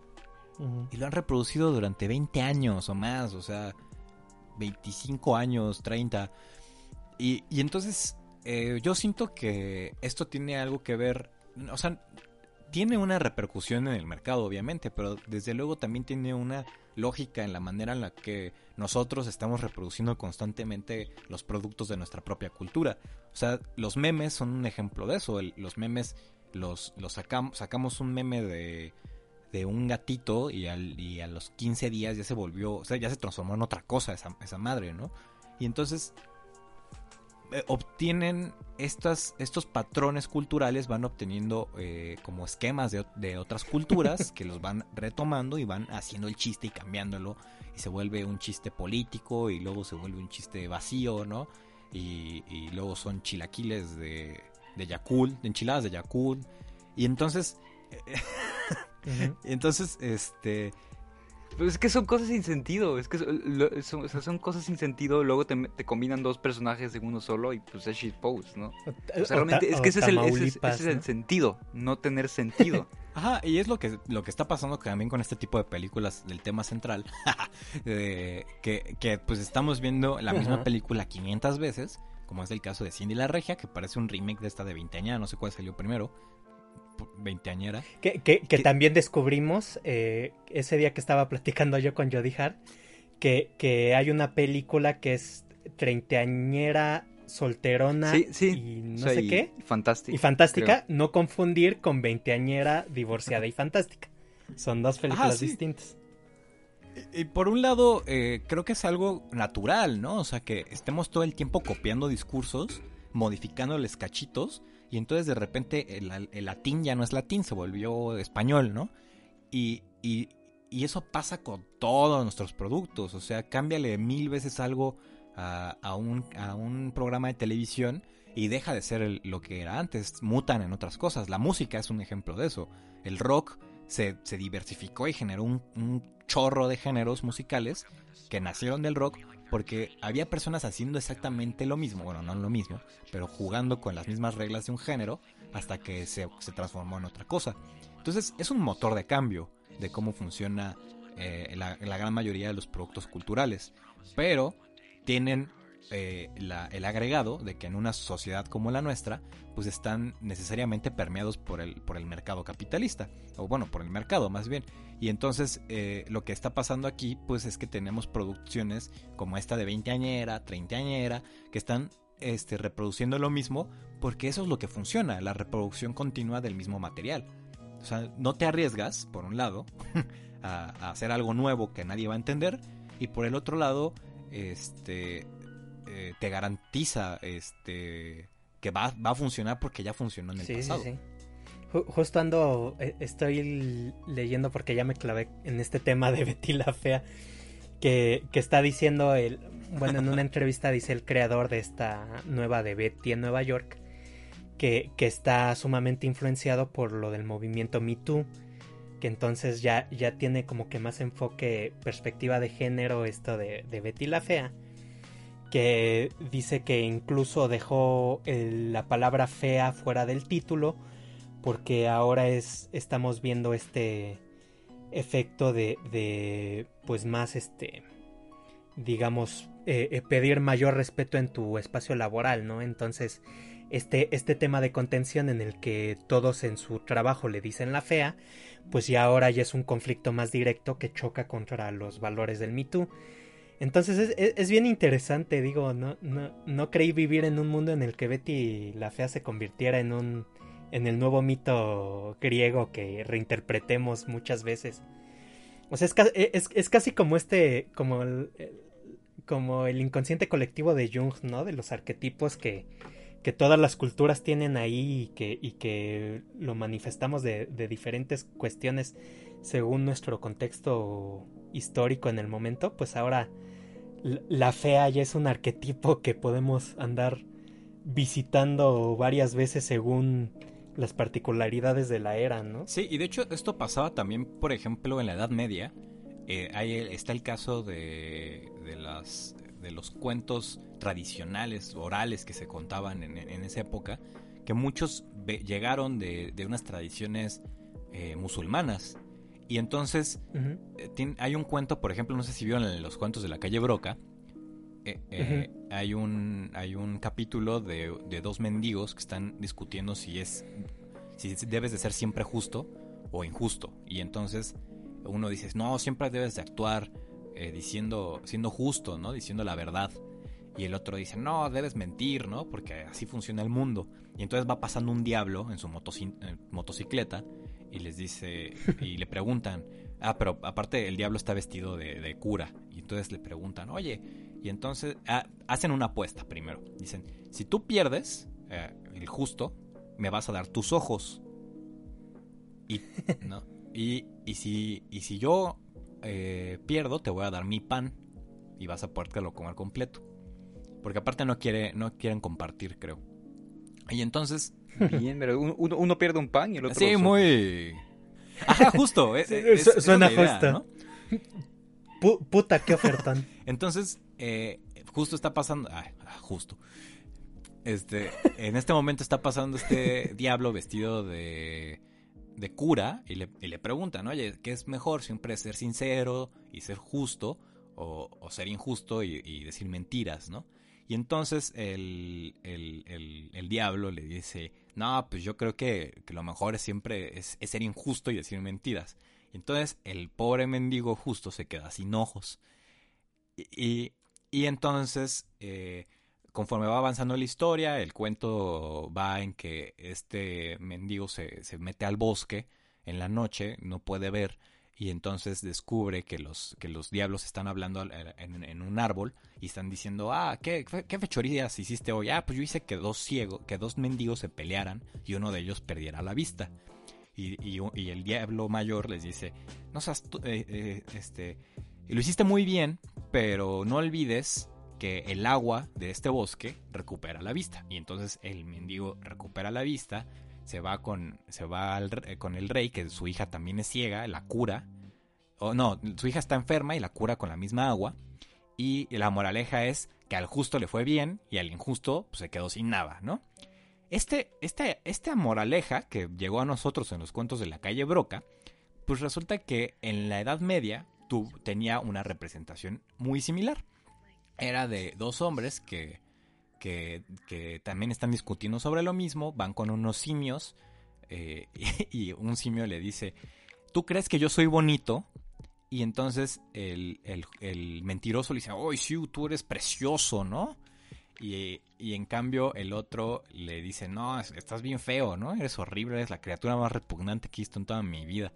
Uh-huh. Y lo han reproducido durante veinte años o más, o sea, veinticinco años, treinta. Y, y entonces eh, yo siento que esto tiene algo que ver, o sea, tiene una repercusión en el mercado, obviamente, pero desde luego también tiene una lógica en la manera en la que nosotros estamos reproduciendo constantemente los productos de nuestra propia cultura. O sea, los memes son un ejemplo de eso. El, los memes, los, los sacamos, sacamos un meme de, de un gatito y, al, y a los quince días ya se volvió, o sea, ya se transformó en otra cosa esa, esa madre, ¿no? Y entonces eh, obtienen estas, estos patrones culturales, van obteniendo eh, como esquemas de, de otras culturas que los van retomando y van haciendo el chiste y cambiándolo, y se vuelve un chiste político y luego se vuelve un chiste vacío, ¿no? Y, y luego son chilaquiles de, de Yakult, de enchiladas de Yakult, y entonces uh-huh. entonces este Pero es que son cosas sin sentido, es que son, son, o sea, son cosas sin sentido, luego te, te combinan dos personajes en uno solo y pues es shitpost, ¿no? O sea, realmente es que ese es, el, ese, es, ese es el sentido, no tener sentido. Ajá, y es lo que, lo que está pasando también con este tipo de películas del tema central, eh, que, que pues estamos viendo la misma uh-huh. película quinientas veces, como es el caso de Cindy la Regia, que parece un remake de esta de veinteañera, no sé cuál salió primero, veinteañera. Que, que, que, que también descubrimos eh, ese día que estaba platicando yo con Jody Hart, que, que hay una película que es treintañera, solterona sí, sí. y no o sea, sé y qué. Fantástica. Y fantástica, creo. No confundir con veinteañera, divorciada y fantástica. Son dos películas Ajá, sí. distintas. Y, y por un lado, eh, creo que es algo natural, ¿no? O sea, que estemos todo el tiempo copiando discursos, modificándoles cachitos, y entonces de repente el, el latín ya no es latín, se volvió español, ¿no? Y, y, y eso pasa con todos nuestros productos, o sea, cámbiale mil veces algo a, a, un, a un programa de televisión y deja de ser el, lo que era antes, mutan en otras cosas. La música es un ejemplo de eso. El rock se, se diversificó y generó un, un chorro de géneros musicales que nacieron del rock, porque había personas haciendo exactamente lo mismo, bueno, no lo mismo, pero jugando con las mismas reglas de un género hasta que se, se transformó en otra cosa. Entonces es un motor de cambio de cómo funciona eh, la, la gran mayoría de los productos culturales, pero tienen eh, la, el agregado de que en una sociedad como la nuestra, pues están necesariamente permeados por el, por el mercado capitalista, o bueno, por el mercado más bien. Y entonces eh, lo que está pasando aquí pues es que tenemos producciones como esta de veinteañera, treintañera, que están este, reproduciendo lo mismo, porque eso es lo que funciona, la reproducción continua del mismo material. O sea, no te arriesgas, por un lado, a, a hacer algo nuevo que nadie va a entender, y por el otro lado, este eh, te garantiza este que va, va a funcionar porque ya funcionó en el sí, pasado. Sí, sí. Justo ando, estoy leyendo porque ya me clavé en este tema de Betty la Fea, que, que está diciendo, el, bueno, en una entrevista dice el creador de esta nueva de Betty en Nueva York, que, que está sumamente influenciado por lo del movimiento Me Too, que entonces ya, ya tiene como que más enfoque, perspectiva de género esto de, de Betty la Fea, que dice que incluso dejó el, la palabra fea fuera del título, porque ahora es estamos viendo este efecto de, de pues más este digamos eh, eh, pedir mayor respeto en tu espacio laboral, ¿no? Entonces este este tema de contención en el que todos en su trabajo le dicen la fea, pues ya ahora ya es un conflicto más directo que choca contra los valores del Me Too. Entonces es, es, es bien interesante, digo, no no no creí vivir en un mundo en el que Betty la Fea se convirtiera en un en el nuevo mito griego que reinterpretemos muchas veces. O sea, es, es, es casi como este, como el, como el inconsciente colectivo de Jung, ¿no? De los arquetipos que, que todas las culturas tienen ahí y que, y que lo manifestamos de, de diferentes cuestiones según nuestro contexto histórico en el momento. Pues ahora la fea ya es un arquetipo que podemos andar visitando varias veces según las particularidades de la era, ¿no? Sí, y de hecho esto pasaba también, por ejemplo, en la Edad Media. Eh, ahí está el caso de, de, las, de los cuentos tradicionales, orales que se contaban en, en esa época, que muchos ve, llegaron de, de unas tradiciones eh, musulmanas. Y entonces uh-huh. eh, tiene, hay un cuento, por ejemplo, no sé si vieron en los cuentos de la calle Broca, eh, eh, uh-huh. hay un hay un capítulo de, de dos mendigos que están discutiendo si es si debes de ser siempre justo o injusto. Y entonces uno dice, no, siempre debes de actuar eh, diciendo, siendo justo, ¿no? Diciendo la verdad. Y el otro dice, no, debes mentir, ¿no? Porque así funciona el mundo. Y entonces va pasando un diablo en su motoci- eh, motocicleta y les dice, y le preguntan, ah, pero aparte el diablo está vestido de, de cura. Y entonces le preguntan, oye, y entonces ah, hacen una apuesta primero. Dicen, si tú pierdes, eh, el justo, me vas a dar tus ojos. Y, ¿no? y, y, si, y si yo eh, pierdo, te voy a dar mi pan y vas a podértelo comer completo. Porque aparte no quiere no quieren compartir, creo. Y entonces... Bien, pero uno, uno pierde un pan y el otro... Sí, muy... Ajá, justo. Es, sí, es, su, es suena idea, justo. ¿no? P- puta, qué ofertón. Entonces, eh, justo está pasando... Ay, justo. Este, en este momento está pasando este diablo vestido de, de cura y le, y le preguntan, oye, ¿qué es mejor? ¿Siempre ser sincero y ser justo o, o ser injusto y, y decir mentiras, ¿no? Y entonces el, el, el, el diablo le dice, no, pues yo creo que, que lo mejor es siempre es, es ser injusto y decir mentiras. Y entonces el pobre mendigo justo se queda sin ojos. Y, y, y entonces, eh, conforme va avanzando la historia, el cuento va en que este mendigo se, se mete al bosque en la noche, no puede ver, y entonces descubre que los, que los diablos están hablando en, en un árbol y están diciendo, ah, ¿qué, qué fechorías hiciste hoy? Ah, pues yo hice que dos ciegos, que dos mendigos se pelearan y uno de ellos perdiera la vista. Y, y, y el diablo mayor les dice, no seas tú, eh, eh, este, lo hiciste muy bien, pero no olvides que el agua de este bosque recupera la vista. Y entonces el mendigo recupera la vista, se va con se va al, con el rey, que su hija también es ciega, la cura. O no, su hija está enferma y la cura con la misma agua. Y la moraleja es que al justo le fue bien y al injusto pues, se quedó sin nada, ¿no? Este, este, esta moraleja que llegó a nosotros en los cuentos de la calle Broca, pues resulta que en la Edad Media tu, tenía una representación muy similar. Era de dos hombres que, que, que también están discutiendo sobre lo mismo, van con unos simios eh, y, y un simio le dice, ¿tú crees que yo soy bonito? Y entonces el, el, el mentiroso le dice, ¡ay, sí, tú eres precioso!, ¿no? Y, y en cambio el otro le dice, no, estás bien feo, ¿no? Eres horrible, eres la criatura más repugnante que he visto en toda mi vida.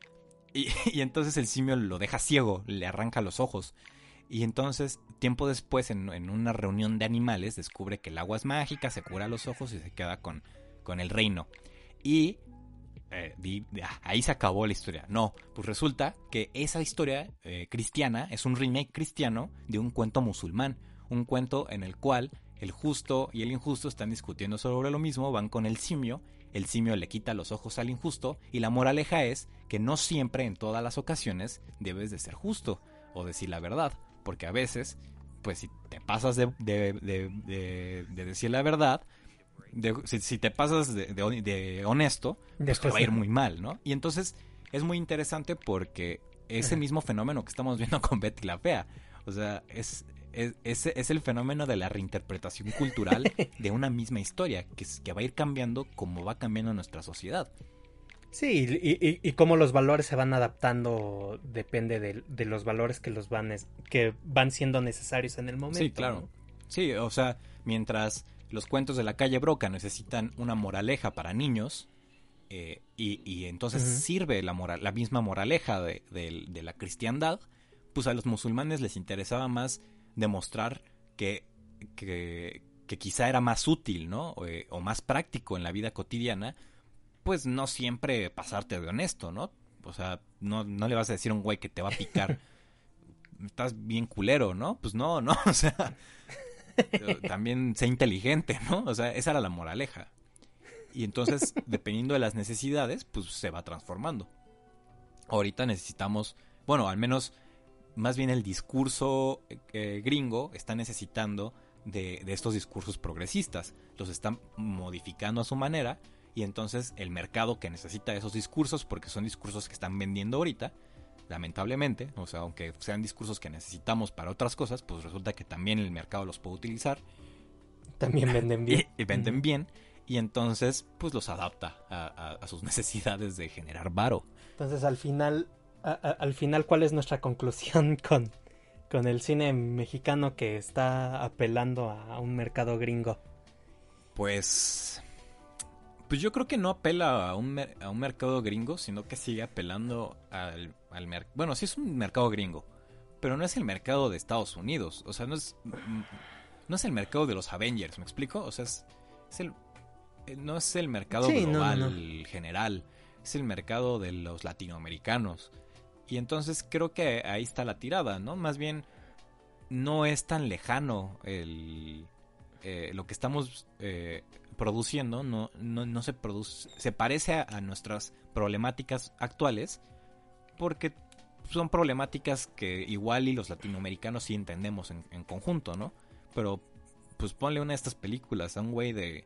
Y, y entonces el simio lo deja ciego, le arranca los ojos. Y entonces, tiempo después, en, en una reunión de animales, descubre que el agua es mágica, se cura los ojos y se queda con, con el reino. Y eh, di, ah, ahí se acabó la historia. No, pues resulta que esa historia eh, cristiana es un remake cristiano de un cuento musulmán. Un cuento en el cual el justo y el injusto están discutiendo sobre lo mismo, van con el simio, el simio le quita los ojos al injusto y la moraleja es que no siempre, en todas las ocasiones, debes de ser justo o decir la verdad. Porque a veces, pues si te pasas de, de, de, de, de decir la verdad, de, si, si te pasas de, de, de honesto, pues te va a ir muy mal, ¿no? Y entonces es muy interesante porque ese mismo fenómeno que estamos viendo con Betty la Fea, o sea, es, es, es, es el fenómeno de la reinterpretación cultural de una misma historia, que, que va a ir cambiando como va cambiando nuestra sociedad. Sí, y, y, y cómo los valores se van adaptando depende de, de los valores que los van es, que van siendo necesarios en el momento. Sí, claro. ¿No? Sí, o sea, mientras los cuentos de la calle Broca necesitan una moraleja para niños, eh, y, y entonces uh-huh. sirve la, moral, la misma moraleja de, de, de la cristiandad, pues a los musulmanes les interesaba más demostrar que, que, que quizá era más útil, ¿no? O, eh, o más práctico en la vida cotidiana, pues no siempre pasarte de honesto, ¿no? O sea, no, no le vas a decir a un güey que te va a picar, estás bien culero, ¿no? Pues no, no, o sea, también sé inteligente, ¿no? O sea, esa era la moraleja. Y entonces, dependiendo de las necesidades, pues se va transformando. Ahorita necesitamos, bueno, al menos, más bien el discurso eh, gringo está necesitando de, de estos discursos progresistas. Los están modificando a su manera. y entonces el mercado que necesita esos discursos, porque son discursos que están vendiendo ahorita, lamentablemente, o sea, aunque sean discursos que necesitamos para otras cosas, pues resulta que también el mercado los puede utilizar. También venden bien. Y, y venden Uh-huh. bien, y entonces pues los adapta a, a, a sus necesidades de generar varo. Entonces al final, a, a, al final, ¿cuál es nuestra conclusión con, con el cine mexicano que está apelando a un mercado gringo? Pues... Pues yo creo que no apela a un, mer- a un mercado gringo, sino que sigue apelando al, al mercado... Bueno, sí es un mercado gringo, pero no es el mercado de Estados Unidos. O sea, no es no es el mercado de los Avengers, ¿me explico? O sea, es, es el no es el mercado Sí, global no, no, no. general, es el mercado de los latinoamericanos. Y entonces creo que ahí está la tirada, ¿no? Más bien no es tan lejano el eh, lo que estamos eh, produciendo, no, no, no se produce, se parece a, a nuestras problemáticas actuales, porque son problemáticas que igual y los latinoamericanos sí entendemos en, en conjunto, ¿no? Pero pues ponle una de estas películas a un güey de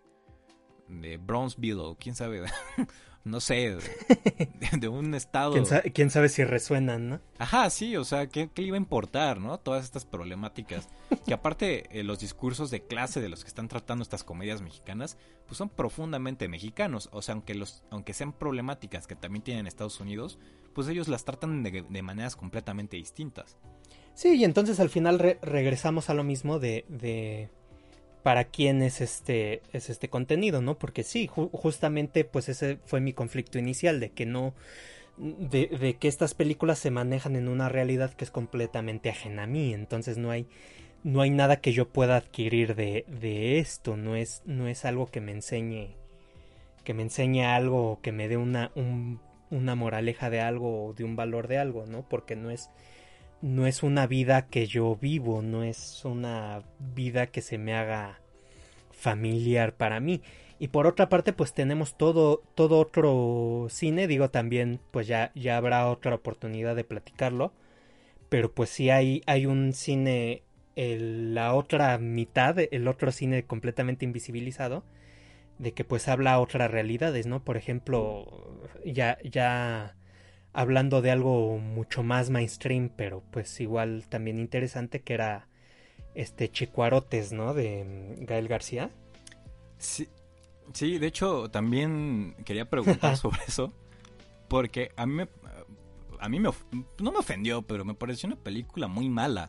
de Bronzeville o quién sabe, no sé, de, de un estado... ¿Quién sabe, quién sabe si resuenan, ¿no? Ajá, sí, o sea, ¿qué, qué le iba a importar, no? Todas estas problemáticas. Que aparte, eh, los discursos de clase de los que están tratando estas comedias mexicanas, pues son profundamente mexicanos. O sea, aunque los aunque sean problemáticas que también tienen Estados Unidos, pues ellos las tratan de, de maneras completamente distintas. Sí, y entonces al final re- regresamos a lo mismo de... de... para quién es este es este contenido, ¿no? Porque sí, ju- justamente pues ese fue mi conflicto inicial, de que no de, de que estas películas se manejan en una realidad que es completamente ajena a mí, entonces no hay no hay nada que yo pueda adquirir de, de esto, no es no es algo que me enseñe que me enseñe algo o que me dé una un, una moraleja de algo o de un valor de algo, ¿no? Porque no es no es una vida que yo vivo, no es una vida que se me haga familiar para mí. Y por otra parte, pues tenemos todo, todo otro cine, digo también, pues ya, ya habrá otra oportunidad de platicarlo, pero pues sí hay, hay un cine, el- la otra mitad, el otro cine completamente invisibilizado, de que pues habla otras realidades, ¿no? Por ejemplo, ya, ya hablando de algo mucho más mainstream, pero pues igual también interesante, que era este Chicuarotes, ¿no? De mm, Gael García. Sí, sí, de hecho, también quería preguntar sobre eso, porque a mí me, a mí me of- no me ofendió, pero me pareció una película muy mala.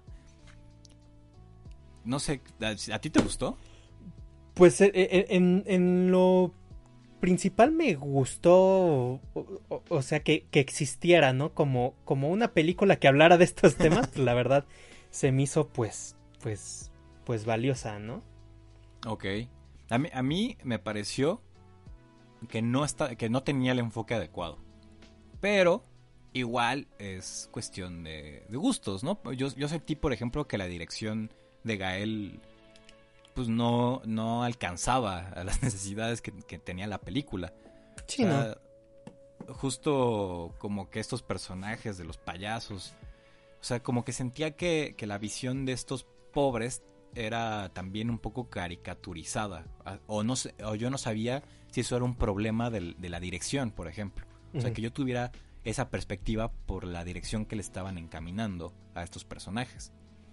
No sé, ¿a, a ti te gustó? Pues eh, eh, en, en lo principal me gustó, o, o- o sea, que, que existiera, ¿no? Como, como una película que hablara de estos temas, pues, la verdad se me hizo pues, pues, pues valiosa, ¿no? Ok. A mí, a mí me pareció que no, está, que no tenía el enfoque adecuado. Pero igual es cuestión de, de gustos, ¿no? Yo, yo sentí, por ejemplo, que la dirección de Gael pues no, no alcanzaba a las necesidades que, que tenía la película. Sí, O ¿no? sea, justo como que estos personajes de los payasos, o sea, como que sentía que, que la visión de estos pobres era también un poco caricaturizada, o no sé, o yo no sabía si eso era un problema del, de la dirección, por ejemplo. O sea, Ujú. que yo tuviera esa perspectiva por la dirección que le estaban encaminando a estos personajes.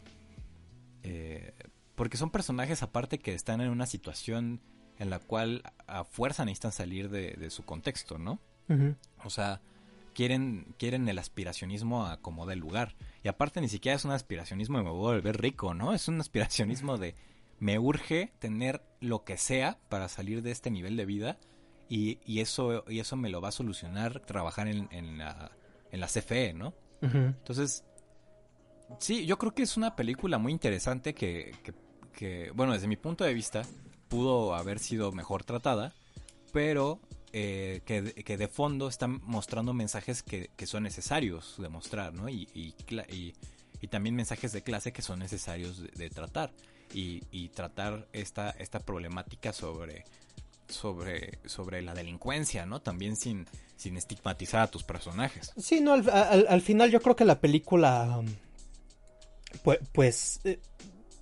Eh, porque son personajes aparte que están en una situación en la cual a fuerza necesitan salir de, de su contexto, ¿no? Ujú. O sea, quieren, quieren el aspiracionismo a como dé lugar. Y aparte ni siquiera es un aspiracionismo de me voy a volver rico, ¿no? Es un aspiracionismo de me urge tener lo que sea para salir de este nivel de vida y, y eso y eso me lo va a solucionar trabajar en, en, la, en la C F E, ¿no? Ujú. Entonces, sí, yo creo que es una película muy interesante que, que, que bueno, desde mi punto de vista, pudo haber sido mejor tratada, pero eh, que, que de fondo están mostrando mensajes que, que son necesarios de mostrar, ¿no? Y, y, y, y también mensajes de clase que son necesarios de, de tratar. Y, y tratar esta, esta problemática sobre, sobre, sobre la delincuencia, ¿no? También sin, sin estigmatizar a tus personajes. Sí, no, al, al, al final yo creo que la película, pues, pues eh,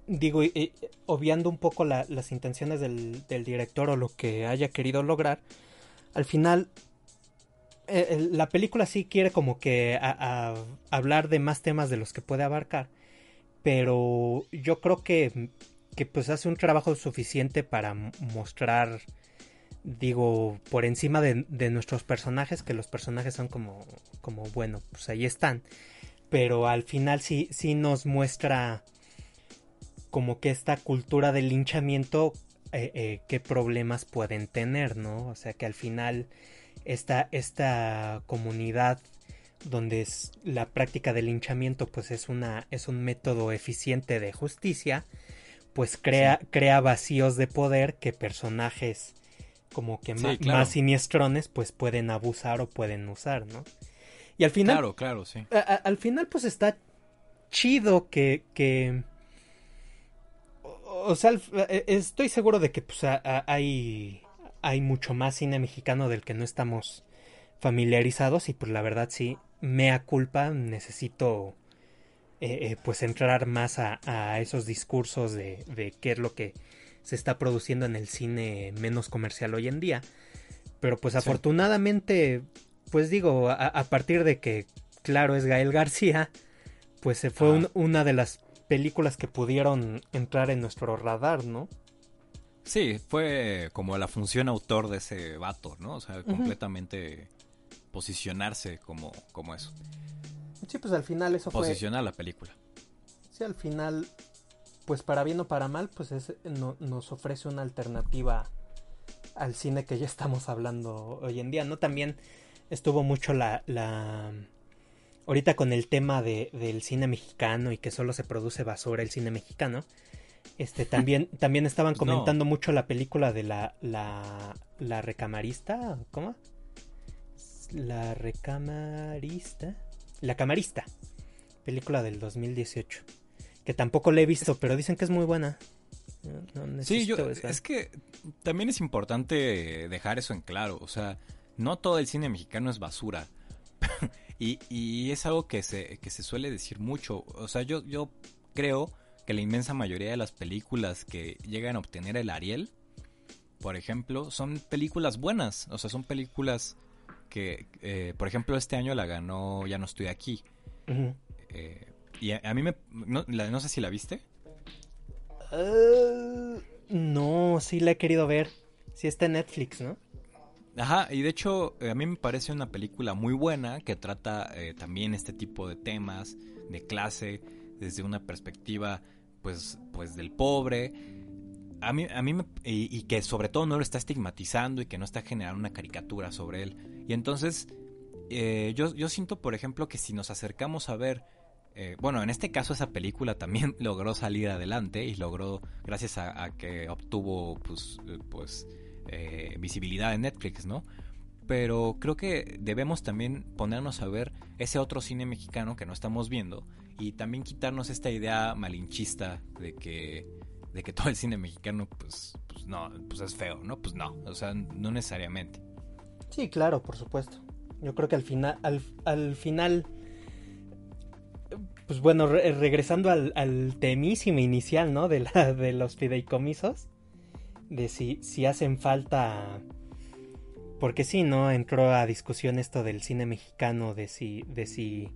digo, y, y, obviando un poco la, las intenciones del, del director o lo que haya querido lograr, al final eh, la película sí quiere como que a, a hablar de más temas de los que puede abarcar, pero yo creo que, que pues hace un trabajo suficiente para mostrar, digo, por encima de, de nuestros personajes, que los personajes son como, como bueno, pues ahí están, pero al final sí, sí nos muestra como que esta cultura del linchamiento, eh, eh, qué problemas pueden tener, ¿no? O sea que al final esta, esta comunidad donde es la práctica del linchamiento pues es una es un método eficiente de justicia, pues crea, sí. crea vacíos de poder que personajes como que sí, ma- claro. más siniestrones pues pueden abusar o pueden usar, ¿no? Y al final claro, claro, sí. A, a, al final pues está chido que, que o sea, estoy seguro de que pues a, a, hay hay mucho más cine mexicano del que no estamos familiarizados y pues la verdad sí, mea culpa, necesito eh, eh, pues entrar más a, a esos discursos de, de qué es lo que se está produciendo en el cine menos comercial hoy en día, pero pues sí. afortunadamente pues digo, a, a partir de que claro es Gael García, pues se fue un, una de las películas que pudieron entrar en nuestro radar, ¿no? Sí, fue como la función autor de ese vato, ¿no? O sea, uh-huh. completamente posicionarse como, como eso. Sí, pues al final eso fue... fue... Posicionar la película. Sí, al final, pues para bien o para mal, pues es, no, nos ofrece una alternativa al cine que ya estamos hablando hoy en día, ¿no? También estuvo mucho la... la... ahorita con el tema de, del cine mexicano y que solo se produce basura el cine mexicano, este también, también estaban pues comentando no. mucho la película de la, la, la recamarista, ¿cómo? La recamarista. La camarista. Película del dos mil dieciocho. Que tampoco la he visto, pero dicen que es muy buena. No, no sí, yo, esa. Es que también es importante dejar eso en claro. O sea, no todo el cine mexicano es basura. y, y es algo que se, que se suele decir mucho. O sea, yo, yo creo que la inmensa mayoría de las películas que llegan a obtener el Ariel, por ejemplo, son películas buenas. O sea, son películas que, eh, por ejemplo, este año la ganó Ya no estoy aquí. Uh-huh. Eh, y a, a mí me... No, la, no sé si la viste. Uh, no, sí la he querido ver. Sí está en Netflix, ¿no? Ajá, y de hecho a mí me parece una película muy buena que trata eh, también este tipo de temas de clase desde una perspectiva pues, pues del pobre. A mí, a mí me, y, y que sobre todo no lo está estigmatizando y que no está generando una caricatura sobre él. Y entonces eh, yo, yo siento, por ejemplo, que si nos acercamos a ver, eh, bueno, en este caso esa película también logró salir adelante y logró, gracias a, a que obtuvo pues, pues eh, visibilidad en Netflix, ¿no? Pero creo que debemos también ponernos a ver ese otro cine mexicano que no estamos viendo y también quitarnos esta idea malinchista de que de que todo el cine mexicano pues, pues no, pues es feo, ¿no? Pues no, o sea, no necesariamente. Sí, claro, por supuesto. Yo creo que al final, al, al final, pues bueno, re- regresando al, al temísimo inicial, ¿no? De la, de los fideicomisos, de si, si hacen falta, porque sí, ¿no? Entró a discusión esto del cine mexicano, de si, de si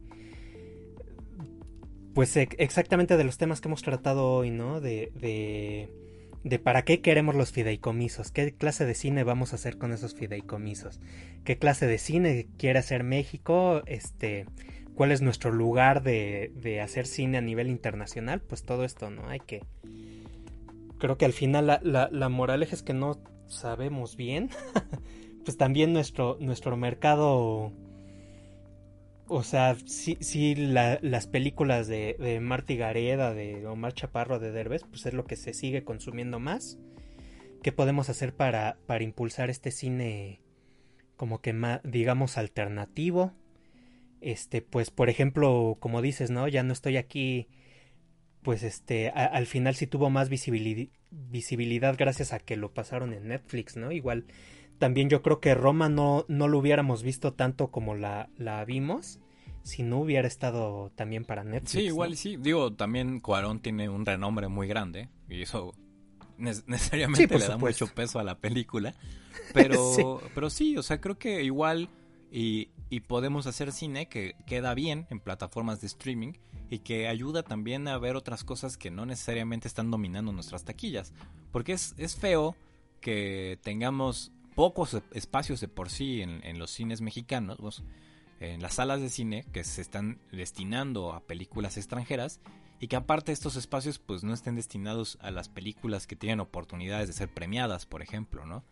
pues exactamente de los temas que hemos tratado hoy, ¿no? De, de, de para qué queremos los fideicomisos, qué clase de cine vamos a hacer con esos fideicomisos, qué clase de cine quiere hacer México, este, cuál es nuestro lugar de, de hacer cine a nivel internacional, pues todo esto, ¿no? Hay que... Creo que al final la, la, la moraleja es que no sabemos bien, pues también nuestro, nuestro mercado... O sea, sí, sí la, las películas de, de Martí Gareda, de Omar Chaparro, de Derbez, pues es lo que se sigue consumiendo más. ¿Qué podemos hacer para, para impulsar este cine como que más, digamos, alternativo? Este, pues, por ejemplo, como dices, ¿no? Ya no estoy aquí, pues, este, a, al final sí tuvo más visibilidad, visibilidad gracias a que lo pasaron en Netflix, ¿no? Igual... También yo creo que Roma no, no lo hubiéramos visto tanto como la, la vimos si no hubiera estado también para Netflix. Sí, igual ¿no? sí. Digo, también Cuarón tiene un renombre muy grande y eso ne- necesariamente Sí, por le da supuesto. mucho peso a la película. Pero Sí. pero sí, o sea, creo que igual y, y podemos hacer cine que queda bien en plataformas de streaming y que ayuda también a ver otras cosas que no necesariamente están dominando nuestras taquillas. Porque es, es feo que tengamos pocos espacios de por sí en, en los cines mexicanos, pues, en las salas de cine que se están destinando a películas extranjeras y que aparte estos espacios pues no estén destinados a las películas que tienen oportunidades de ser premiadas, por ejemplo, ¿no?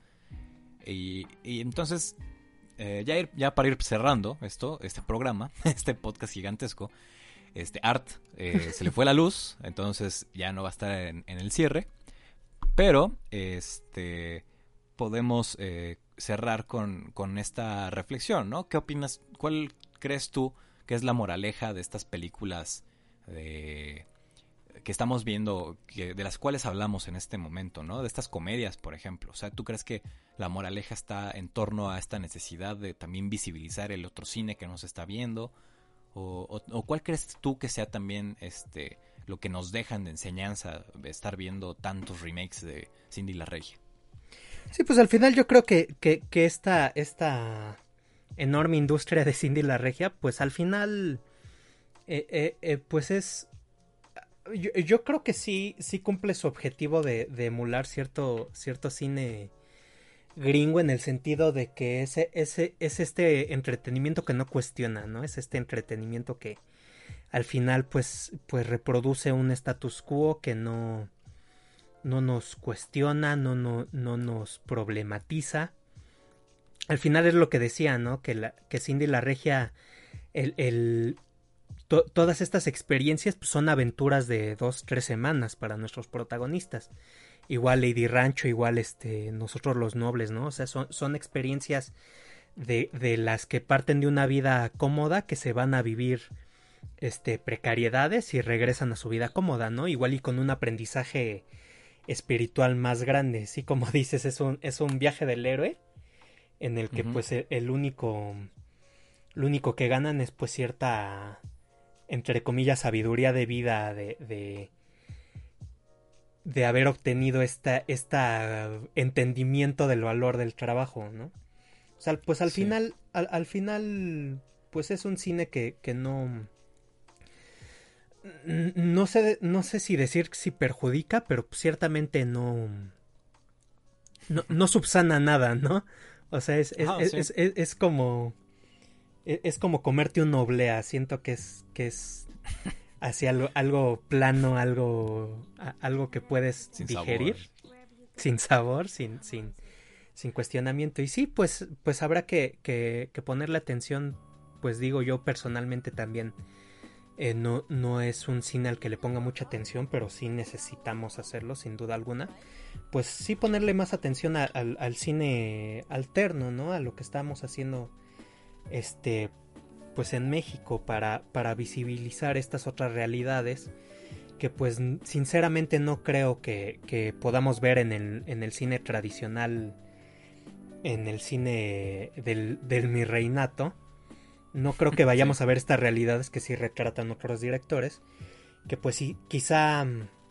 Y, y entonces, eh, ya, ir, ya para ir cerrando esto, este programa, este podcast gigantesco, este Art eh, se le fue la luz, entonces ya no va a estar en, en el cierre, pero este podemos eh, cerrar con, con esta reflexión, ¿no? ¿Qué opinas? ¿Cuál crees tú que es la moraleja de estas películas de, que estamos viendo, que, de las cuales hablamos en este momento, ¿no? De estas comedias, por ejemplo. O sea, ¿tú crees que la moraleja está en torno a esta necesidad de también visibilizar el otro cine que nos está viendo? ¿O, o, o cuál crees tú que sea también este lo que nos dejan de enseñanza estar viendo tantos remakes de Cindy la Regia? Sí, pues al final yo creo que, que, que esta, esta enorme industria de Cindy la Regia, pues al final, eh, eh, eh, pues es... Yo, yo creo que sí, sí cumple su objetivo de, de emular cierto, cierto cine gringo en el sentido de que ese, ese, es este entretenimiento que no cuestiona, ¿no? Es este entretenimiento que al final pues, pues reproduce un status quo que no, no nos cuestiona, no, no, no nos problematiza. Al final es lo que decía, ¿no? Que, la, que Cindy la Regia, el, el, to, todas estas experiencias pues, son aventuras de dos, tres semanas para nuestros protagonistas. Igual Lady Rancho, igual este, nosotros los nobles, ¿no? O sea, son, son experiencias de, de las que parten de una vida cómoda que se van a vivir este, precariedades y regresan a su vida cómoda, ¿no? Igual y con un aprendizaje espiritual más grande, sí, como dices, es un, es un viaje del héroe en el que Uh-huh. pues el, el único lo único que ganan es pues cierta entre comillas sabiduría de vida de, de de haber obtenido esta, esta entendimiento del valor del trabajo, ¿no? O sea, pues al Sí. final, al, al final, pues es un cine que, que no, no sé, no sé si decir si perjudica, pero ciertamente no, no, no subsana nada, ¿no? O sea, es, es, Ajá, es, sí. es, es, es como, es como comerte un oblea, siento que es, que es hacia algo, algo plano, algo, a, algo que puedes Sin digerir, sabor. sin sabor, sin, sin, sin cuestionamiento. Y sí, pues, pues habrá que, que, que ponerle atención, pues digo yo personalmente también, eh, no, no es un cine al que le ponga mucha atención, pero sí necesitamos hacerlo, sin duda alguna. Pues sí ponerle más atención a, al, al cine alterno, ¿no? A lo que estamos haciendo, este, pues en México para, para visibilizar estas otras realidades que pues sinceramente no creo que, que podamos ver en el, en el cine tradicional, en el cine del, del mi reinato. No creo que vayamos Sí. a ver estas realidades que sí retratan otros directores, que pues sí, quizá,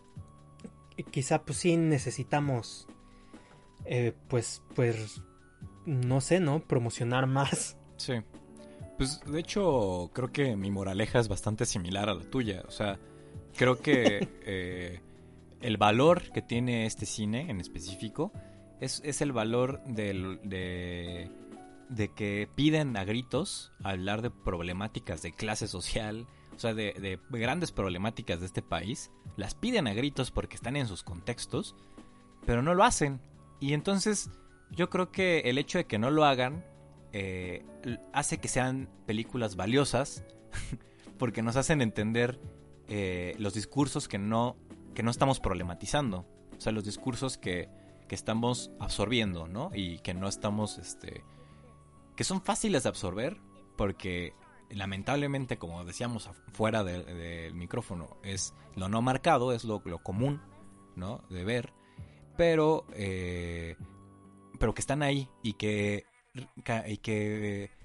quizá pues sí necesitamos, eh, pues, pues, no sé, ¿no? Promocionar más. Sí. Pues de hecho creo que mi moraleja es bastante similar a la tuya. O sea, creo que eh, el valor que tiene este cine en específico es, es el valor del, de, de que piden a gritos hablar de problemáticas de clase social, o sea, de, de grandes problemáticas de este país. Las piden a gritos porque están en sus contextos, pero no lo hacen. Y entonces yo creo que el hecho de que no lo hagan eh, hace que sean películas valiosas porque nos hacen entender eh, los discursos que no, que no estamos problematizando. O sea, los discursos que, que estamos absorbiendo, ¿no? Y que no estamos, este... que son fáciles de absorber porque lamentablemente, como decíamos fuera del de micrófono, es lo no marcado, es lo, lo común, ¿no? De ver, pero eh, pero que están ahí y que y que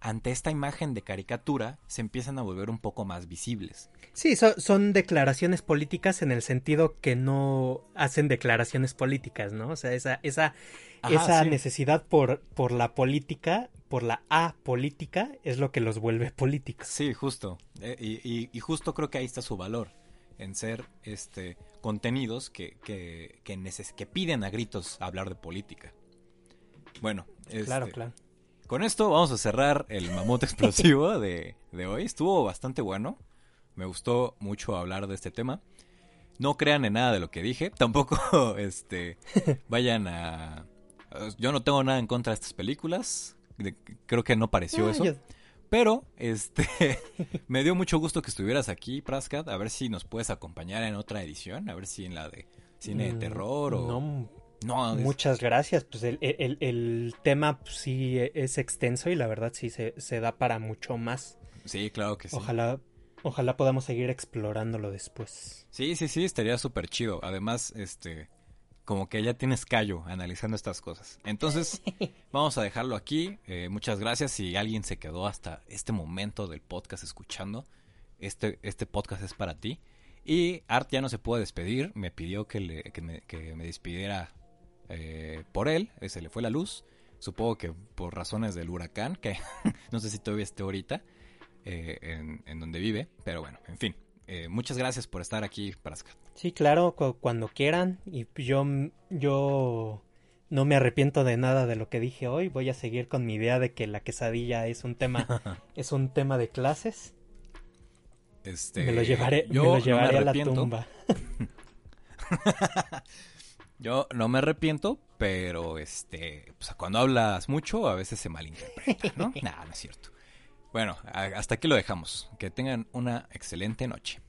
ante esta imagen de caricatura se empiezan a volver un poco más visibles. Sí, so, son declaraciones políticas en el sentido que no hacen declaraciones políticas, ¿no? O sea, esa, esa, Ajá, esa sí. necesidad por, por la política, por la apolítica, es lo que los vuelve políticos. Sí, justo. Eh, y, y, y justo creo que ahí está su valor, en ser este contenidos que, que, que, neces que piden a gritos hablar de política. Bueno, este, Claro, claro. con esto vamos a cerrar el mamut explosivo de, de hoy. Estuvo bastante bueno. Me gustó mucho hablar de este tema. No crean en nada de lo que dije. Tampoco este, vayan a... Yo no tengo nada en contra de estas películas. De, creo que no pareció Ah, eso. yo- Pero este me dio mucho gusto que estuvieras aquí, Praskat. A ver si nos puedes acompañar en otra edición. A ver si en la de cine de Mm, terror o... No, No, es- muchas gracias. Pues el, el, el tema pues, sí es extenso y la verdad sí se, se da para mucho más. Sí, claro que sí. Ojalá, ojalá podamos seguir explorándolo después. Sí, sí, sí, estaría súper chido. Además, este, como que ya tienes callo analizando estas cosas. Entonces, vamos a dejarlo aquí. Eh, muchas gracias. Si alguien se quedó hasta este momento del podcast escuchando, este, este podcast es para ti. Y Art ya no se puede despedir. Me pidió que, le, que, me, que me despidiera eh, por él. Eh, Se le fue la luz. Supongo que por razones del huracán, que no sé si todavía esté ahorita eh, en, en donde vive. Pero bueno, en fin. Eh, muchas gracias por estar aquí, Praskat. Sí, claro, cu- cuando quieran. Y yo, yo no me arrepiento de nada de lo que dije hoy. Voy a seguir con mi idea de que la quesadilla es un tema, es un tema de clases. Este, me lo llevaré, yo me lo no llevaré me a la arrepiento. tumba. Yo no me arrepiento, pero este, pues, cuando hablas mucho a veces se malinterpreta, ¿no? Nah, no es cierto. Bueno, a- hasta aquí lo dejamos. Que tengan una excelente noche.